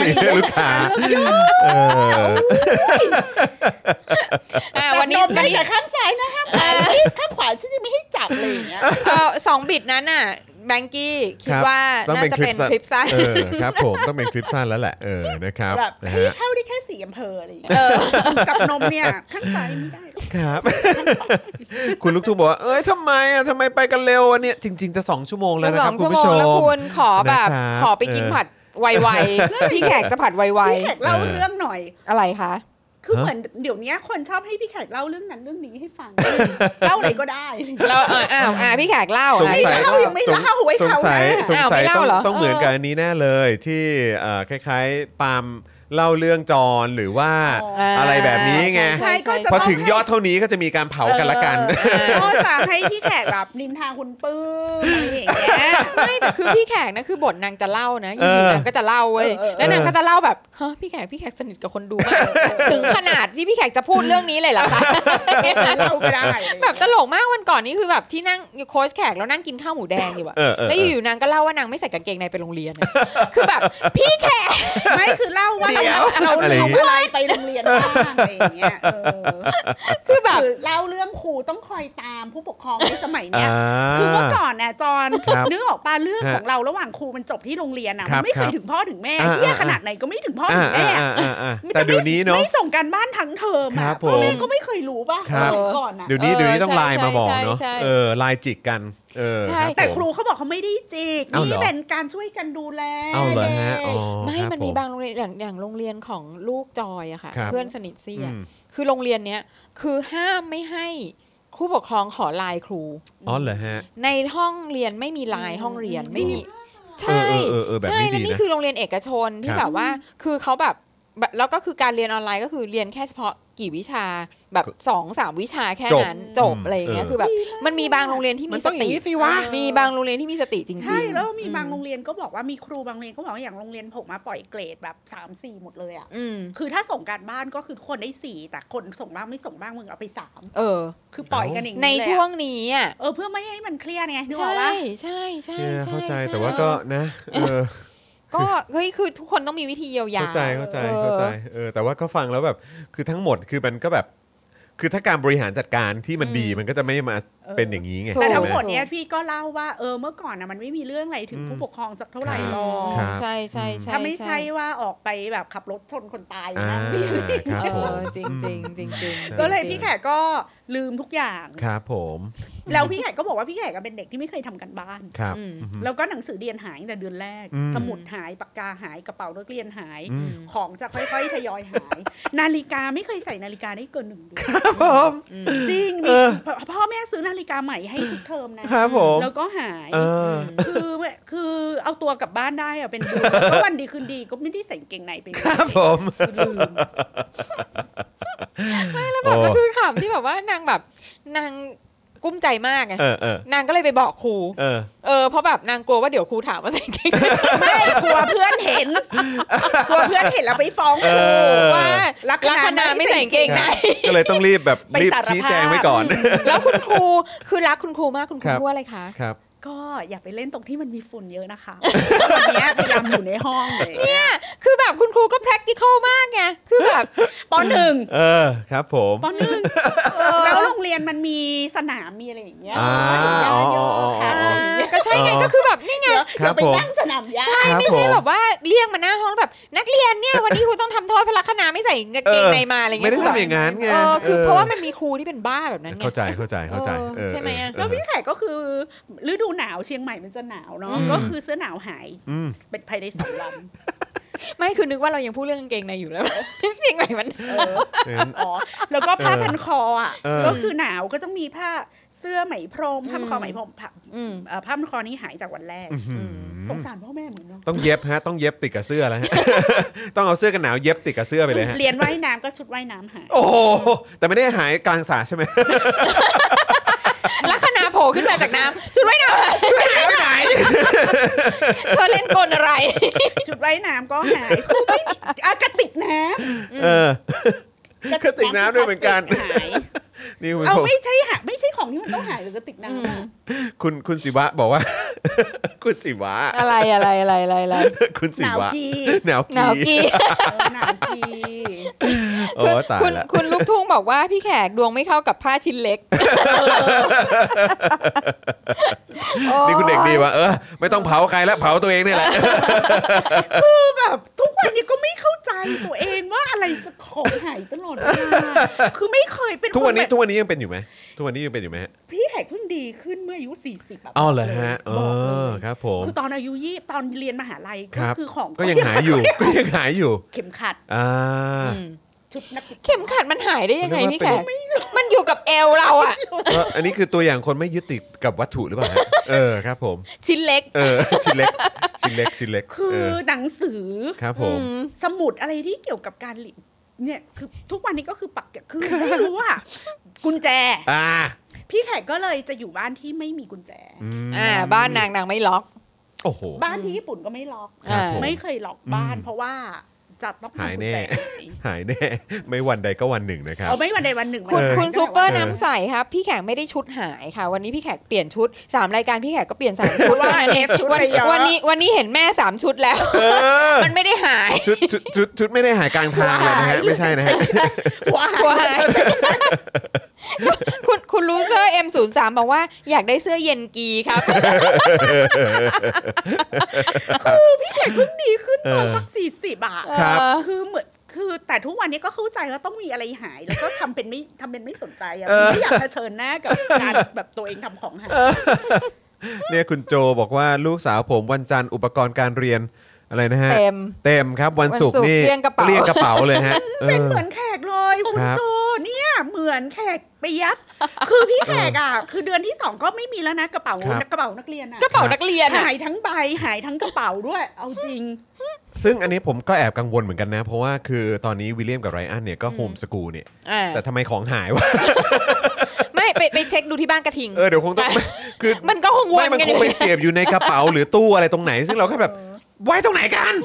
วันนี้แต่ข้างซ้ายนะคะข้างขวาฉันจะไม่ให้จับเลยอย่างเงี้ย 2บิดนั้นน่ะแบงกี้คิดว่าน่าจะเป็นคลิปสั้นครับผมต้องเป็นคลิปสั้นแล้วแหละนะครับเข้าได้แค่4อำเภออะไรอย่างเงี้ยกับนมเนี่ยข้างซ้ายไม่ได้ครับคุณลูกทุ่งบอกว่าทำไมไปกันเร็ววันนี้จริงๆจะ2ชั่วโมงแล้วนะครับคุณผู้ชมแล้วคุณขอไปกินผัดไวๆพี่แขกจะผัดไวๆพี่แขกเล่าเรื่องหน่อยอะไรคะคือเหมือนเดี๋ยวนี้คนชอบให้พี่แขกเล่าเรื่องนั้นเรื่องนี้ให้ฟังเล่าอะไรก็ได้เราพี่แขกเล่าสงสัยต้องเหมือนกับอันนี้แน่เลยที่คล้ายๆปาล์มเล่าเรื่องจรหรือว่าอะไรแบบนี้ไงพอถึงยอดเท่านี้ก็จะมีการเผากันละกันก็จะให้พี่แขกแบบนินทาคุณปื้มอะไรอย่างเงี้ยไม่แต่คือพี่แขกนะคือบทนางจะเล่านะอยู่นางก็จะเล่าเว้ยแล้วนางก็จะเล่าแบบฮะพี่แขกสนิทกับคนดูมากถึงขนาดที่พี่แขกจะพูดเรื่องนี้เลยเหรอคะเล่าก็ได้แบบตลกมากวันก่อนนี้คือแบบที่นั่งโค้ชแขกแล้วนั่งกินข้าวหมูแดงอยู่อะแล้วอยู่ๆนางก็เล่าว่านางไม่ใส่กางเกงในไปโรงเรียนคือแบบพี่แขกไม่คือเล่าว่าเราอะไรไปโรงเรียนบ้างอะไรอย่างเงี้ยคือแบบเล่าเรื่องครูต้องคอยตามผู้ปกครองในสมัยเนี้ยคือเมื่อก่อนน่ะจอนนึกออกป่ะเรื่องของเราระหว่างครูมันจบที่โรงเรียนอ่ะมันไม่เคยถึงพ่อถึงแม่เหี้ยขนาดไหนก็ไม่ถึงพ่อถึงแม่แต่เดี๋ยวนี้เนาะไม่ส่งการบ้านทั้งเทอมอ่ะพ่อแม่ก็ไม่เคยรู้ป่ะก่อนน่ะเดี๋ยวนี้ต้องไลน์มาบอกเนาะไลน์จิกกันใช่แต่ครูเขาบอกเขาไม่ได้จิกนี่เป็นการช่วยกันดูแลไม่มันมีบางโรงเรียนอย่างโรงเรียนของลูกจอยอะค่ะเพื่อนสนิทซี่อะคือโรงเรียนเนี้ยคือห้ามไม่ให้ผู้ปกครองขอไลน์ครูเหรอฮะในห้องเรียนไม่มีไลน์ห้องเรียนไม่มีใช่ใช่แล้วนี่คือโรงเรียนเอกชนที่แบบว่าคือเขาแบบแล้วก็คือการเรียนออนไลน์ก็คือเรียนแค่เฉพาะกี่วิชาแบบ 2-3 วิชาแค่นั้นจบอะไรอย่างเงี้ยคือแบบมันมีบางโรงเรียนที่มีสติมีบางโรงเรียนที่มีสติจริงๆใช่แล้วมีบางโรงเรียนก็บอกว่ามีครูบางโรงเรียนก็บอกว่าอย่างโรงเรียนผมมาปล่อยเกรดแบบ 3-4 หมดเลยอ่ะคือถ้าส่งการบ้านก็คือทุกคนได้4แต่คนส่งบ้างไม่ส่งบ้างมึงเอาไป3คือปล่อยกันอย่างนี้ในช่วงนี้อ่ะเพื่อไม่ให้มันเครียดไงนึกออกป่ะใช่เข้าใจแต่ว่าก็นะก็เฮ้ยคือทุกคนต้องมีวิธีเยียวยาเข้าใจแต่ว่าก็ฟังแล้วแบบคือทั้งหมดคือมันก็แบบคือถ้าการบริหารจัดการที่มันดีมันก็จะไม่มาเป็นอย่างนี้ไงแต่ทั้งหมดเนี้ยพี่ก็เล่าว่าเมื่อก่อนนะมันไม่มีเรื่องอะไรถึงผู้ปกครองสักเท่าไหร่หรอกใช่ถ้าไม่ใช่ว่าออกไปแบบขับรถชนคนตายนะจริงก็เลยพี่แขกก็ลืมทุกอย่างครับผมแล้วพี่แขกก็บอกว่าพี่แขกเป็นเด็กที่ไม่เคยทำกันบ้านแล้วก็หนังสือเรียนหายตั้งแต่เดือนแรกสมุดหายปากกาหายกระเป๋านักเรียนหายของจะค่อยๆทยอยหายนาฬิกาไม่เคยใส่นาฬิกาได้เกิน1 เดือนครับผมจริงพ่อแม่ซื้อนาฬิกาใหม่ให้ทุกเทอมนะครับผมแล้วก็หายคือเอาตัวกลับบ้านได้อะเป็นเดือนก็วันดีคืนดีก็ไม่ได้ใส่กางเกงในไปครับผมไม่แล้วแบบก็คือขำที่แบบว่านางแบบนางกุ้มใจมากไงเออนางก็เลยไปบอกครู เพราะแบบนางกลัวว่าเดี๋ยวครูถามว่าใส่กางเกงในไม่กลัวเพื่อนเห็นกลัวเพื่อนเห็นแล้วไปฟ้องครูว่าลักษณะไม่ใส่กางเกงในก็เลยต้องรีบแบบรีบชี้แจงไว้ก่อนแล้วคุณครูคือรักคุณครูมากคุณครูพูดอะไรคะครับก็อย่าไปเล่นตรงที่มันมีฝุ่นเยอะนะคะตอนนี้พยายามอยู่ในห้องเลยเนี่ยคือแบบคุณครูก็ practical มากไงคือแบบป .1 ครับผมป .1 แล้วโรงเรียนมันมีสนามมีอะไรอย่างเงี้ยอ๋อเยอะค่ะก็ใช่ไงก็คือแบบนี่ไงครับไปผมนั่งสนามหญ้าใช่ไม่ใช่แบบว่าเรียกมาหน้าห้องแบบนักเรียนเนี่ยวันนี้ครูต้องทำโทษพละคณะไม่ใส่กางเกงในมาอะไรเงี้ยไม่ได้ทำอย่างนั้นไงคือเพราะว่ามันมีครูที่เป็นบ้าแบบนั้นไงเข้าใจใช่ไหมอะแล้วพี่แขกก็คือฤดูหนาวเชียงใหม่มันจะหนาวเนาะก็คือเสื้อหนาวหายเป็นภายใน2 วันไม่คือนึกว่าเรายังพูดเรื่องกางเกงในอยู่แล้ว จริงไหมมันอ๋อแล้วก็ผ้าพันคออ่ะก็คือหนาวก็ต้องมีผ้าเสื้อไหมพรมผ้าพันคอไหมพรมผ้าพันคอนี้หายจากวันแรกสงสารพ่อแม่เหมือนเนาะต้องเย็บฮะต้องเย็บติดกับเสื้อแล้วฮะ ต้องเอาเสื้อกันหนาวเย็บติดกับเสื้อไปเลยฮะเรียนว่ายน้ำก็ชุดว่ายน้ำหายโอ้โหแต่ไม่ได้หายกลางสระใช่ไหมลักษณะโผล่ขึ้นมาจากน้ำชุดว่ายน้ำไปไหนเธอเล่นกลอะไรชุดว่ายน้ำก็หายคือไม่มีกระติกน้ำกระติกน้ำด้วยเหมือนกันหายนี่คุณเอาไม่ใช่ของที่มันต้องหายหรือกระติกน้ำอะคุณศิวะบอกว่า คุณศิวะอะไรคุณศิวะหนาวกีหนาวกีหนาวกีโอ้ตายละคุณลูกทุ่งบอกว่าพี่แขกดวงไม่เข้ากับผ้าชิ้นเล็กนี่คุณเด็กดีวะไม่ต้องเผาใครแล้วเผาตัวเองนี่แหละคือแบบทุกวันนี้ก็ไม่เข้าใจตัวเองว่าอะไรจะของหายตลอดเวลาคือไม่เคยเป็นทุกวันนี้แบบยังเป็นอยู่ไหมทุกวันนี้ยังเป็นอยู่ไหมฮะพี่แขกเพิ่งดีขึ้นเมื่ออายุ40แบบอ้าวเหรอฮะบอกเลยครับผมคือตอนอายุตอนเรียนมหาลัยคก็รับคือของก็ยังหายอยู่เข็มขัด ชุดนักศึกษาเข็มขัดมันหายได้ยังไงพี่แขกมันอยู่กับเอวเราอ่ะอันนี้คือตัวอย่างคนไม่ยึดติดกับวัตถุหรือเปล่าฮะครับผมชิ้นเล็กชิ้นเล็กคือหนังสือครับผมสมุดอะไรที่เกี่ยวกับการเรียนเนี่ยคือทุกวันนี้ก็คือคือไม่รู้ว่ากุญแจพี่แขกก็เลยจะอยู่บ้านที่ไม่มีกุญแจบ้านนางไม่ล็อกโอ้โหบ้านที่ญี่ปุ่นก็ไม่ล็อกครับผมไม่เคยล็อกบ้านเพราะว่าจะต้องมีหายกุญแน่แจหายแน่ไม่วันใดก็วันหนึ่งนะครับไม่วันใดวันหนึ่งคุณซูเปอร์น้ำใสครับพี่แขกไม่ได้ชุดหายค่ะ วันนี้พี่แขกเปลี่ยนชุด3รายการพี่แขกก็เปลี่ยน3ชุดว่าเอฟชุดอะไรเยอะวันนี้เห็นแม่3ชุดแล้วมันไม่ได้หายชุดไม่ได้หายกลางทางเลยนะฮะไม่ใช่นะฮะหัวหัวหาหาย ยคุณลูเซอร์ M03 บอกว่าอยากได้เสื้อเย็นกีครับคือพี่แขกเพิ่งดีขึ้นตอนสัก40อ่ะครับคือเหมือนคือแต่ทุกวันนี้ก็เข้าใจว่าต้องมีอะไรหายแล้วก็ทำเป็นไม่สนใจอ่ะไม่อยากเผชิญหน้ากับการแบบตัวเองทำของหายเนี่ยคุณโจบอกว่าลูกสาวผมวันจันทร์อุปกรณ์การเรียนอะไรนะฮะ เต็มครับวันศุกร์นี่เกลี้ยงกระเป๋าเลยฮะเป็นเหมือนแขกเลยคุณครับโจเนี่ยเหมือนแขกเปียกคือพี่แขกอ่ะคือเดือนที่2ก็ไม่มีแล้วนะกระเป๋านักเรียนอ่ะกระเป๋านักเรียนอะหายทั้งใบหายทั้งกระเป๋าด้วยเอาจริงซึ่งอันนี้ผมก็แอบกังวลเหมือนกันนะ เพราะว่าคือตอนนี้วิลเลียมกับไรอันเนี่ยก็โฮมสกูลเนี่ยแต่ทำไมของหายวะไม่ไปเช็คดูที่บ้านกระทิงเดี๋ยวคงต้องคือมันก็คงวนมันกันคอง ยู่ไปเสียบอยู่ในกระเป๋าหรือตู้อะไรตรงไหน ซึ่งเราก็แบบไว้ตรงไหนกัน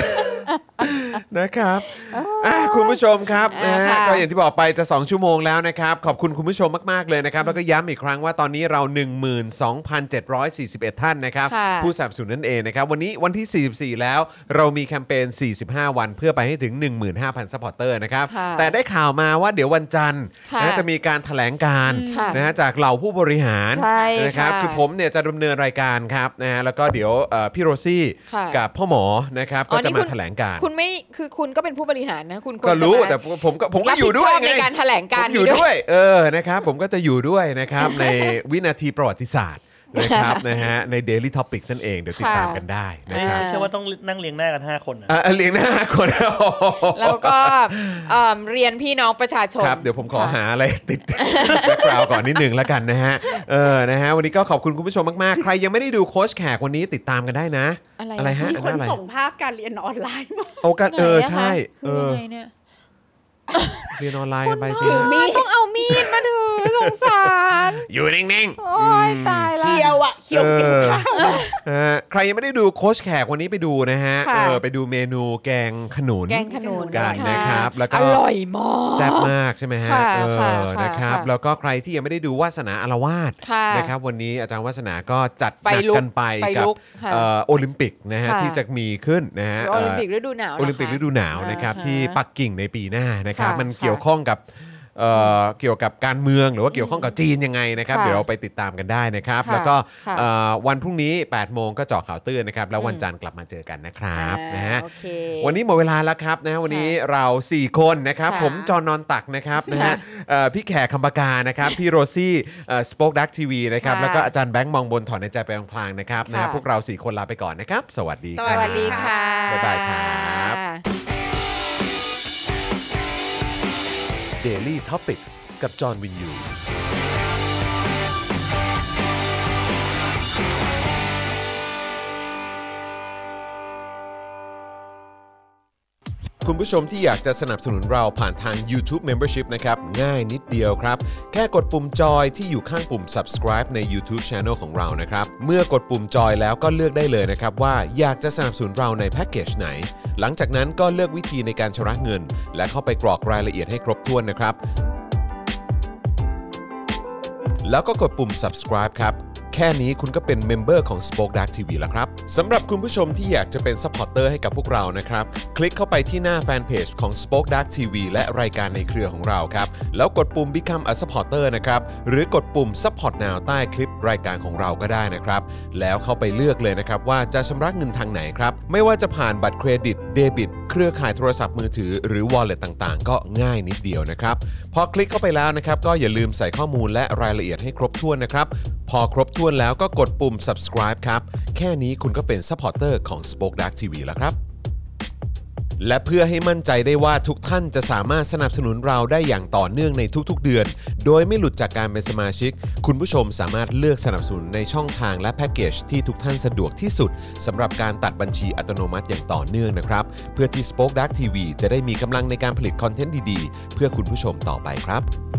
นะครับคุณผู้ชมครับนะฮะก็อย่างที่บอกไปจะ 2 ชั่วโมงแล้วนะครับขอบคุณคุณผู้ชมมากๆเลยนะครับแล้วก็ย้ำอีกครั้งว่าตอนนี้เรา 12,741 ท่านนะครับผู้สนับสนุนนั่นเองนะครับวันนี้วันที่ 44 แล้วเรามีแคมเปญ45 วันเพื่อไปให้ถึง 15,000 ซัพพอร์เตอร์นะครับแต่ได้ข่าวมาว่าเดี๋ยววันจันทร์นะจะมีการแถลงการนะฮะจากเหล่าผู้บริหารนะครับคือผมเนี่ยจะดำเนินรายการครับนะฮะแล้วก็เดี๋ยวพี่โรซี่กับพ่อหมอนะครับก็จะมาแถลงการคุณไม่คือคุณก็เป็นผู้บริหารนะคุณก็รู้แต่ผมก็อยู่ด้วยไงในการแถลงการอยู่ด้วยนะครับผมก็จะอยู่ด้วยนะครับในวินาทีประวัติศาสตร์นะครับนะฮะใน Daily Topics นั่นเองเดี๋ยวติดตามกันได้นะครับไม่ใช่ว่าต้องนั่งเรียงหน้ากัน5คนนะเรียงหน้าคนแล้วก็เรียนพี่น้องประชาชนครับเดี๋ยวผมขอหาอะไรติดแบ็คกราวด์ก่อนนิดนึงแล้วกันนะฮะนะฮะวันนี้ก็ขอบคุณคุณผู้ชมมากๆใครยังไม่ได้ดูโค้ชแขกวันนี้ติดตามกันได้นะอะไรฮะมีคนส่งภาพการเรียนออนไลน์มาโอ้กันใช่คือยังไงเนี่ยเรียนออนไลน์กันไปสิต้องเอามีมีดมาถือสงสารอยู่นิ่งๆโอ้ยตายละเคียวเคียวข้าวใครยังไม่ได้ดูโค้ชแขกวันนี้ไปดูนะฮะค่ะไปดูเมนูแกงขนุนแกงขนุนกันนะครับแล้วก็อร่อยมากแซ่บมากใช่ไหมฮะค่ะค่ะนะครับค่ะแล้วก็ใครที่ยังไม่ได้ดูวาสนาอารวาสค่ะนะครับวันนี้อาจารย์วาสนาก็จัดหไฟนักลุกกันไปไฟกับลุกค่ะโอลิมปิกนะฮะค่ะที่จะมีขึ้นนะฮะโอลิมปิกฤดูหนาวโอลิมปิกฤดูหนาวนะครับอ่าที่ปักกิ่งในปีหน้านะครับค่ะมันเกี่ยวข้องกับเกี่ยวกับการเมืองหรือว่าเกี่ยวข้องกับจีนยังไงนะครับค่ะเดี๋ยวเราไปติดตามกันได้นะครับค่ะแล้วก็ค่ะวันพรุ่งนี้ 8 โมงก็เจาะข่าวตื้นนะครับแล้ววันจันทร์กลับมาเจอกันนะครับนะฮะโอเควันนี้หมดเวลาแล้วครับนะวันนี้เรา 4 คนนะครับค่ะผมจอนนตักนะครับนะฮะค่ะพี่แขกคำปากานะครับพี่โรซี่สป็อคดักทีวีนะครับค่ะแล้วก็อาจารย์แบงค์มองบนถอนในใจไปพลางๆนะครับนะฮะค่ะพวกเรา 4 คนลาไปก่อนนะครับ สวัสดีคสรัวัสวัสดีค่ะบ๊ายบายครับ Daily Topics กับจอห์นวินยูคุณผู้ชมที่อยากจะสนับสนุนเราผ่านทาง YouTube Membership นะครับง่ายนิดเดียวครับแค่กดปุ่มจอยที่อยู่ข้างปุ่ม subscribe ใน YouTube Channel ของเรานะครับเมื่อกดปุ่มจอยแล้วก็เลือกได้เลยนะครับว่าอยากจะสนับสนุนเราในแพ็กเกจไหนหลังจากนั้นก็เลือกวิธีในการชำระเงินและเข้าไปกรอกรายละเอียดให้ครบถ้วนนะครับแล้วก็กดปุ่ม subscribe ครับแค่นี้คุณก็เป็นเมมเบอร์ของ Spoke Dark TV แล้วครับสำหรับคุณผู้ชมที่อยากจะเป็นซัพพอร์ตเตอร์ให้กับพวกเรานะครับคลิกเข้าไปที่หน้าแฟนเพจของ Spoke Dark TV และรายการในเครือของเราครับแล้วกดปุ่ม Become a supporter นะครับหรือกดปุ่ม Support Now ใต้คลิปรายการของเราก็ได้นะครับแล้วเข้าไปเลือกเลยนะครับว่าจะชำระเงินทางไหนครับไม่ว่าจะผ่านบัตรเครดิตเดบิตเครือข่ายโทรศัพท์มือถือหรือ Wallet ต่างๆ ก็ง่ายนิดเดียวนะครับพอคลิกเข้าไปแล้วนะครับก็อย่าลืมใส่ข้อมูลและรายละเอียดให้ครบถ้วนนะครับพอครบถ้วนแล้วก็กดปุ่ม subscribe ครับแค่นี้คุณก็เป็น supporter ของ Spoke Dark TV แล้วครับและเพื่อให้มั่นใจได้ว่าทุกท่านจะสามารถสนับสนุนเราได้อย่างต่อเนื่องในทุกๆเดือนโดยไม่หลุดจากการเป็นสมาชิกคุณผู้ชมสามารถเลือกสนับสนุนในช่องทางและแพ็กเกจที่ทุกท่านสะดวกที่สุดสำหรับการตัดบัญชีอัตโนมัติอย่างต่อเนื่องนะครับเพื่อที่ Spoke Dark TV จะได้มีกำลังในการผลิตคอนเทนต์ดีๆเพื่อคุณผู้ชมต่อไปครับ